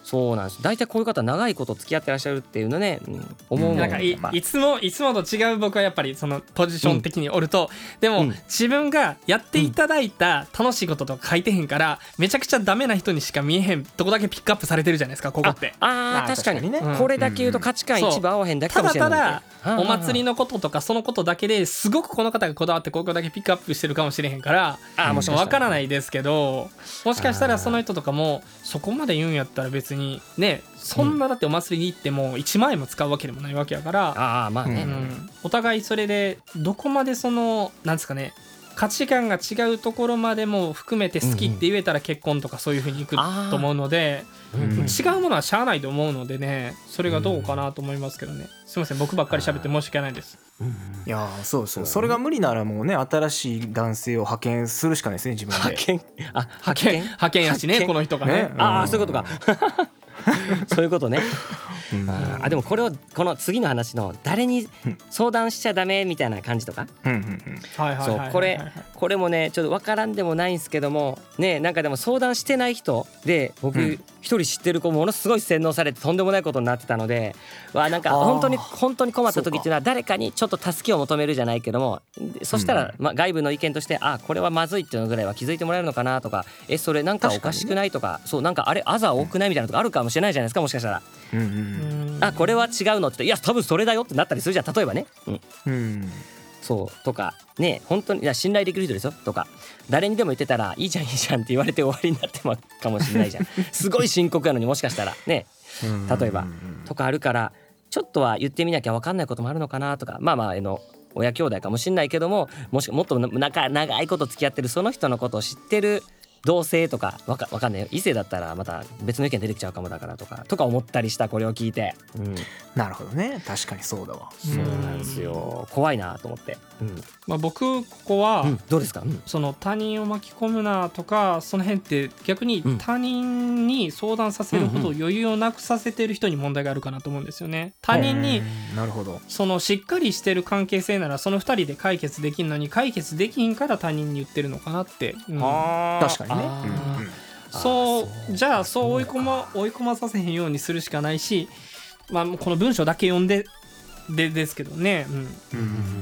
そうなんです。大体こういう方長いこと付き合ってらっしゃるっていうのね、うん、思うのなんか い, いつもいつもと違う僕はやっぱりそのポジション的におると、うん、でも、うん、自分がやっていただいた楽しいこととか書いてへんから、めちゃくちゃダメな人にしか見えへんとこだけピックアップされてるじゃないですかここって。 ああ確かにね、うん、これだけ言うと価値観一部合わへんだけかもしれない、ね、 ただただお祭りのこととかそのことだけですごくこの方がこだわってここだけピックアップしてるかもしれへんから、あもう分からないですけど、もしかしたらその人とかもそこまで言うんやったら別にね、そんなだってお祭りに行ってもいちまんえんも使うわけでもないわけやから、 ああまあね、 うん、お互いそれでどこまでそのなんですかね、価値観が違うところまでも含めて好きって言えたら結婚とかそういう風にいくと思うので、うんうん、違うものはしゃあないと思うのでね、それがどうかなと思いますけどね。すいません僕ばっかり喋って申し訳ないです。 いやそうそう、それが無理ならもうね新しい男性を派遣するしかないですね自分で。 派遣あ派遣派遣やしねこの人がね、ね、 ああそういうことかそういうことね。うん、あでもこれをこの次の話の誰に相談しちゃダメみたいな感じとか、そうこれこれもねちょっと分からんでもないんですけどもね、なんかでも相談してない人で僕一人知ってる子ものすごい洗脳されてとんでもないことになってたので、わなんか本当に本当に困った時っていうのは誰かにちょっと助けを求めるじゃないけども、そしたらまあ外部の意見としてあこれはまずいっていうのぐらいは気づいてもらえるのかなとか、えそれなんかおかしくないとか、そうなんかあれあざ多くないみたいなのとかあるかもしれないじゃないですか、もしかしたら。うんうん、あこれは違うのっていや多分それだよってなったりするじゃん例えばね、うんうん、そうとかね本当にいや信頼できる人ですよとか誰にでも言ってたらいいじゃんいいじゃんって言われて終わりになってまうかもしれないじゃんすごい深刻なのにもしかしたらね例えばとかあるからちょっとは言ってみなきゃ分かんないこともあるのかなとか、まあまああの親兄弟かもしれないけどももしもっと長長いこと付き合ってるその人のことを知ってる同性とかわか、わかんないよ異性だったらまた別の意見出てきちゃうかもだからとかとか思ったりしたこれを聞いて、 うん、なるほどね確かにそうだわ。 そうなんですよ怖いなと思って、うんまあ、僕ここは、うん、 どうですか、うん、 その他人を巻き込むなとかその辺って逆に他人に相談させるほど余裕をなくさせてる人に問題があるかなと思うんですよね。他人になるほどそのしっかりしてる関係性ならそのふたりで解決できるのに解決できひんから他人に言ってるのかなって、うん、 確かにね、うんうん、 そうじゃあそう追い込ま追い込まさせへんようにするしかないし、まあ、この文章だけ読んででですけどね、うんうんうん、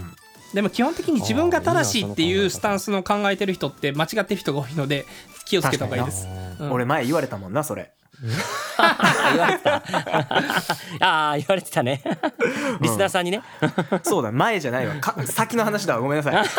でも基本的に自分が正しいっていうスタンスの考えてる人って間違ってる人が多いので気をつけた方がいいです、 うん、俺前言われたもんなそれ言われてたああ言われてたねリスナーさんにね、 うん、そうだ前じゃないわか先の話だわごめんなさい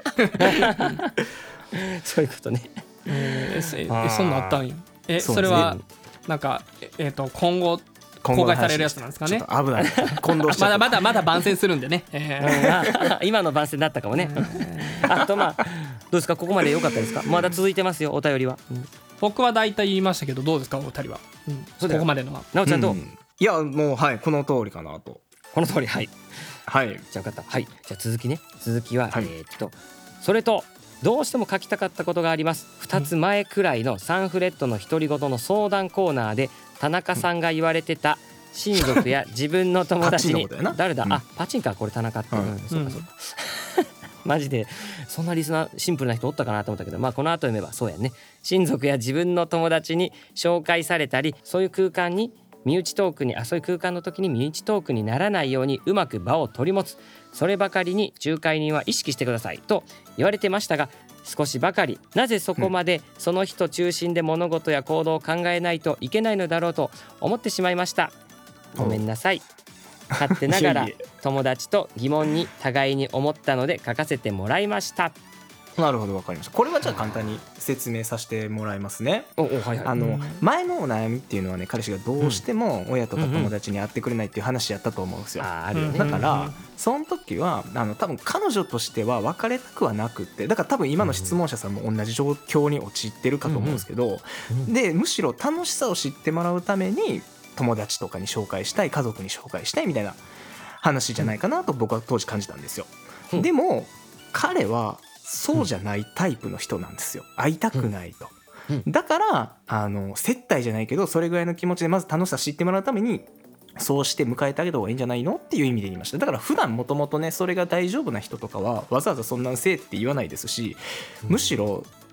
そういうことねえー、えそんなあったんよ。え そ, それはなんか、えー、と今後公開されるやつなんですかね。 危ない混同しちゃまだまだまだ番宣するんでね、えー、今の番宣だったかもねあとまあどうですかここまで良かったですか。まだ続いてますよお便りは、うん、 僕は大体言いましたけどどうですかお二人は、うん、ここまでのはなおちゃんどう、うん、 いやもうはいこの通りかなと。 この通りはいはいじゃあ分かったはいじゃあ続きね続きは、はい、えー、っとそれとどうしても書きたかったことがあります。ふたつまえくらいのサンフレットの独り言の相談コーナーで田中さんが言われてた親族や自分の友達に誰だ、うん、あパチンかこれ田中って、うんうん、そうかそうかマジでそんなリスナーシンプルな人おったかなと思ったけど、まあこの後読めばそうやね。親族や自分の友達に紹介されたりそういう空間に身内トークにあそういう空間の時に身内トークにならないようにうまく場を取り持つ、そればかりに仲介人は意識してくださいと言われてましたが、少しばかりなぜそこまでその人中心で物事や行動を考えないといけないのだろうと思ってしまいました。ごめんなさい。勝手ながら友達と疑問に互いに思ったので書かせてもらいました。 なるほど分かりました。これはじゃあ簡単に説明させてもらいますね。 おお、はいはい、 あの前のお悩みっていうのはね彼氏がどうしても親とか友達に会ってくれないっていう話やったと思うんですよ。 ああるよね。 だからその時はあの多分彼女としては別れたくはなくって、だから多分今の質問者さんも同じ状況に陥ってるかと思うんですけど、でむしろ楽しさを知ってもらうために友達とかに紹介したい家族に紹介したいみたいな話じゃないかなと僕は当時感じたんですよ。でも彼はそうじゃないタイプの人なんですよ。会いたくないと、うんうん、だからあの接待じゃないけどそれぐらいの気持ちでまず楽しさ知ってもらうためにそうして迎えてあげた方がいいんじゃないのっていう意味で言いました。だから普段もともとねそれが大丈夫な人とかはわざわざそんなんせえって言わないですし、むしろ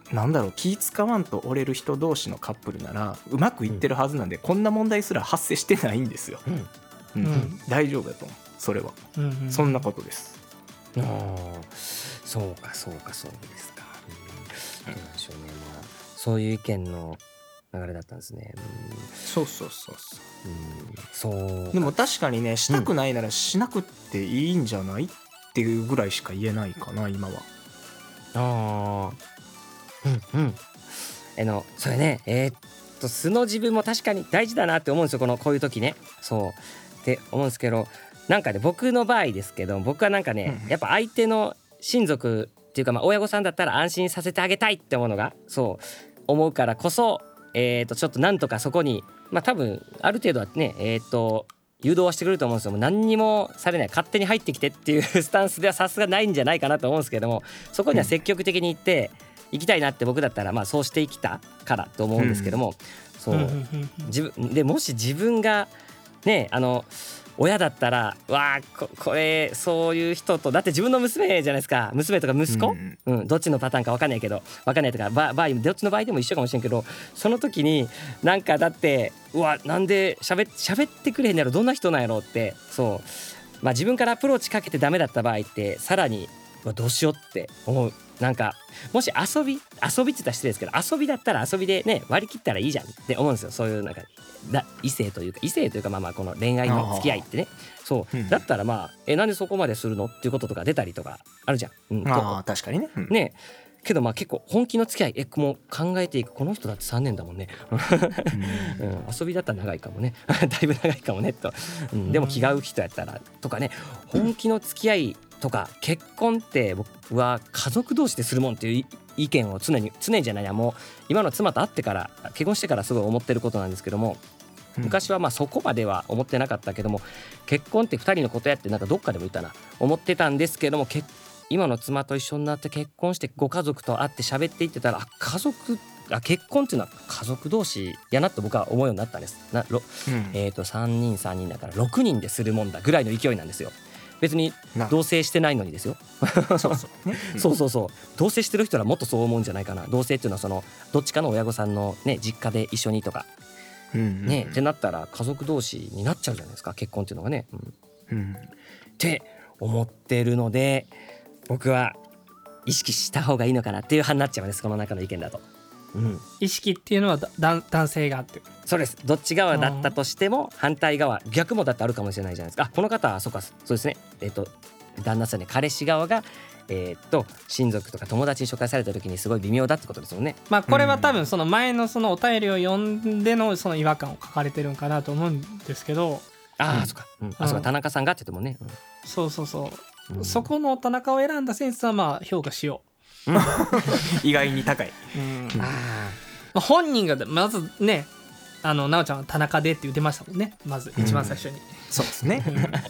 なんだろう気使わんと折れる人同士のカップルならうまくいってるはずなんで、うん、こんな問題すら発生してないんですよ、うんうんうん、大丈夫だと思うそれは、うんうん、そんなことです。 あそうかそうかそうですか、うん、どうでしょうね、まあ、そういう意見の流れだったんですね、 うん、そうそうそうそう、 うん、そうでも確かにねしたくないならしなくっていいんじゃない、うん、っていうぐらいしか言えないかな今は。 あうんうんあのそれねえー、っと素の自分も確かに大事だなって思うんですよこのこういう時ねそうって思うんですけどなんかね僕の場合ですけど僕はなんかね、うん、やっぱ相手の親族っていうかまあ親御さんだったら安心させてあげたいってものがそう思うからこそえー、っとちょっとなんとかそこにまあ多分ある程度はねえー、っと誘導はしてくれると思うんですよ。もう何にもされない勝手に入ってきてっていうスタンスではさすがないんじゃないかなと思うんですけどもそこには積極的に行って行きたいなって僕だったらまあそうして生きたからと思うんですけども、うん、そう自分でもし自分がねあの親だったらわあ こ, これそういう人とだって自分の娘じゃないですか娘とか息子、うんうん、どっちのパターンか分かんないけど分かんないとか場合どっちの場合でも一緒かもしれんけどその時になんかだってうわなんでしゃべってくれへんやろどんな人なんやろってそうまあ自分からアプローチかけてダメだった場合ってさらにどうしようって思う。なんかもし遊び遊びって言ったら失礼ですけど遊びだったら遊びでね割り切ったらいいじゃんって思うんですよ。そういうなんか異性というか異性というかまあまあこの恋愛の付き合いってねそう、うん、だったらまあえなんでそこまでするのっていうこととか出たりとかあるじゃん、うん、 あ確かにね、うん、 ねけどまあ結構本気の付き合いえもう考えていくこの人だってさんねんだもんね、うん、遊びだったら長いかもねだいぶ長いかもねと、うん、でも気が合う人やったらとかね本気の付き合いとか結婚って僕は家族同士でするもんっていう意見を常に常にじゃないやもう今の妻と会ってから結婚してからすごい思ってることなんですけども昔はまあそこまでは思ってなかったけども結婚ってふたりのことやってなんかどっかでも言ったな思ってたんですけども結今の妻と一緒になって結婚してご家族と会って喋っていってたら家族あ結婚っていうのは家族同士やなと僕は思うようになったんですな、うんえー、とさんにんさんにんだからろくにんでするもんだぐらいの勢いなんですよ。別に同棲してないのにですよそうそう、ねうん、そうそうそう同棲してる人はもっとそう思うんじゃないかな。同棲っていうのはそのどっちかの親御さんの、ね、実家で一緒にとか、うんうんうんね、ってなったら家族同士になっちゃうじゃないですか結婚っていうのがね、うんうん、って思ってるので僕は意識した方がいいのかなっていう派になっちゃうんですこの中の意見だと、 うん、意識っていうのはだ男性があってそうですどっち側だったとしても反対側逆もだってあるかもしれないじゃないですか。あこの方はそうかそうですねえっ、ー、と旦那さんね彼氏側がえー、と親族とか友達に紹介された時にすごい微妙だってことですもんね。 まあこれは多分その前のそのお便りを読んでのその違和感を書かれてるんかなと思うんですけどああ、うん、そっか、うん、あそうか田中さんがって言ってもね、うん、 そうそうそう、うん、そこの田中を選んだセンスはまあ評価しよう、 うん、意外に高い、 うん、あ本人がまずねあのなおちゃんは田中でって言ってましたもんねまず一番最初に、うん、 そうですね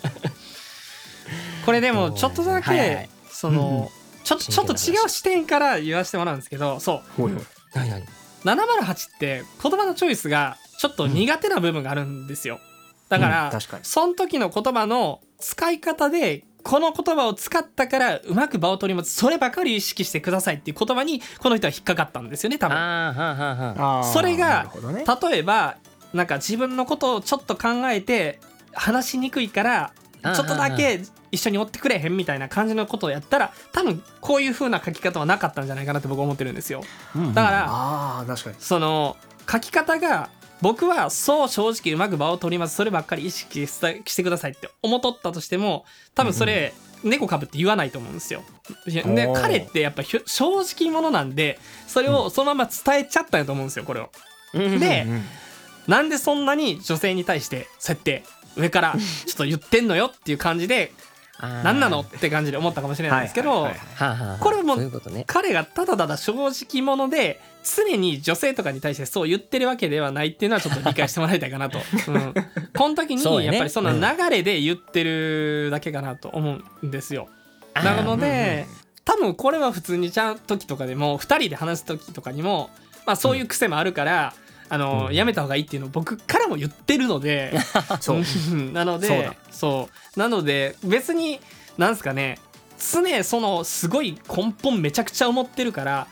これでもちょっとだけ、はいはい、その、うん、ちょっとちょっと違う視点から言わせてもらうんですけどそうほいほい何何ななまるはちって言葉のチョイスがちょっと苦手な部分があるんですよ。だから、うん、確かにその時の言葉の使い方でこの言葉を使ったからうまく場を取り持つそればかり意識してくださいっていう言葉にこの人は引っかかったんですよね多分。あーはーはーはーそれが、ね、例えばなんか自分のことをちょっと考えて話しにくいからちょっとだけ一緒に追ってくれへんみたいな感じのことをやったら多分こういう風な書き方はなかったんじゃないかなって僕は思ってるんですよ、うんうん、だからあ確かにその書き方が僕はそう正直うまく場を取りますそればっかり意識してくださいって思っとったとしても多分それ、うんうん、猫かぶって言わないと思うんですよ。で彼ってやっぱ正直者なんでそれをそのまま伝えちゃったんやと思うんですよこれを、うん、で、うんうん、なんでそんなに女性に対してそうやって上からちょっと言ってんのよっていう感じで何なのって感じで思ったかもしれないんですけどこれも彼がただただ正直者で常に女性とかに対してそう言ってるわけではないっていうのはちょっと理解してもらいたいかなと、うん、この時にやっぱりその流れで言ってるだけかなと思うんですよ。なので多分これは普通にちゃう時とかでもふたりで話す時とかにもまあそういう癖もあるからあの、うん、やめた方がいいっていうのを僕からも言ってるのでそうなのでそうだそうなので別になんすかね常そのすごい根本めちゃくちゃ思ってるから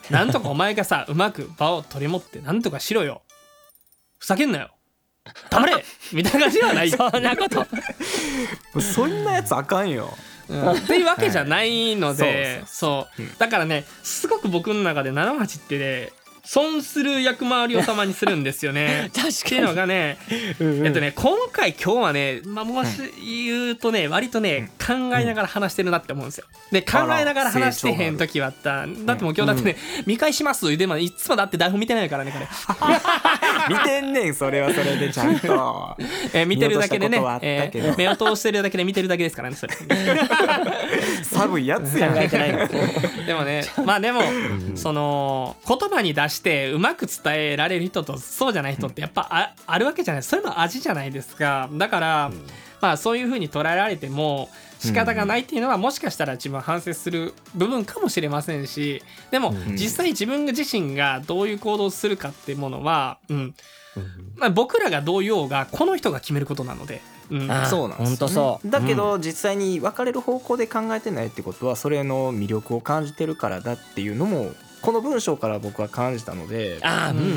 なんとかお前がさうまく場を取り持ってなんとかしろよ、ふざけんなよ、黙れみたいな感じではないそんなことそんなやつあかんよ。 うん、っていうわけじゃないので、はい、そう、そう、うん、だからねすごく僕の中でななはちってね損する役回りをたまにするんですよね。 確かにっていうのがね、うんうん、えっとね今回今日はね、まあ、もし言うとね、うん、割とね考えながら話してるなって思うんですよ。で考えながら話してへん時はあっただってもう今日だってね、うん、見返しますでもいつもだって台本見てないからねこれ見てんねんそれはそれでちゃんと、 えー、見てるだけでね、えー、目を通してるだけで見てるだけですからねそれ寒いやつや考えてないでもねまあでもその言葉に出してうまく伝えられる人とそうじゃない人ってやっぱ あ, あるわけじゃない。それも味じゃないですか。だから、うん、まあそういう風に捉えられても仕方がないっていうのはもしかしたら自分反省する部分かもしれませんし、でも実際自分自身がどういう行動をするかっていうものは、うんまあ、僕らがどう言おうがこの人が決めることなので、 うん、そうなんですよね。本当そう。だけど実際に分かれる方向で考えてないってことはそれの魅力を感じてるからだっていうのもこの文章から僕は感じたので、 あ、うんうんうん、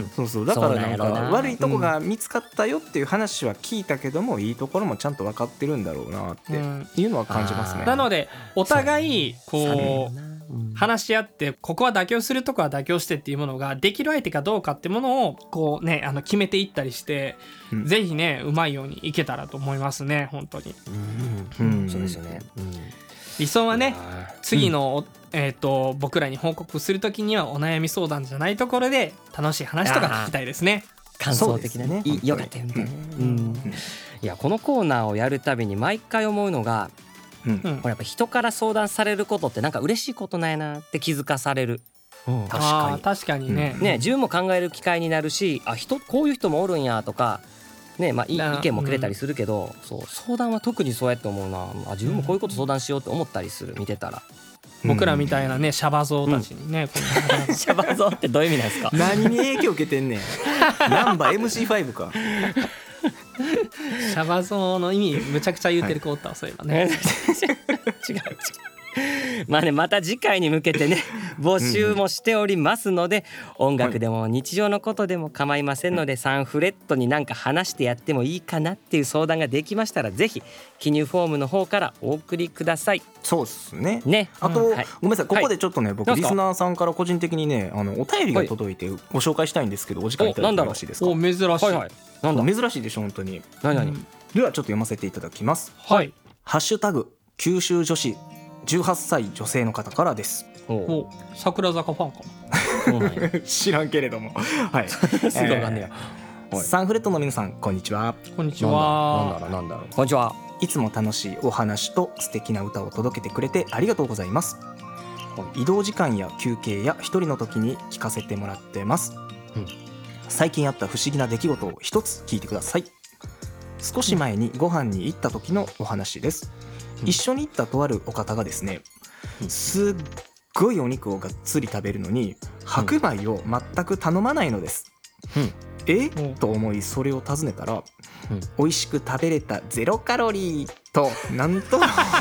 そうそうだからなんか悪いとこが見つかったよっていう話は聞いたけども、うん、いいところもちゃんと分かってるんだろうなっていうのは感じますね。 なのでお互いこう話し合ってここは妥協するとこは妥協してっていうものができる相手かどうかってものをこうねあの決めていったりして、うん、ぜひねうまいようにいけたらと思いますね本当に、 うんうん、そうですよね、うん、 理想はね次の、うんえー、と僕らに報告するときにはお悩み相談じゃないところで楽しい話とか聞きたいですね。 感想的なねよかったよみたいな、うん、いやこのコーナーをやるたびに毎回思うのが、うん、これやっぱ人から相談されることってなんか嬉しいことないなって気づかされる、 うん、確かに確かにね、 うん、ね自分も考える機会になるしあ人こういう人もおるんやとかねまあ、意見もくれたりするけど、うん、そう相談は特にそうやって思うなあ自分もこういうこと相談しようって思ったりする見てたら僕らみたいなねシャバ像たちにね、 うん、シャバ像ってどういう意味なんですか何に影響受けてんねんナンバー エムシーファイブ かシャバ像の意味むちゃくちゃ言ってる子おったわ、はい、そういえばね違う違うまあねまた次回に向けてね募集もしておりますので、うん、音楽でも日常のことでも構いませんので、はい、サンフレットになんか話してやってもいいかなっていう相談ができましたらぜひ記入フォームの方からお送りください。 そうですね。 ねあと、うんはい、ごめんなさいここでちょっとね、はい、僕リスナーさんから個人的にねあのお便りが届いてご紹介したいんですけど、はい、お時間いただいてよろしいですか。 お珍しい、はいはい、 なんだ珍しいでしょ本当に。 何何、うん、 ではちょっと読ませていただきます。 はい。 ハッシュタグ九州女子じゅうはっさい女性の方からです。 お桜坂ファンかな知らんけれどもはいすぐわかんねえサンフレットの皆さんこんにちは。 こんにちは。 なんだろうなんだろうこんにちは。 いつも楽しいお話と素敵な歌を届けてくれてありがとうございます。移動時間や休憩や一人の時に聞かせてもらってます、うん、最近あった不思議な出来事を一つ聞いてください。少し前にご飯に行った時のお話です、うん、一緒に行ったとあるお方がですね、うん、すっごいお肉をがっつり食べるのに白米を全く頼まないのです、うん、え、うん、と思いそれを尋ねたら、うん、美味しく食べれたゼロカロリーとなんとも、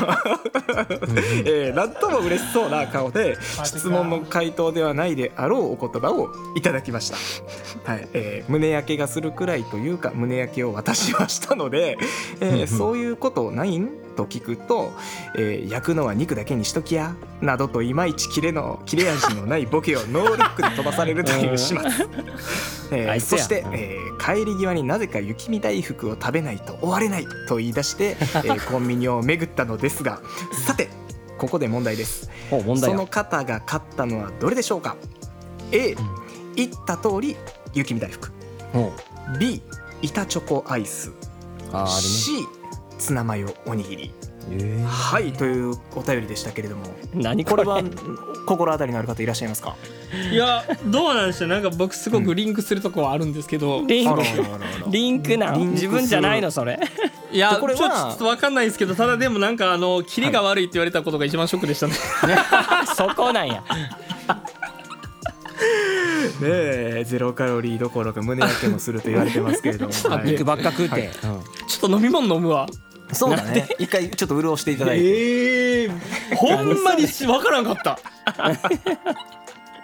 えー、なんとも嬉しそうな顔で質問の回答ではないであろうお言葉をいただきました、はいえー、胸焼けがするくらいというか胸焼けを私はしたので、えー、そういうことないんと聞くと、えー、焼くのは肉だけにしときやなどといまいちキレの切れ味のないボケをノールックで飛ばされるという始末、えー、そして、えー、帰り際になぜか雪見大福を食べないと終われないと言い出して、えー、コンビニを巡ったのですがさてここで問題です。問題その方が買ったのはどれでしょうか。 A、うん、言った通り雪見大福、 B、板チョコアイス、ああれね、C、ツナマヨおにぎり、えー、はいというお便りでしたけれども、 何これ、 これは心当たりのある方いらっしゃいますか。 いやどうなんでしょう。なんか僕すごくリンクするところはあるんですけど、 うん、リンクリンクなん自分じゃないのそれ。 いやこれはちょっと分かんないですけど、ただでもなんかあのキレが悪いって言われたことが一番ショックでしたね、 はい、そこなんやねえゼロカロリーどころか胸焼けもすると言われてますけれども、 はい、肉ばっか食うて、はい、うん、 ちょっと飲み物飲むわ。 そうだね一回ちょっと潤していただいて、 えー、ほんまに分からんかった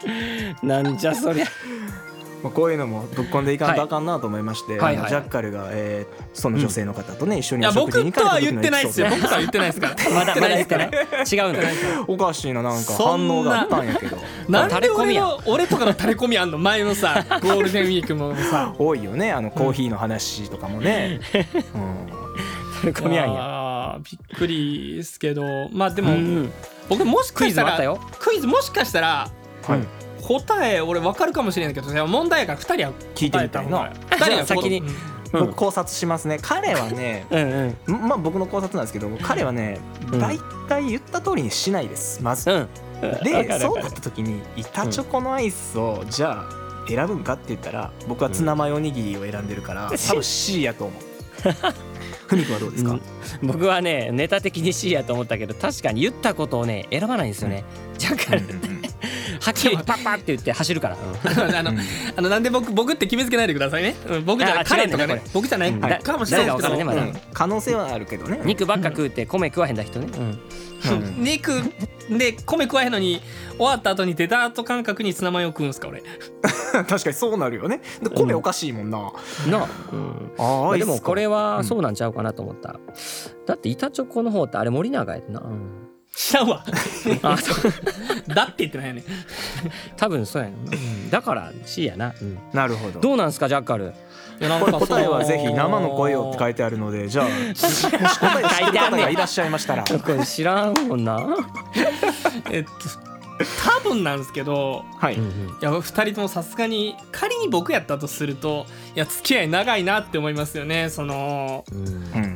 なんじゃそりゃ。 まあこういうのもぶっ込んでいかんとあかんなと思いまして、 はいはいはい、 ジャッカルが、えー、その女性の方とね、うん、一緒にいやお食事に行かれた時の僕とは言ってないですよ。僕とは言ってないですからまだまだ言ってない。違うんだ。 おかしいな、なんか反応があったんやけど。 なんで俺の俺とかのタレコミあんの前のさゴールデンウィークもさ多いよね、あのコーヒーの話とかもね、うん、 タレコミあんや。 あびっくりですけど、まあでも、うん、僕もしかしたらクイズもしかしたら、 はい、 答え俺分かるかもしれないけど、問題やからふたりは聞いてみたいな。 ふたりは先に、うん、 僕考察しますね。彼はねうん、まあ僕の考察なんですけど、彼はね、うん、大体言った通りにしないですまず、うん、でそうなった時に板チョコのアイスをじゃあ選ぶんかって言ったら、僕はツナマヨおにぎりを選んでるから、うん、多分 C やと思う。ふみくんはどうですか？ うん、僕はねネタ的に C やと思ったけど、確かに言ったことをね選ばないんですよね、うん、ジャッカルってはっきりパッパッって言って走るから、 うん、あのあのあのなんで僕僕って決めつけないでくださいね、うん、僕じゃない彼とかね、僕じゃない、うん、かもしれないですけど、ねまだうん、 可能性はあるけどね。 肉ばっか食うて米食わへんだ人ね、うんうん、肉で米食わへんのに終わった後にデザート感覚にツナマヨ食うんすか俺。 確かにそうなるよね。で米おかしいもんな、 うん、なあ、うん、あでもこれはそうなんちゃうかなと思った、うん、だって板チョコの方ってあれ森永やでな、うん、 ちゃうわあそうだって言ってないよね多分そうやな、うん、だから C やな、うん、 なるほど。どうなんすかジャッカル。 これ答えはぜひ生の声をって書いてあるので、じゃあもし答え知ってる方がいらっしゃいましたらこれ知らんもんなえっと多分なんですけど、はい、いやふたりともさすがに仮に僕やったとすると、いや付き合い長いなって思いますよね。その、うん、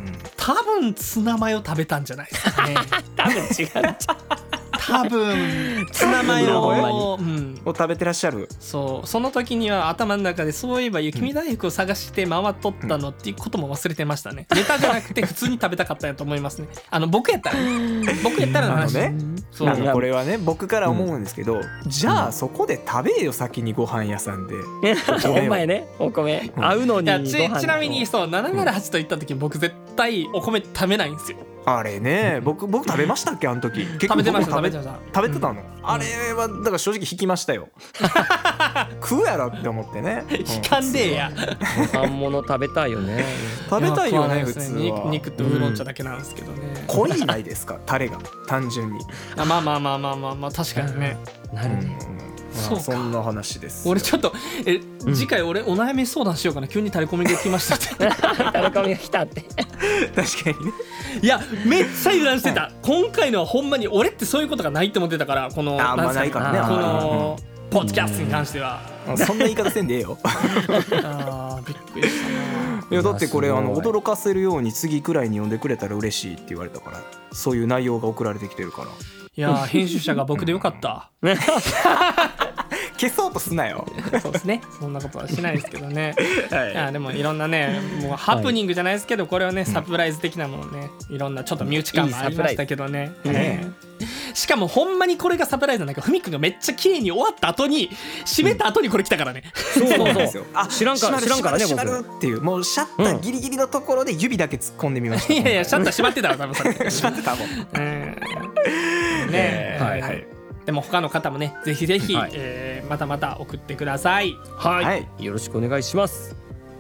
多分ツナマヨ食べたんじゃないですかね多分違うんちゃう多分ツナマヨを、 うん、を食べてらっしゃる。 そうその時には頭の中でそういえば雪見大福を探して回っとったのっていうことも忘れてましたね。ネタじゃなくて普通に食べたかったんやと思いますね。あの僕やったら僕やったらの話ね。そうあのこれはね僕から思うんですけど、うん、じゃあそこで食べよ先にご飯屋さんでお前ねお米、うん、合うのにご飯。 ち, ちなみにそうななまるはちと言った時僕絶対お米食べないんですよ。 あれね、僕僕食べましたっけあの時。結構食べてました食べてた食べてたの、うん、あれはだから正直引きましたよ食うやろって思ってね引かんでえやご飯物食べたいよね食べたいよね普通は。 肉とウーロン茶だけなんですけどね、 うん、濃いないですかタレが単純に。 あまあまあまあまあまあまあ確かにね、 なるね、 うんそうそんな話です。 俺ちょっとえ、うん、次回俺お悩み相談しようかな。急にタレコミが来ましたってタレコミが来たって確かにね。 いやめっちゃ油断してた、はい、今回のはほんまに俺ってそういうことがないって思ってたから、このあ、まあ、ないからね、 このポッドキャストに関しては、 うん、そんな言い方せんでええよあびっくりしたな。 いやだってこれあの驚かせるように次くらいに読んでくれたら嬉しいって言われたから、そういう内容が送られてきてるから。 いや編集者が僕でよかった消そうとすなよそうですね、そんなことはしないですけどね、はい、いやでもいろんなねもうハプニングじゃないですけど、これはねサプライズ的なものね、いろんなちょっと身内感もありましたけどね、いいえー、しかもほんまにこれがサプライズなんだけど、ふみくんがめっちゃ綺麗に終わった後に締めた後にこれ来たからね、 うん、そうそうそうあ知らんから知らんからね僕っていうもうシャッターギリギリのところで指だけ突っ込んでみました、 うん、いやいやシャッター閉まってたわ多分それ閉まってたもん、 えー、ねえ、はいはい、でも他の方もねぜひぜひ、はい、えー、またまた送ってください。 はい、はい、よろしくお願いします。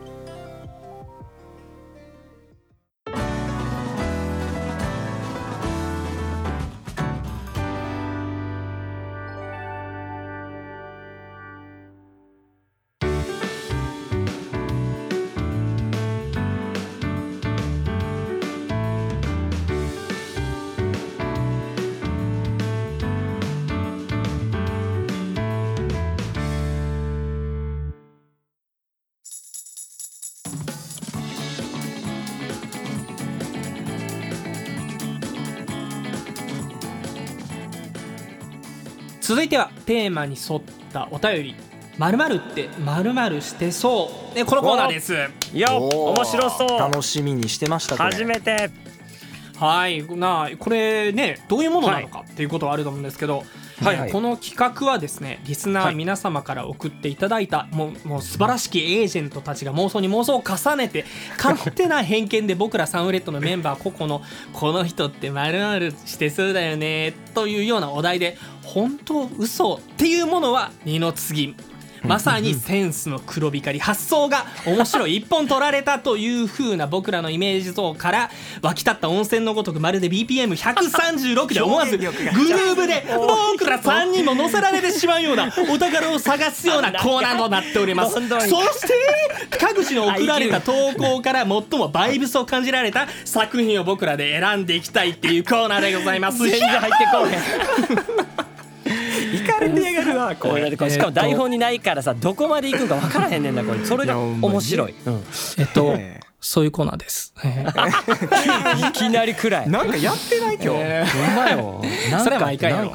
続いてはテーマに沿ったお便り〇〇って〇〇してそう、ね、このコーナーです。 いや面白そう、 楽しみにしてました。 初めてはいなこれねどういうものなのかっていうことはあると思うんですけど、はいはい、この企画はですねリスナー皆様から送っていただいた、はい、もう、もう素晴らしきエージェントたちが妄想に妄想を重ねて勝手な偏見で僕らサンフレットのメンバー個々のこの人って〇〇してそうだよねというようなお題で本当嘘っていうものは二の次、まさにセンスの黒光り、発想が面白い一本取られたという風な僕らのイメージ像から湧き立った温泉のごとく、まるで ビーピーエムひゃくさんじゅうろく で思わずグルーブで僕らさんにんも乗せられてしまうようなお宝を探すようなコーナーとなっております。そして各自の送られた投稿から最もバイブスを感じられた作品を僕らで選んでいきたいっていうコーナーでございます。 全然入ってこうへんいかれてやがるなこれ。 しかも台本にないからさ、どこまで行くんか分からへんねんなこれ。それが面白い。うん、 えっとそういうコーナーです。 いきなり暗い。 なんかやってない今日。 えー、ほんまよ。 それは毎回やろ。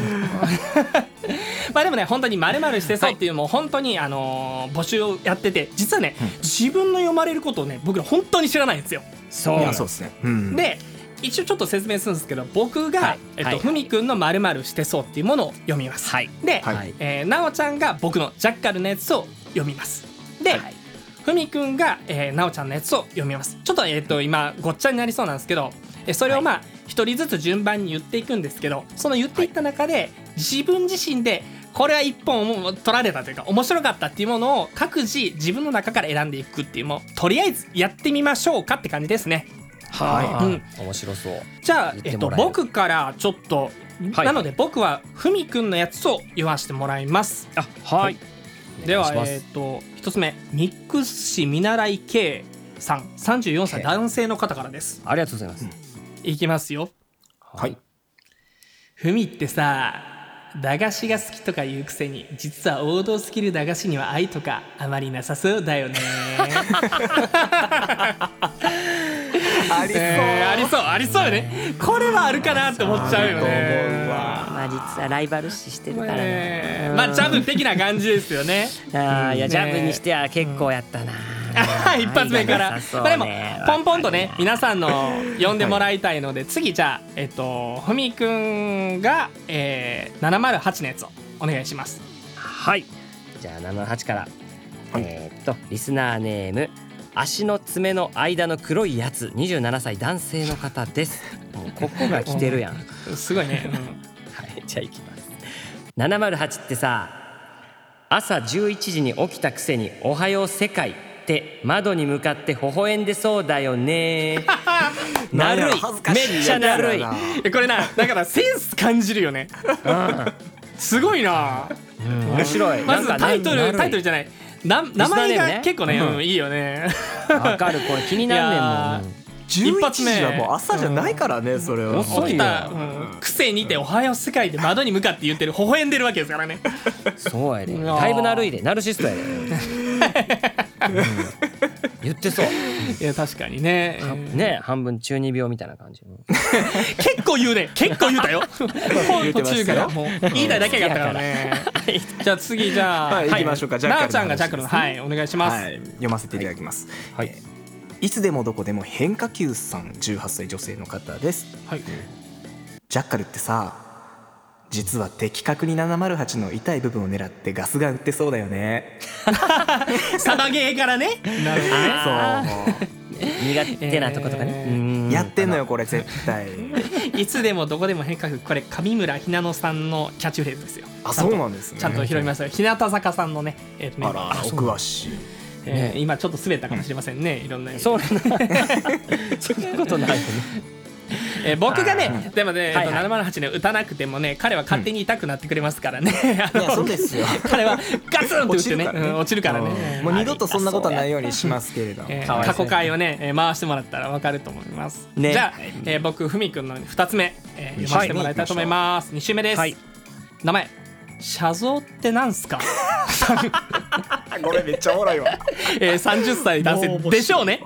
まあでもね、本当に〇〇してそうっていうのも本当にあの募集をやってて、実はね、自分の読まれることをね僕ら本当に知らないんですよ。 そうそうですね。 で一応ちょっと説明するんですけど、僕が、はいえっとはい、ふみくんの〇〇してそうっていうものを読みます、はい、で、はいえー、なおちゃんが僕のジャッカルのやつを読みます。で、はい、ふみくんが、えー、なおちゃんのやつを読みます。ちょっと,、えー、と今ごっちゃになりそうなんですけど、えそれをまあ一人ずつ順番に言っていくんですけど、その言っていった中で自分自身でこれは一本取られたというか面白かったっていうものを各自自分の中から選んでいくっていう、もとりあえずやってみましょうかって感じですね。 はい、うん、面白そう。 じゃあ、えっと、僕からちょっと、はい、なので僕はふみくんのやつを言わせてもらいます。 あ、はい、 ではえっと一つ目、ミックス市見習い K さん、さんじゅうよんさい男性の方からです。 ありがとうございます、うん、 いきますよ。 はい。 ふみってさ、駄菓子が好きとか言うくせに、実は王道すぎる駄菓子には愛とかあまりなさそうだよね。 ありそう、 えー、ありそうありそうよね。これはあるかなって思っちゃうよね。 まあ実はライバル視してるからね、 えー、まあジャブ的な感じですよね。 あ、いやジャブにしては結構やったな、 一発目から。ね、まあでもポンポンとね皆さんの呼んでもらいたいので、次じゃあえっとふみくんが、えー、ななまるはちのやつをお願いします。 はい、じゃあななまるはちから、はい、えー、っとリスナーネーム足の爪の間の黒いやつ、にじゅうななさい男性の方です。もうここが来てるやん。 すごいね、うん、 はい、じゃあいきます。ななまるはちってさ、朝じゅういちじに起きたくせにおはよう世界って窓に向かって微笑んでそうだよね。なるい、めっちゃなるい。 これな、だからセンス感じるよね。うん、すごいな、 うん、面白い。 まずタイトルタイトルじゃない、な名前が結構ね、うん、いいよね。 わかる、これ気になんねんもん。 じゅういちじはもう朝じゃないからね、うん、それは遅いよ。くせにておはよう世界で窓に向かって言ってる、微笑んでるわけですからね。 そうやで、だいぶなるいで、ナルシストやで。うん、言ってそう。 いや確かにね、 ね、半分中二病みたいな感じ。 結構言うね、結構言うたよ。途中からもう言いたいだけがあったからね。じゃあ次、じゃあ、 はい、行きましょうか。 ななちゃんがジャックルの、はい、お願いします。 はい、読ませていただきます。はい、いつでもどこでも変化球さん、じゅうはっさい女性の方です。はい、ジャッカルってさ、実は的確にななまるはちの痛い部分を狙ってガスが打ってそうだよね。 サバゲーからね。なるほどね。 そう苦手なとことかね、えー、やってんのよこれ絶対。 いつでもどこでも変化球、これ上村ひなのさんのキャッチフレーズですよ。 あ、そうなんですね。 ちゃんと拾いましたよ。日向坂さんのね、えーとね、 あら、お詳しい。 えー、今ちょっと滑ったかもしれませんね、いろんな。 そうなんだ。そんなことないよね。 えー、僕がね、でもね、はいはい、ななまるはちね打たなくてもね、彼は勝手に痛くなってくれますからね。 うん、いやそうですよ。 彼はガツンと打ってね、落ちるからね、うん、 もう二度とそんなことはないようにしますけれども、 えー、過去回をね回してもらったら分かると思います、ね、じゃあ、えー、僕ふみくんのふたつめ、えー、読ませてもらいたいと思います、はい、に週目です、はい、名前写像ってなんすか。 ごめん、めっちゃおもろいわ。 えー、さんじゅっさい男性でしょうね。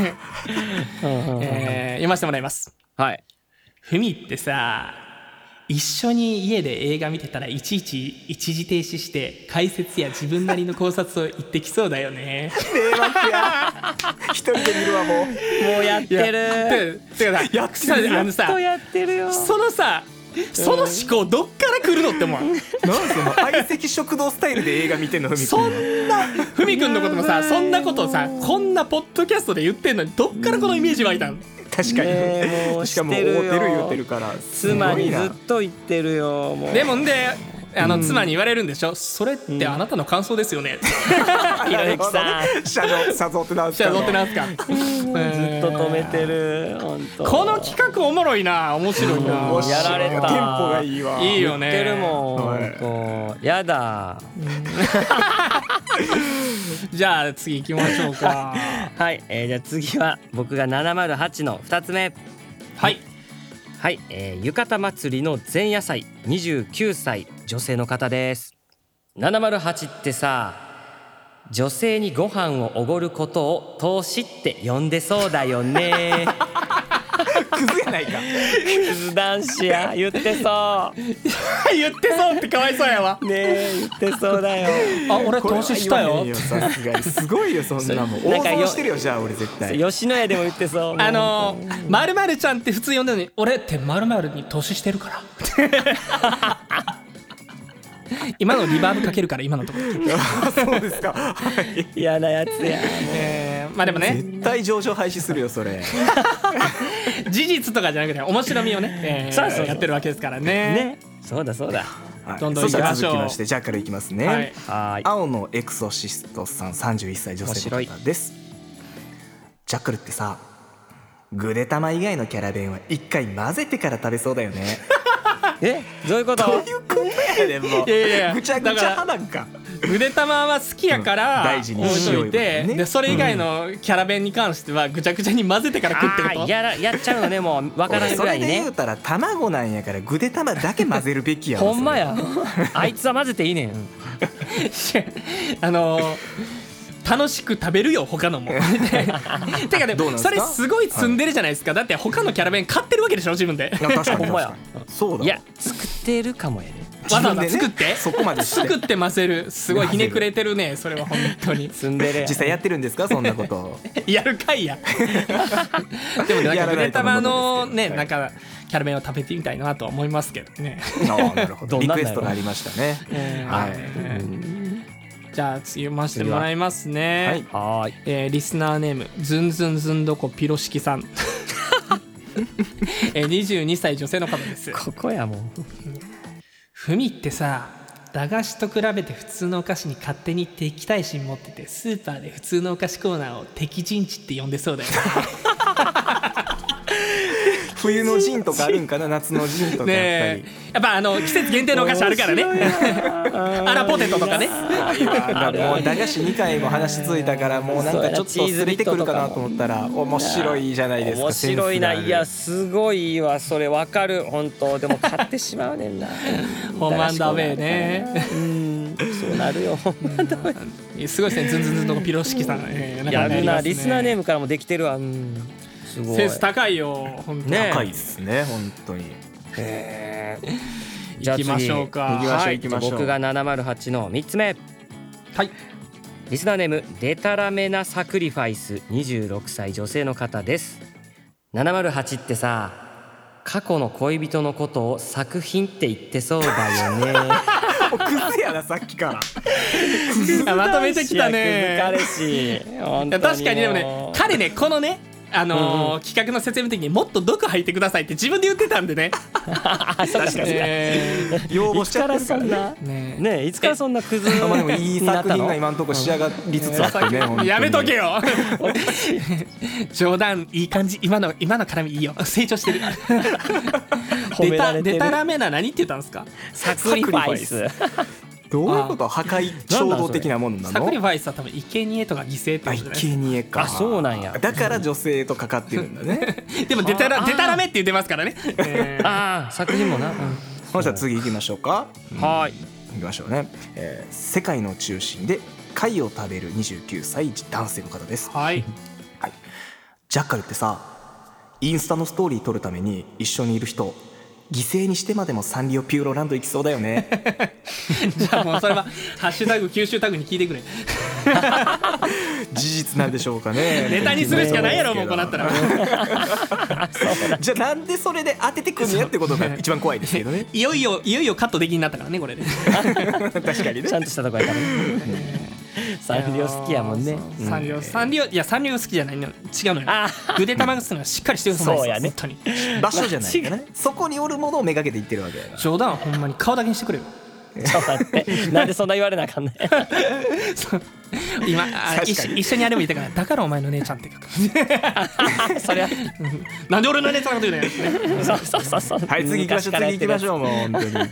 えー、読ませてもらいます。 はい。 ふみってさ、一緒に家で映画見てたらいちいち一時停止して解説や自分なりの考察を言ってきそうだよね。 迷惑や。一人で見るわもう。 もうやってる。 てかさ、やってる。あのさ、 やってるよ。 そのさ。その思考どっから来るのって思う。なんその相席食堂スタイルで映画見てんのふみくん。 そんなふみくんのこともさ、そんなことをさ、こんなポッドキャストで言ってんのにどっからこのイメージ湧いたん。 確かに、 ねもうしかもしてるよ会うてる言うてるから妻にずっと言ってるよもうでもんであの妻に言われるんでしょ、それってあなたの感想ですよね、 ひろゆきさん社長社長ってなんですか、 じゃあ乗ってなんすかずっと止めてる本当この企画おもろいな、面白いな、 うんやられたテンポがいいわ。 いいよね。 言ってるもん、 はい本当やだじゃあ次行きましょうかはい、えー、じゃあ次は僕がななまるはちのふたつめはいはい、えー、浴衣祭りの前夜祭にじゅうきゅうさい女性の方です。ななまるはちってさ、女性にご飯をおごることを投資って呼んでそうだよねクズやないか。 クズ男子や言ってそう言ってそうってかわいそうやわねえ言ってそうだよあ俺投資したよさすがにすごいよそんなもん。 なんかよ応募してるよじゃあ俺絶対。 吉野家でも言ってそうあのー、まるまるちゃんって普通呼んでるのに俺ってまるまるに投資してるから今のリバーブかけるから今のところそうですか。はい嫌なやつやえーまあでもね絶対上場廃止するよそれ。 事実とかじゃなくて面白みをね、えーそうそうそうやってるわけですからねねそうだそうだはいどんどんそしたら行きましょう続きましてジャッカルいきますね。 はいはーい青のエクソシストさんさんじゅういっさい女性の方です。ジャッカルってさ、ぐでたま以外のキャラ弁は一回混ぜてから食べそうだよね。 えどういうことどういうことやねんもう。 いやいやいやぐちゃぐちゃ派なんか。 ぐでたまは好きやから、 うん大事に置いしようよといて、 ねでそれ以外のキャラ弁に関してはぐちゃぐちゃに混ぜてから食ってこあーとやらやっちゃうのねもうわからんぐらいにねそれで言うたら卵なんやからぐでたまだけ混ぜるべきやわ。 ほんまやあいつは混ぜていいねんあのー楽しく食べるよ他のもてかねどうなんすかそれすごい積んでるじゃないですか、だって他のキャラ弁買ってるわけでしょ自分でそれ。いや確かにほんまや確かにそうだ。 いや作ってるかもやねわざわざ自分でね作ってそこまでして作って混ぜるすごいひねくれてるねそれは本当に積んでるやん実際やってるんですかそんなこと。 やるかいやでもなんかぐでたまのねなんかキャラ弁を食べてみたいなとは思いますけどねああなるほど。リどんなんだよクエストがありましたね。 えーはいえーじゃあ次読ませてもらいますね、 はいはーいえーリスナーネームズンズンズンどこピロシキさんえーにじゅうにさい女性の方です。 ここやもうふみってさ駄菓子と比べて普通のお菓子に勝手に敵対心持っててスーパーで普通のお菓子コーナーを敵陣地って呼んでそうだよね冬のジンとかあるんかな夏のジンとかやっぱり。 ねえやっぱあの季節限定のお菓子あるからねあらポテトとかねあもう駄菓子にかいも話ついたからもうなんかちょっとずれてくるかなと思ったら面白いじゃないですか。 面白いな。 センスがあるいやすごいわそれわかる本当でも買ってしまうねんなホームアンダーウェイねうんそうなるよホームアンダーウェすごいですねズンズンズンとこピロシキさん、えー、 イやるなりリスナーネームからもできてるわうんすごいセンス高いよ本当ね高いですね本当に。 へーじゃあ行きましょうか次行きましょうはい行きましょう僕がななまるはちのみっつめはいリスナーネームデタラメなサクリファイスにじゅうろくさい女性の方です。ななまるはちってさ過去の恋人のことを作品って言ってそうだよねもうクズやなさっきから。 あまとめてきたね彼氏本いや当確かにでもね彼ねこのねあのー企画の説明的にもっと毒吐いてくださいって自分で言ってたんでねあそうかそうかえ要望いつからしちゃってるからね。 そんなーねねえいつからそんなクズまあでもいい作品が今今のところ仕上がりつつあってね本当にやめとけよ冗談いい感じ今の今の絡みいいよ成長してる褒められてるデタデタラメな何って言ったんですかサクリファイスどういうこと破壊衝動的なものなの。 サクリファイスは多分生贄とか犠牲ってこあとじゃないです生贄か。 あそうなんやだから女性とかかってるんだね。 かでもデタラデタラメって言ってますからね、えーああ作品もな、うんそしたら次行きましょうか。 はーい行きましょうね、えー世界の中心で貝を食べるにじゅうきゅうさい男性の方です。 はいはい、ジャッカルってさインスタのストーリー撮るために一緒にいる人犠牲にしてまでもサンリオピューロランド行きそうだよね。 じゃあもうそれはハッシュタグ九州タグに聞いてくれ事実なんでしょうかね。 ネタにするしかないやろもうこうなったらじゃあなんでそれで当ててくんのやってことが一番怖いですけどね。 いよいよいよいよカットできになったからねこれで確かにねちゃんとしたとこやからねサンリオ好きやもんね。 そうサンリオサンリオいやサンリオ好きじゃないの、違うのよ。ぐでたまがすのはしっかりしてるそうやね本当に場所じゃないかね。そこにおるものをめがけて言ってるわけやから。 冗談はほんまに顔だけにしてくれよ。 ちょっと待って、なんでそんな言われなあかんねん。 今あ一緒一緒にやればいいからだからお前の姉ちゃんって書く。 そりゃなんで俺の姉ちゃんのこと言うのよ。 そうそうそうそう。 はい、次行きましょう次行きましょうもう本当に。はい。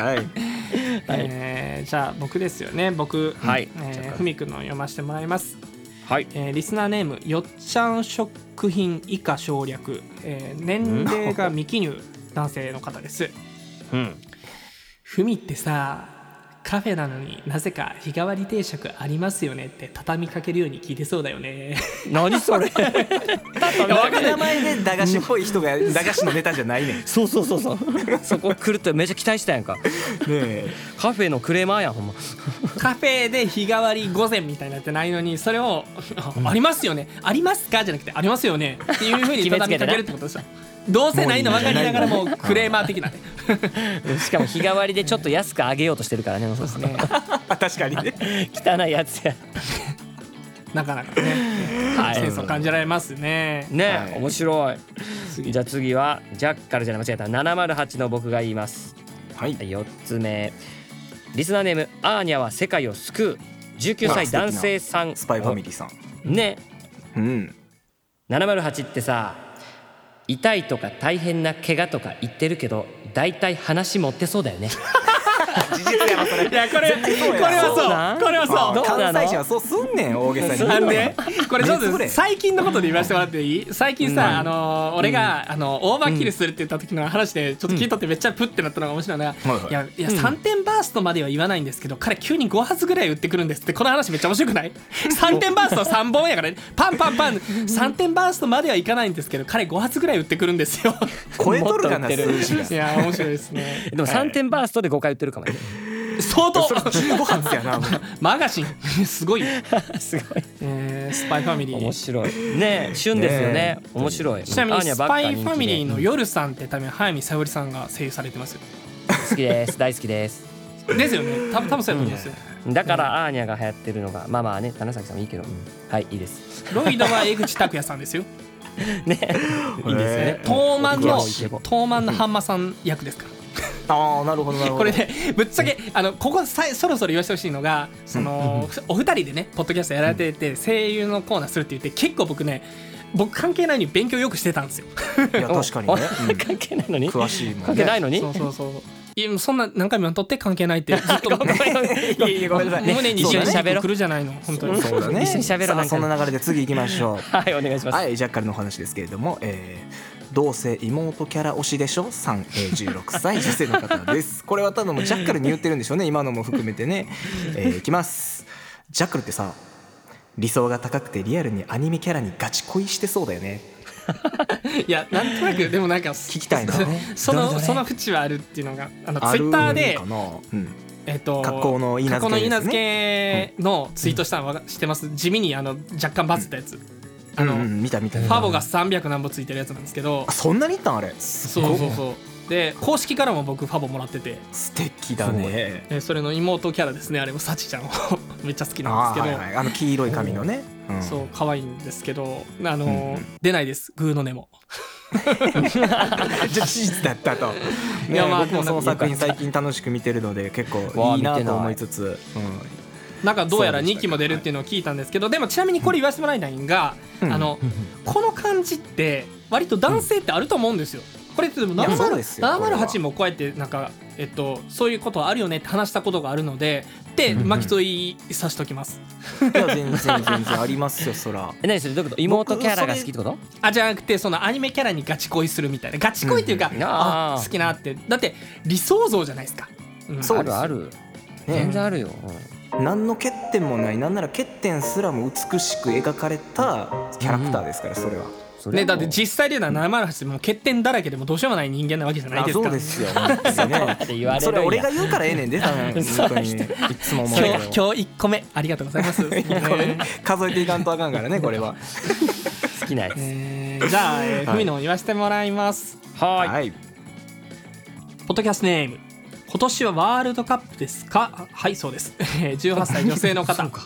えーじゃあ僕ですよね。僕、 はいえーふみくんの読ませてもらいます。 はい。 えーリスナーネームよっちゃん食品以下省略、えー年齢が未記入男性の方です。 うん。 ふみってさ、カフェなのになぜか日替わり定食ありますよねって畳みかけるように聞いてそうだよね。 何それ。 名前で駄菓子っぽい人が駄菓子のネタじゃないねん。ねそうそうそうそう。そこ来るってめっちゃ期待したやんか。 え。 カフェのクレーマーやんほんま。 カフェで日替わり午前みたいになってないのに、それをありますよね、ありますかじゃなくてありますよねっていう風に畳みかけるってことでしょ。どうせないの分かりながらもクレーマー的なね。 しかも日替わりでちょっと安く上げようとしてるからね。そうですね。 確かにね。 汚いやつや。 なかなかね、 はいセンスを感じられますね。 ね、 はい面白い。じゃあ次はジャッカルじゃない間違えたななまるはちの僕が言います。 はい。 よっつめ、リスナーネームアーニャは世界を救うじゅうきゅうさい男性さん。 スパイファミリーさん。 ね。 うん。 ななまるはちってさ、痛いとか大変な怪我とか言ってるけど大体話持ってそうだよね。 事実やろそれ。 いやこれこれはそうこれはそうどうなの関西人はそうすんねん大げさに。 あのね、これちょっとねそれ最近のことで言わせてもらっていい？最近さ、あの俺があのオーバーキルするって言った時の話でちょっと聞いとってめっちゃプッてなったのが面白いのが、いやいやさんてんバーストまでは言わないんですけど彼急にご発ぐらい打ってくるんですって。この話めっちゃ面白くない？さんてんバーストさんぼんやからね、パンパンパンさんてんバーストまではいかないんですけど彼ご発ぐらい打ってくるんですよ。 超えとるかなもっと打ってる数字が。 いや面白いですね。 でもさんてんバーストでごかい打ってるかもね。 相当それじゅうご発やな。もうマガジンすごいよ、 すごいえースパイファミリー。 面白いね。旬ですよねね。 面白い。 ちなみにアーニャばっかスパイファミリー人気の夜さんって多分早見沙織さんが声優されてますよ。 で好きです大好きです。 ですよね。多分多分そうやと思うんですよ。 だからアーニャが流行ってるのがまあまあね、棚崎さんもいいけど、うんはいいいです。 ロイドは江口拓也さんですよ。 ねいいですよね。 トーマンのうんトーマンのハンマさん役ですから。 ああなるほどなるほど。 これねぶっちゃけあのここさそろそろ言わせてほしいのが、そのお二人でねポッドキャストやられてて声優のコーナーするって言って結構僕ね僕関係ないのに勉強よくしてたんですよ。 いや確かにね。うん関係ないのに詳しいもんね。 関係ないのにそうそうそう。いやそんな何回もとって関係ないってずっといやいやごめんなさい。 胸に一緒に喋ろう来るじゃないの本当に。 そうだね。 一緒に喋ろうなんかさあそんな流れで次行きましょう。 はいお願いします。 はいジャッカルのお話ですけれども、えーどうせ妹キャラ推しでしょさん、えー、じゅうろくさい女性の方です。これは多分もうジャッカルに言ってるんでしょうね、今のも含めてね。えー、いきます。ジャッカルってさ理想が高くてリアルにアニメキャラにガチ恋してそうだよね。 いやなんとなくでもなんか聞きたいな。 そどれどれのその淵はあるっていうのがあのツイあるッターでかな、うんえっと格好の稲格好の付けですね。 稲付けのツイートしたのは知ってます。地味にあの若干バズったやつ。あのうんうん、見た見た。 ファボがさんびゃく何本ついてるやつなんですけどあ、そんなにいったんあれ。 そうそうそうで公式からも僕ファボもらってて、 素敵だね。 えそれの妹キャラですね。あれもサチちゃんをめっちゃ好きなんあー、 ですけど、 はいはい、あの黄色い髪のね。うん、 そう可愛いんですけどあの、 うんうん出ないですグーの根も。 じゃあ事実だったと。 いやまあ僕もその作品最近楽しく見てるので結構いいなと思いつつ、 なんかどうやらにきも出るっていうのを聞いたんですけど、でもちなみにこれ言わせてもらいたいんが、 うんあのこの感じって割と男性ってあると思うんですよ。これってでもいやそうですよななまるはちもこうやってなんか、えっと、そういうことあるよねって話したことがあるのでで巻き添いさしときます。 いや全然全然ありますよそら。 え何それどういうこと？妹キャラが好きってこと？ あじゃなくてそのアニメキャラにガチ恋するみたいなガチ恋っていうか、 うんあーあ好きなってだって理想像じゃないですか。うんそうですよあるある全然あるよ。 何の欠点もない、なんなら欠点すらも美しく描かれたキャラクターですから、それは。 それはね、だって実際で言うのはななまるはちでもう欠点だらけでもどうしようもない人間なわけじゃないあですか。 そうですよ本当にねって言われるんやそれ俺が言うからええねんで多分本当にいつも思うけど今日今日いっこめありがとうございます。 これ数えていかんとあかんからねこれは。 好きなやつ。 えーじゃあ、えー、 はいふみの言わせてもらいます。 はーい。 はいポッドキャストネーム今年はワールドカップですか？はいそうです。じゅうはっさい女性の方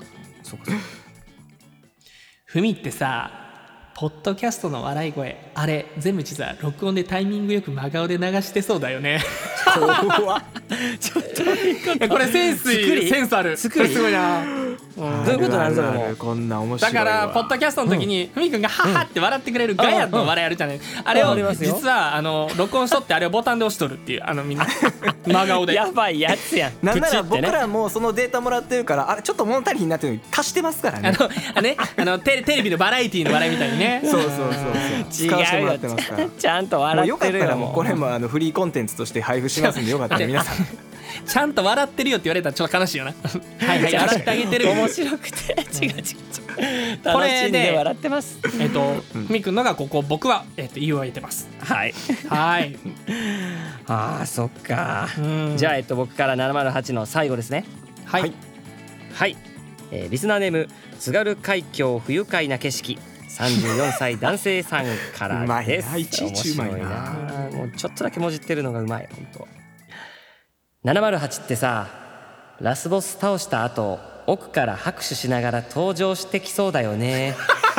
そうかそうか。 ふみってさ、ポッドキャストの笑い声あれ全部実は録音でタイミングよく真顔で流してそうだよね。 怖っちょっといいこいやこれセンスいい、センスある。 作りこれすごいな。 どういうことなんそれもあるあるこんな面白いだわ。 からポッドキャストの時にふみくんがハッハって笑ってくれるガヤの笑いあるじゃない。あれあをありますよ実はあの録音しとってあれをボタンで押しとるっていう、あのみんな真顔で。 やばいやつやん。 なんならプチってね僕らもそのデータもらってるから、あれちょっと物足りひんなっていうのに貸してますからね。 あのあねあのテレテレビのバラエティーの笑いみたいにね。 そうそうそうそう違使わせてうよもらってますから。 ちゃんともう笑よかったらってるよ。もうもうこれもあのフリーコンテンツとして配布しますんで、よかったら皆さんちゃんと笑ってるよって言われたらちょっと悲しいよな。はいはい笑ってあげてる。 面白くて違う違う違う。 これ楽しんでで笑ってます。 えっとふみくんのがここ、僕はえっと言い終えてます。 はい。 はい。 ああそっか。 うんじゃあえっと僕からななまるはちの最後ですね。 はい、 はいはい、えーリスナーネーム津軽海峡不愉快な景色さんじゅうよんさい男性さんからうまいです。 ないちいちうまいな面白いな。もうちょっとだけもじってるのがうまい本当。ななまるはちってさ、ラスボス倒した後奥から拍手しながら登場してきそうだよね。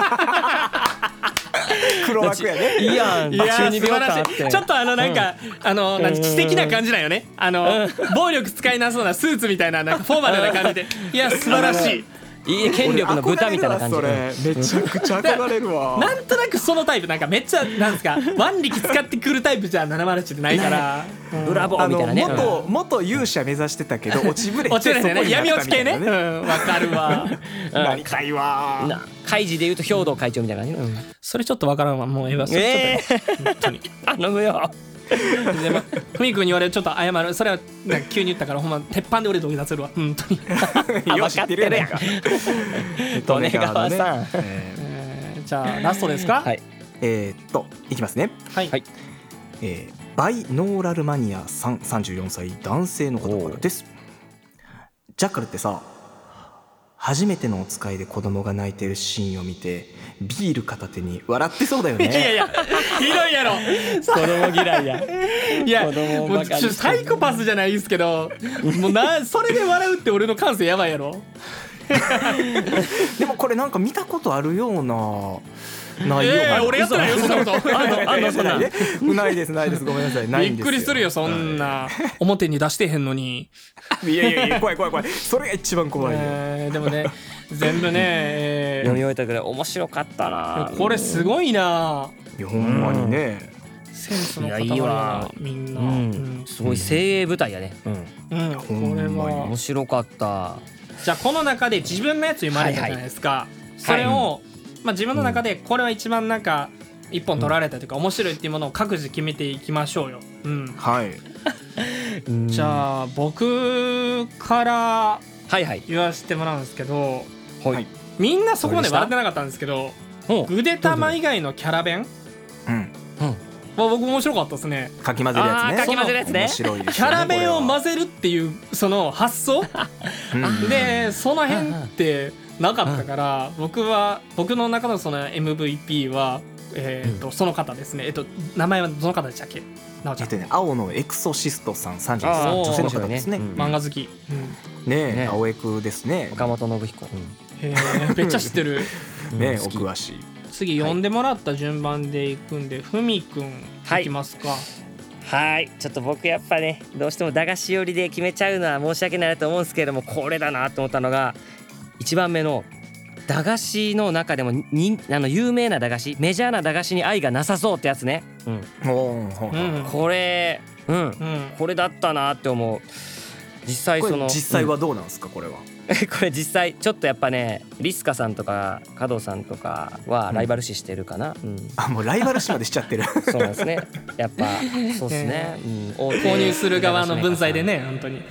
黒枠やね。 いいやん。 いや中二ー素晴病感あってらしい。ちょっとあのなんか、あのなんか知的な感じなんよね。あの暴力使いなそうなスーツみたいな、なんかフォーマルな感じで、いや素晴らしい。 いい権力の豚みたいな感じ。 憧れるわそれめちゃくちゃ憧れるわ。 なんとなくそのタイプ、なんかめっちゃなんですか、腕力使ってくるタイプじゃななまるはちってないから。 ブラボーあのみたいなね。 元元勇者目指してたけど落ちぶれて落ちるんだよね、闇落ち系ね。 そこになったみたいなうん、わかるわ。 なりたいわ。 な開示で言うと兵道会長みたいな感じ、うん、 それちょっとわからんわ、もうええわ。それちょっとええ本当に。 頼むよ。 でもふみくんに言われる、ちょっと謝る。それはなんか急に言ったから、ほんま鉄板で俺土下座するわ本当に。 よう知ってるやんか。 利根川さん。 えーえーじゃあラストですか。 はい。 えーっといきますね。 はい、 はいえーバイノーラルマニアさん、さんじゅうよんさい男性の方からです。ジャッカルってさ、初めてのお使いで子供が泣いてるシーンを見てビール片手に笑ってそうだよね。 いやいやひどいやろ。 子供嫌いや。 いや子供もうちょばかりしてサイコパスじゃないですけど、もうなそれで笑うって俺の感性やばいやろ。 でもこれなんか見たことあるような内容えが、 ー、俺やってないよそんなこと。 あのあのそんなねないですないですごめんなさいないんですよ。 びっくりするよそんな。表に出してへんのに。 いやいやいや怖い怖い怖い、それが一番怖いよ。 えーでもね全部ね、え読み終えたくらい面白かったな。 ーこれすごいな。 いやほんまにね、 センスの塊いやいいわなみんな。 ううんん、すごい精鋭部隊やね。うん、 うんこれほんまには面白かった。 じゃあこの中で自分のやつ読まれたじゃないですか、それを、まあ、自分の中でこれは一番なんか一本取られたというか面白いっていうものを各自決めていきましょうよ、うん、 はいじゃあ僕からはいはい。 言わせてもらうんですけど、 はい。 みんなそこまで笑ってなかったんですけど、 ほうぐでたま以外のキャラ弁うんうん。 まあ僕面白かったですね。 かき混ぜるやつね。 あーかき混ぜるやつね面白いですキよねャラ弁をこ混ぜるっていうその発想れはうんでその辺ってなかったから僕は僕の中のその エムブイピー はえーとその方ですね。えっと名前はどの方でしたっけ？なおちゃんえっとね青のエクソシストさんさんじゅうあーさん女性の方ですね。 面白いね漫画好き、うんねえね青エクですね。 岡本信彦。 へーめっちゃ知ってる。 ねえ好きお詳しい。 次読んでもらった順番でいくんでふみくんいきますか。 はい、ちょっと僕やっぱねどうしても駄菓子寄りで決めちゃうのは申し訳ないなと思うんですけれども、これだなと思ったのがいちばんめの駄菓子の中でもにあの有名な駄菓子、メジャーな駄菓子に愛がなさそうってやつね、うん、 おーほううんこれ、うん、 うんこれだったなって思う。実際これその実際はどうなんですかこれは。 うんこれ実際ちょっとやっぱねリスカさんとか加藤さんとかはライバル視してるかな、うんあもうライバル視までしちゃってる。 そうなんですねやっぱそうですね、うん、 購入する側の分際でね本当に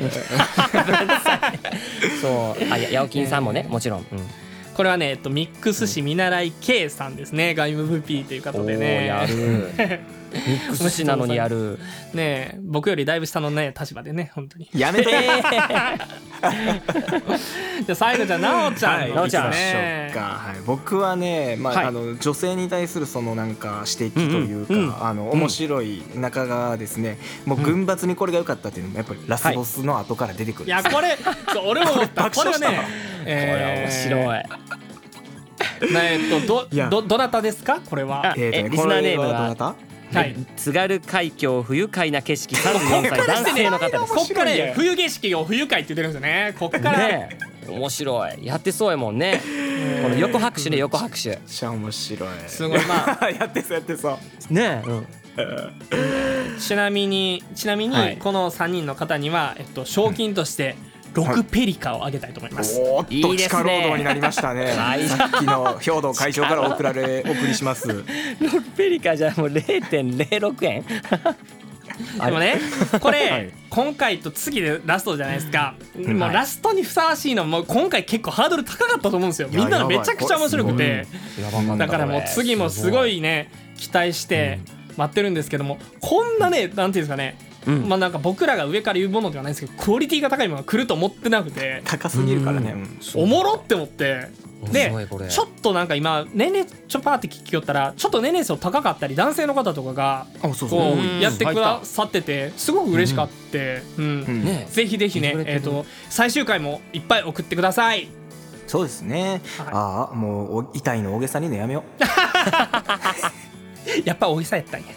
そうあややおきんさんもねもちろん、うん、 これはね、えっと、ミックス師見習い K さんですねが エムブイピー という方でおーねやるミックス氏なのにやるねえ僕よりだいぶ下のね立場でね本当にやめてじゃあ最後じゃあなおちゃんのなおちゃん行きましょうか、はい、僕はね、まあはいあの女性に対するそのなんか指摘というか、 うんうんうんあの面白い中がですね、もう群抜にこれが良かったっていうのもやっぱりラスボスの後から出てくるんいです、 やこれそう俺も思ったこれはねこれ面白いえーっといやどどどなたですかこれはあえーとねえリスナーネームはこれどなたはい津軽海峡不愉快な景色さんじゅうよんさい男性の方ですこっからね冬景色を不愉快って言ってるんですよねこっから、 ねえ面白いやってそうやもんねこの横拍手ね横拍手めっちゃ面白いすごいまあやってそうやってそうねえ、うんちなみにちなみに、 はいこのさんにんの方には、えっと、賞金としてろくペリカをあげたいと思います、 おーっといいですね地下労働になりましたねはいさっきの兵道会長から送られお送りしますロッペリカじゃもう れいてんれいろくえんでもねこれ、 はい今回と次でラストじゃないですか、 んもうラストにふさわしいのもう今回結構ハードル高かったと思うんですよ。 いやみんなのめちゃくちゃ面白くて、 やばかっただからもう次もすごいね期待して待ってるんですけども、こんなねなんていうんですかね、 うんまあなんか僕らが上から言うものではないんですけどクオリティが高いものが来ると思ってなくて高すぎるからね、うんおもろって思ってで面白いこれちょっとなんか今年齢ちょパーって聞きよったらちょっと年齢層高かったり男性の方とかがあそうそうこうんうやってくださっててすごく嬉しかって、うんうんねぜひぜひね言ってくれてるえーと最終回もいっぱい送ってください。 そうですね、 はいああもうお痛いの大げさにねやめよやっぱ大げさやったんや。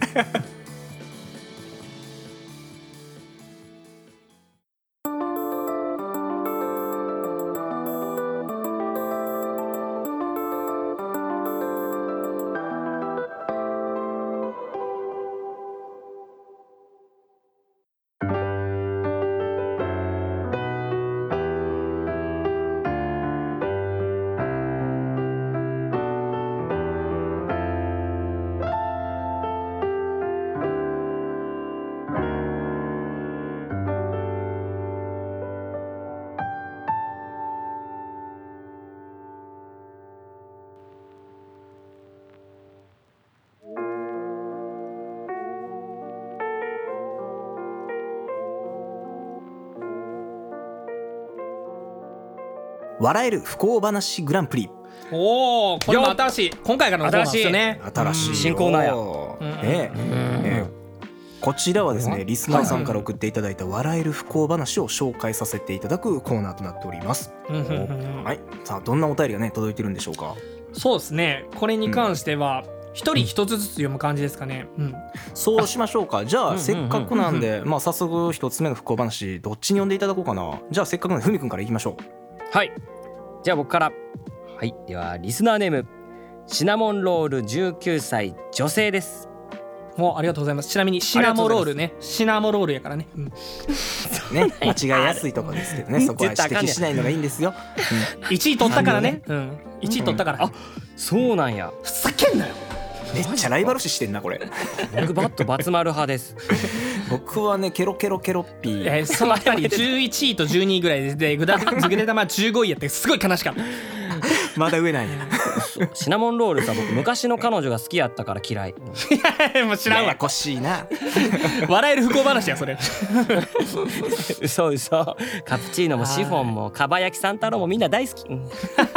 笑える不幸話グランプリおおこれも新しい今回からのコーナーですよね。 新しいよ新コーナーやねええーこちらはですねリスナーさんから送っていただいた笑える不幸話を紹介させていただくコーナーとなっております。 うんうんうんうんはい、さあどんなお便りがね届いてるんでしょうか。 そうですねこれに関しては一人一つずつ読む感じですかね。うんそうしましょうか。じゃうんうんうんあせっかくなんで、まあ早速一つ目の不幸話どっちに読んでいただこうかな。じゃあせっかくなんでふみくんからいきましょはいじゃあ僕からはいではリスナーネームシナモンロールじゅうきゅうさい女性です。 もうありがとうございます。ちなみにシナモロールねシナモロールやからね、うん、 う。ね間違いやすいとこですけどねそこは指摘しないのがいいんですよ。 いちい取ったからね、うん、いちい取ったから、 あそうなんやふざけんなよ。 めっちゃライバル視してんなこれ。 僕バットバツ丸派です僕はねケロケロケロッピー。 えー、そのふたりじゅういちいとじゅうにいぐらいででぐだぐで玉じゅうごいやってすごい悲しかった。 まだ上なんや。 シナモンロールさ僕昔の彼女が好きやったから嫌いもう知らんわややこしいな。 笑える不幸話やそれ。 嘘嘘カプチーノもシフォンもかば焼き三太郎もみんな大好き、うん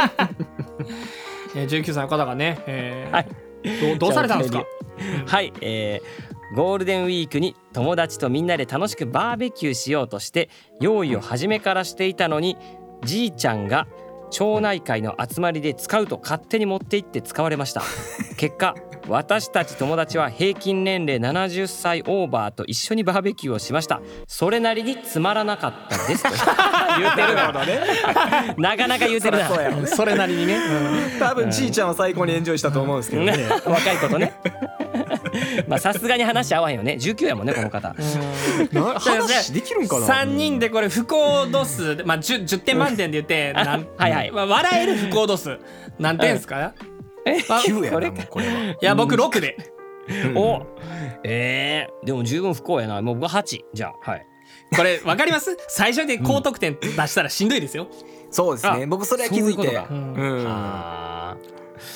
えーじゅうきゅうさいの方がね、えーはいどうどうされたんですか。 はい、えーゴールデンウィークに友達とみんなで楽しくバーベキューしようとして用意を初めからしていたのにじいちゃんが町内会の集まりで使うと勝手に持って行って使われました結果私たち友達は平均年齢ななじゅっさいオーバーと一緒にバーベキューをしました。それなりにつまらなかったですと言うてるななかなか言うてるなそうやろね。 それなりにね、 多分ちいちゃんは最高にエンジョイしたと思うんですけどね。 若い子とねまあさすがに話合わへんよねじゅうきゅうやもんねこの方な話できるんかな。 さんにんでこれ不幸度数で、まあ、10, じゅってん満点で言ってなんはいはいまあ笑える不幸度数何点ですか。あきゅうやこれなもうこれは。 いや僕ろくで、 おえー、でも十分不幸やなもう僕ははちじゃあはいこれ分かります。最初で高得点出したらしんどいですよ。 そうですね。僕それは気づいて。 そういうことかうん。 あー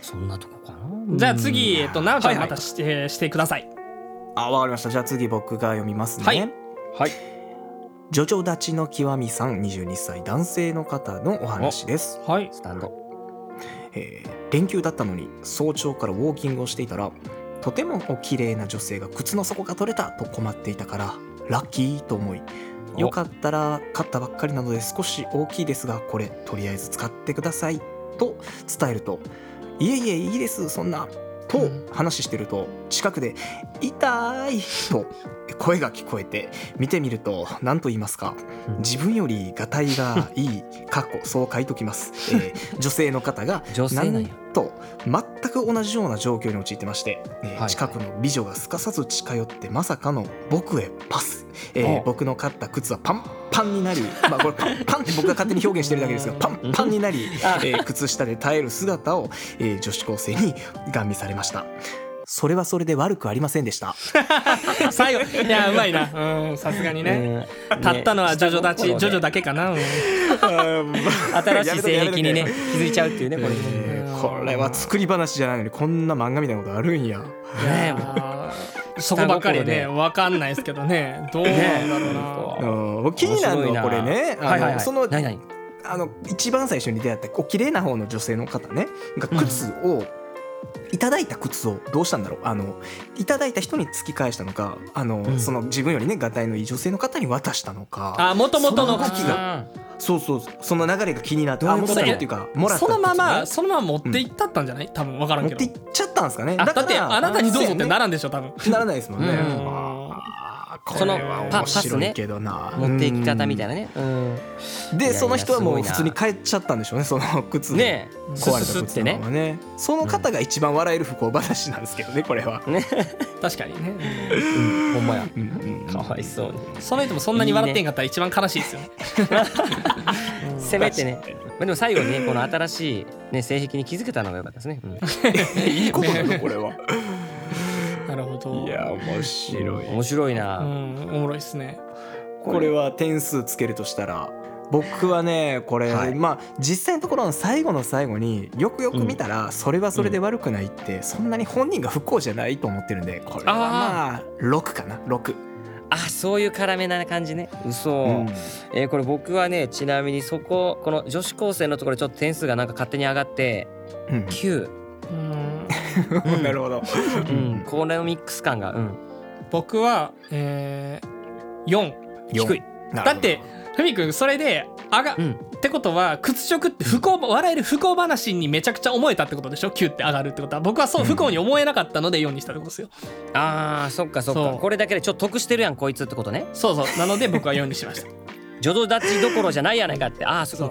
そんなとこかな。 じゃあ次、えっと、なおちゃんまたし、 はいはいえーしてください。 あ、わかりました。じゃあ次僕が読みますね。 はいはい。 ジョジョ立ちの極みさん、にじゅうにさい男性の方のお話です。 はい。 スタンド。 えー連休だったのに早朝からウォーキングをしていたら、とてもお綺麗な女性が靴の底が取れたと困っていたからラッキーと思い、 およかったら買ったばっかりなので少し大きいですがこれとりあえず使ってくださいと伝えると、いえいえいいですそんなと話してると、近くで痛いと声が聞こえて見てみると何と言いますか、自分よりがたいがいいかっこそう書いときます、えー女性の方が女性なんやなんと全く同じような状況に陥ってまして、えーはいはい近くの美女がすかさず近寄ってまさかの僕へパス、えーお僕の買った靴はパンパンになり、まあこれパンパンって僕が勝手に表現してるだけですがパンパンになり、えー靴下で耐える姿を、えー女子高生にガン見されました。それはそれで悪くありませんでした。 最後、いや、うまいな。うん、さすがにね。たったのはジョジョ立ち、ジョジョだけかな。うん。 新しい性癖にね気づいちゃうっていうね、これ。 えーこれは作り話じゃないのにこんな漫画みたいなことあるんや。 ねあーそこばっかりね、わかんないですけどね。どうなんだろうな。 うん僕気になるのはこれね、あはいはいはい。 のその何何。 あの一番最初に出会ったお綺麗な方の女性の方ねが靴を、いただいた靴をどうしたんだろう、あのいただいた人に突き返したのか、あの、 うんその自分よりねがたいのいい女性の方に渡したのか、 あ、もともとのその時がそうそうそうその流れが気になって、 どういうことあ元々っていうかもらったそのまま、 靴ねそのまま持っていったったんじゃない多分わからんけど。 持っていっちゃったんですかね。 あだからだって、あなたにどうぞってなならんでしょ、多分。 ならないですもんね。 うんあーこそのれはパ面白いけどな、 持っていき方みたいなね。うん。いやいやでその人はもうすごいな普通に帰っちゃったんでしょうね、その靴のね壊れたすすっ靴のてねままね。その方が一番笑える不幸話なんですけどねこれは。 ね。 確かにね。 うんほんまや。 うんうんかわいそうに。 その人もそんなに笑ってんかったら一番悲しいですよね。 せめてね。まあでも最後にねこの新しいね性癖に気づけたのが良かったですね。うんいいことなのこれは。 なるほど。 いや面白い。 面白いうな。 ん、おもろいですね。 これは点数つけるとしたら僕はねこれ、 はいまあ実際のところの最後の最後によくよく見たらそれはそれで悪くないってそんなに本人が不幸じゃないと思ってるんで、これはまあろくかなろく。 あ、そういう辛めな感じね。嘘。 うんえーこれ僕はねちなみにそここの女子高生のところでちょっと点数がなんか勝手に上がってうんきゅうん、 うんなるほど。 う。うん。これのミックス感がうん僕は、えー、よん。 よん低い。 なるほどだってふみくんそれであが、 うんってことは屈辱って不幸笑える不幸話にめちゃくちゃ思えたってことでしょ。きゅうって上がるってことは僕はそう不幸に思えなかったのでよんにしたってことですよ。 あーそっかそっそうか。これだけでちょっと得してるやんこいつってことね。 そうそうなので僕はよんにしました。 ジョド立ちどころじゃないやないかって。あーそっか。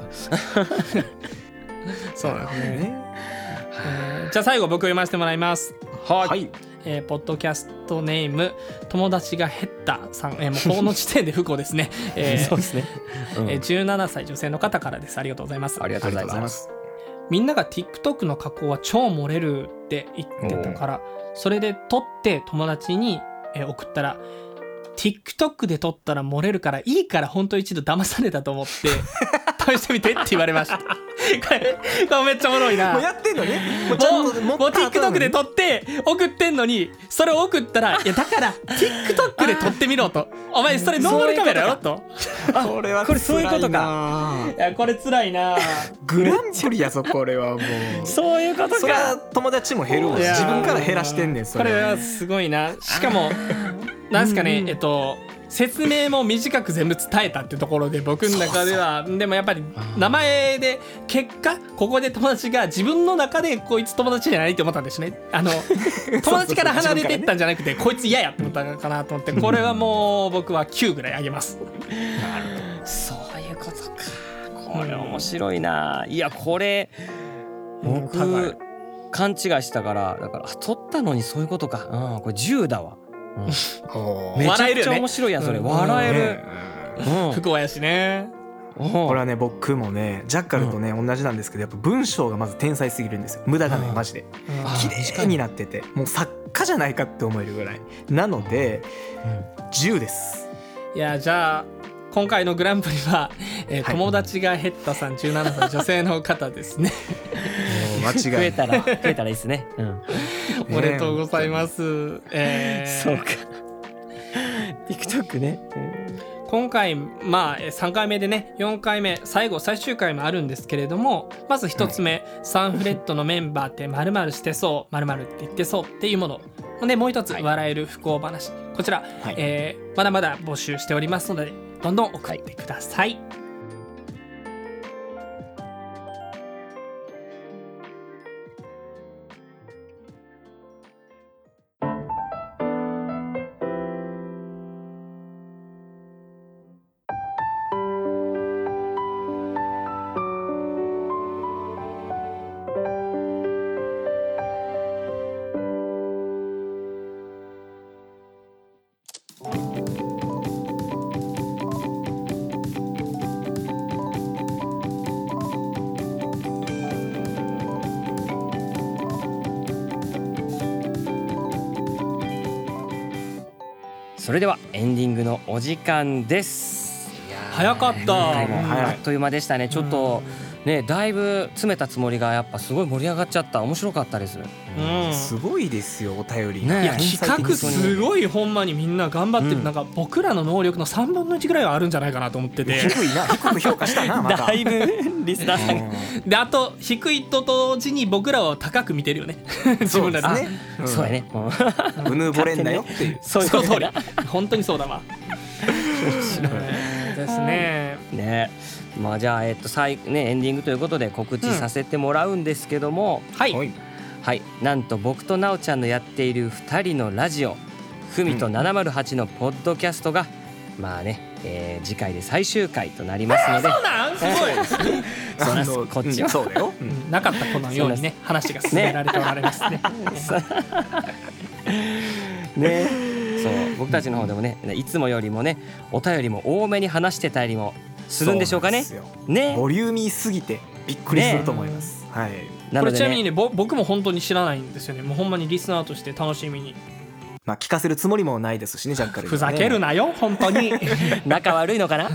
そうなるほどね。 えーじゃあ最後僕読ませてもらいます。 はい。 はい。 えーポッドキャストネーム友達が減ったさん、えーもうこの時点で不幸ですね。えーそうですね。うんえーじゅうななさい女性の方からです。ありがとうございます。 ありがとうございま。 ありがとうございますす。 みんなが TikTok の加工は超漏れるって言ってたから、それで撮って友達にえー送ったら TikTok で撮ったら漏れるからいいから本当一度騙されたと思って試してみてって言われました。これこれめっちゃおもろいな。 もうやってんのね。もうちゃもうんと持もうった後なの TikTok にで撮って送ってんのにそれを送ったらいやだから TikTok で撮ってみろとお前それノーマルカメラやろと。 これはこれそういうことかか。 いやこれ辛いな。 グランプリやぞこれはもう。 そういうことそれはか。 友達も減るわ。 いや自分から減らしてんねんそれ。 これはすごいな。しかもなんすかね、えっと説明も短く全部伝えたってところで僕の中ではでもやっぱり名前で結果ここで友達が自分の中でこいつ友達じゃないって思ったんですね。あの友達から離れていったんじゃなくてこいつ嫌やって思ったのかなと思ってこれはもう僕はきゅうぐらいあげます。 そういうことか。これ面白いな。いやこれ僕高い勘違いしたからだからあ取ったのにそういうことか。うんこれじゅうだわ。 おーめちゃ笑えるよねくちゃ面白いやんそれ。 うん笑える。 ねうん不幸やしね。 これはね僕もねジャッカルとね、同じなんですけどやっぱ文章がまず天才すぎるんですよ。無駄がないうんマジでうんあ綺麗になっててもう作家じゃないかって思えるぐらいなのでじゅうです。 いやじゃあ今回のグランプリは、えーはい友達が減ったさんじゅうななさい女性の方ですね。 間違いない。 食えたら食えたらいいですね、うん、 おめでとうございます、えー、 そうかTikTok ね、 今回まあさんかいめでねよんかいめ最後最終回もあるんですけれども、まずひとつめ、はい、サンフレッドのメンバーって〇〇してそう〇〇って言ってそうっていうもので、もう一つ、はい、笑える不幸話、こちら、はい、えー、まだまだ募集しておりますのでどんどん送ってください、はい。 それではエンディングのお時間です。 いや早かった、 あっという間でしたね。ちょっとね、だいぶ詰めたつもりがやっぱすごい盛り上がっちゃった。面白かったです、 うん、すごいですよお便り、 ね、いや企画すごいほんまにみんな頑張ってる、うん、なんか僕らの能力のさんぶんのいちぐらいはあるんじゃないかなと思ってて、 低いな、低く評価したなまただいぶリスナーさんがで、あと低いと同時に僕らは高く見てるよね自分らでね、 うん、そうやね、 うぬぼれんなよっていう、 そういうことだ本当にそうだわですね。 ね、まあじゃあえっと最ねエンディングということで告知させてもらうんですけども、 うん、はいはい、なんと僕となおちゃんのやっているふたりのラジオふみとななまるはちのポッドキャストが、うん、まあね、えー、次回で最終回となりますので、 そうなんすごいですねそうなんすこっちは、 うん、そうだよ、 うん、なかったこのようにね話が進められておられますねね、そう僕たちの方でもねいつもよりもねお便りも多めに話してたりもするんでしょうかね。 ね、ボリューミーすぎてびっくりすると思います、ね、はい。 なのでね、これちなみにね僕も本当に知らないんですよね。もうほんまにリスナーとして楽しみに、 まあ聞かせるつもりもないですしね、ジャッカル、ね、 ふざけるなよ本当に仲悪いのかな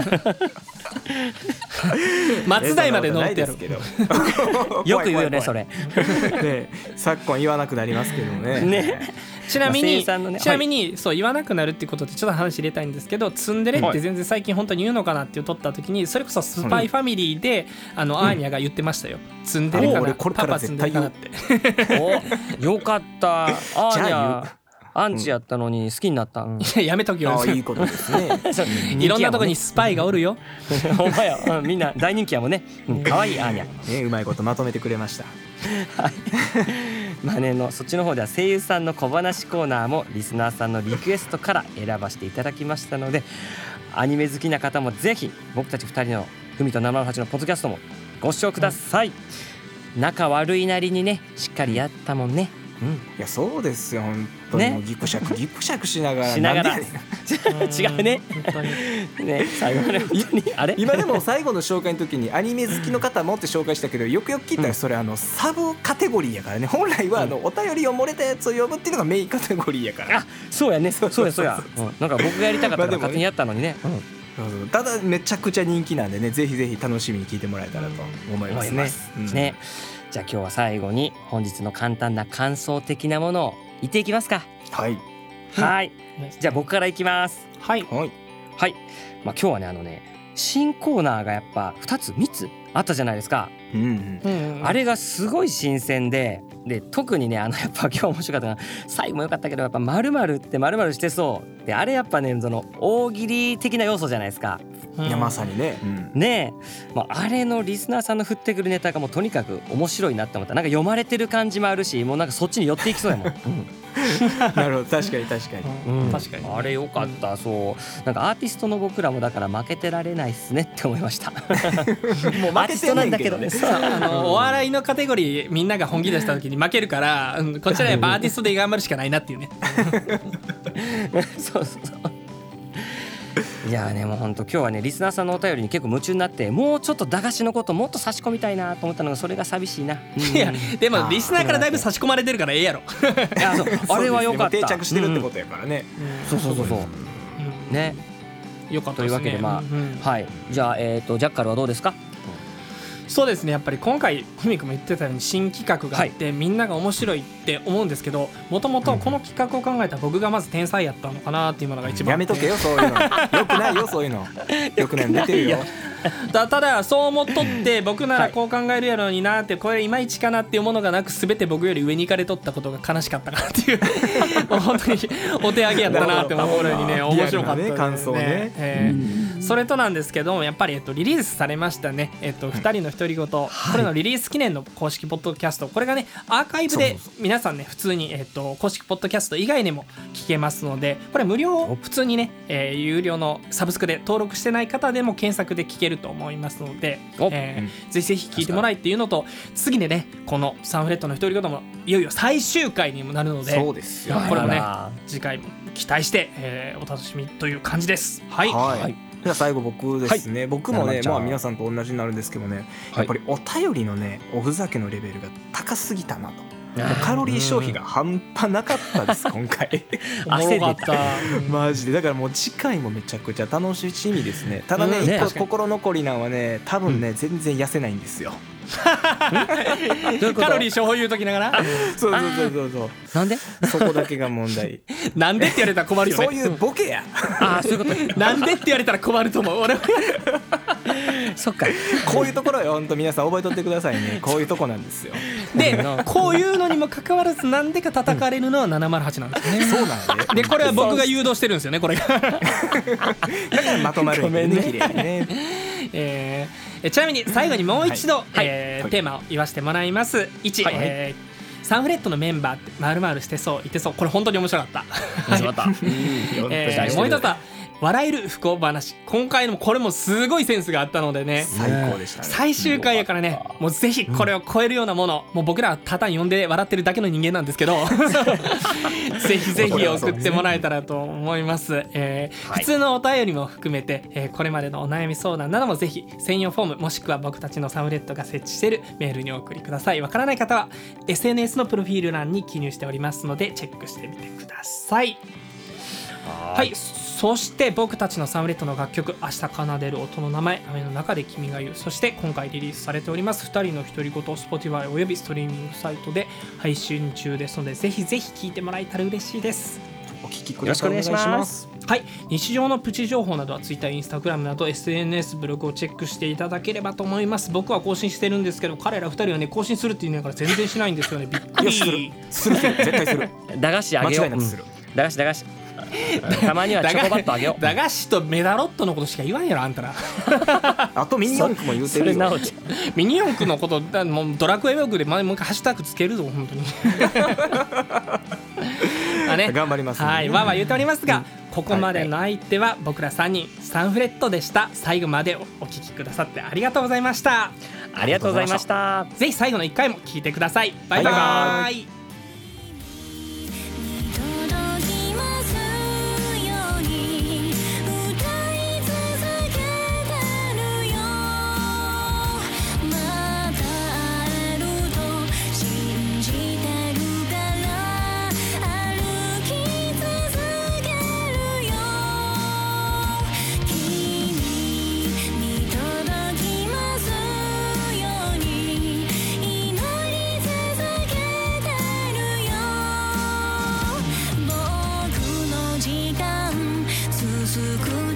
松代まで乗ってやるけどよく言うよねそれね、昨今言わなくなりますけどねねちなみに、 ね、 ちなみに、はい、そう言わなくなるっていうことでちょっと話入れたいんですけど、ツンデレって全然最近本当に言うのかなっていう撮った時に、それこそスパイファミリーで、うん、あのアーニャが言ってましたよ、ツンデレかな、パパツンデレかなっておよかったアーニャアンチやったのに好きになった、うん、いややめときよ。 あいいことですねいろんなとこにスパイがおるよほんまや、うん、みんな大人気やもんね、うん、かわいいアーニャ、 ね、うまいことまとめてくれましたはいまあね、のそっちの方では声優さんの小話コーナーもリスナーさんのリクエストから選ばせていただきましたので、アニメ好きな方もぜひ僕たちふたりのふみとななまるはちのポッドキャストもご視聴ください、うん、仲悪いなりにねしっかりやったもんね、 うん、いやそうですよ本当に、ね、ギクシャクギクシャクしながらしながら違うねね最後まで本当にあれ今でも最後の紹介の時にアニメ好きの方もって紹介したけど、よくよく聞いたらそれあのサブカテゴリーやからね。本来はあのお便りを漏れたやつを呼ぶっていうのがメインカテゴリーやから。 あそうやねそうやそうや、うん、なんか僕がやりたかったから勝手にやったのにね、 うん、ただめちゃくちゃ人気なんでね、ぜひぜひ楽しみに聞いてもらえたらと思いますね、 うん、ね。じゃあ今日は最後に本日の簡単な感想的なものを言っていきますか。 はいはい、じゃあ僕からいきます。 はいはい、 はい。まあ、今日はねあのね新コーナーがやっぱふたつみっつあったじゃないですか、 うんうん、 あれがすごい新鮮で、で特にねあのやっぱ今日面白かったのが最後も良かったけど、やっぱ〇〇って〇〇してそうで、あれやっぱねその大喜利的な要素じゃないですか。 いやまさにね、うん、 ねえ、まあ、あれのリスナーさんの振ってくるネタがもうとにかく面白いなって思った。なんか読まれてる感じもあるし、もうなんかそっちに寄っていきそうやもん、うんなるほど、確かに確かに、 うん、 確かにあれよかった、うん、そうなんかアーティストの僕らもだから負けてられないっすねって思いましたもう負けてないんだけどねあのお笑いのカテゴリーみんなが本気出した時に負けるから、うん、こちらやっぱアーティストで頑張るしかないなっていうねそうそうそういやねもう本当今日はねリスナーさんのお便りに結構夢中になって、もうちょっと駄菓子のこともっと差し込みたいなと思ったのがそれが寂しいな、うん、 いやでもリスナーからだいぶ差し込まれてるからええやろいやそうあれは良かった、 定着してるってことやからね、 うん、そうそうそうそう、うん、ねよかったですね。 というわけでまあ、うんうん、はいじゃあ、えーと、ジャッカルはどうですか。 そうですね、やっぱり今回ふみくんも言ってたように新企画があって、はい、みんなが面白いって思うんですけど、もともとこの企画を考えた僕がまず天才やったのかなっていうのが一番、 やめとけよそういうのよくないよそういうのよくない出てるよただそう思っとって僕ならこう考えるやろうになって、これいまいちかなっていうものがなく全て僕より上に行かれとったことが悲しかったかなっていうもう本当にお手上げやったなって思うぐらいにね面白かったですね、 感想ね、 えー、それとなんですけどやっぱり、えっと、リリースされましたね、えっと、ふたりの独り言、これのリリース記念の公式ポッドキャスト、これがねアーカイブで皆さんね普通に、えっと、公式ポッドキャスト以外にも聞けますので、これ無料普通にね、えー、有料のサブスクで登録してない方でも検索で聞けると思いますので、えー、ぜひぜひ聞いてもらいっていうのと、次でねこのサンフレットの独り言もいよいよ最終回にもなるので、 そうですよ、 これもね次回も期待して、えー、お楽しみという感じです。はい、 はいはい、じゃあ最後僕ですね、はい、僕もねまあ皆さんと同じになるんですけどね、はい、やっぱりお便りのねおふざけのレベルが高すぎたなと、カロリー消費が半端なかったです今回おもろかったマジで。だからもう次回もめちゃくちゃ楽しみですね。ただね、うん、一個心残りなんはね多分ね、うん、全然痩せないんですよカロリー消費言うときながらそうそうそうそうそうなんでそこだけが問題なんでって言われたら困るよねそういうボケやああそういうことなんでって言われたら困ると思う俺はそっかこういうところよ本当皆さん覚えとってくださいね。こういうとこなんですよ。 でこういうのにもかかわらずなんでか叩かれるのはななまるはちなんですね、 うん、そうなんででこれは僕が誘導してるんですよねこれがだからまとまるんでね綺麗にねえー、ちなみに最後にもう一度、はいえーはい、テーマを言わせてもらいます。いち、はいえー、サンフレットのメンバーって丸々してそう言ってそう、これ本当に面白かった面白かった、 えー、もう一つは笑える不幸話、今回のこれもすごいセンスがあったのでね最高でしたね。 最終回やからねもうぜひこれを超えるようなもの、うん、もう僕らはただ読んで笑ってるだけの人間なんですけどぜひぜひ送ってもらえたらと思います、えーはい、普通のお便りも含めて、えー、これまでのお悩み相談などもぜひ専用フォームもしくは僕たちのサムレットが設置しているメールにお送りください。わからない方は エスエヌエス のプロフィール欄に記入しておりますのでチェックしてみてください。はい、そして僕たちのサムレットの楽曲明日奏でる音の名前雨の中で君が言う、そして今回リリースされておりますふたりの独り言 Spotify およびストリーミングサイトで配信中ですのでぜひぜひ聴いてもらえたら嬉しいです。 お聞きください。よろしくお願いします。 はい、日常のプチ情報などは Twitter、Instagram など エスエヌエス ブログをチェックしていただければと思います。僕は更新してるんですけど彼らふたりはね更新するって言いながら全然しないんですよねびっくりするする絶対する駄菓子あげよう、 間違いなくする、 うん、駄菓子駄菓子たまにはチョコバットあげよう駄菓子とメダロットのことしか言わんやろあんたらあとミニ四駆も言うてるよミニ四駆のことだもうドラクエウォークでもう一回ハッシュタグつけるぞ本当にあ、ね、 頑張りますね。 はい、わーわー言っておりますが、うん、ここまでの相手は僕らさんにんサンフレットでした。最後までお聞きくださってありがとうございました。 ありがとうございました。 ぜひ最後のいっかいも聞いてください。バイバイ、バイバイ。続く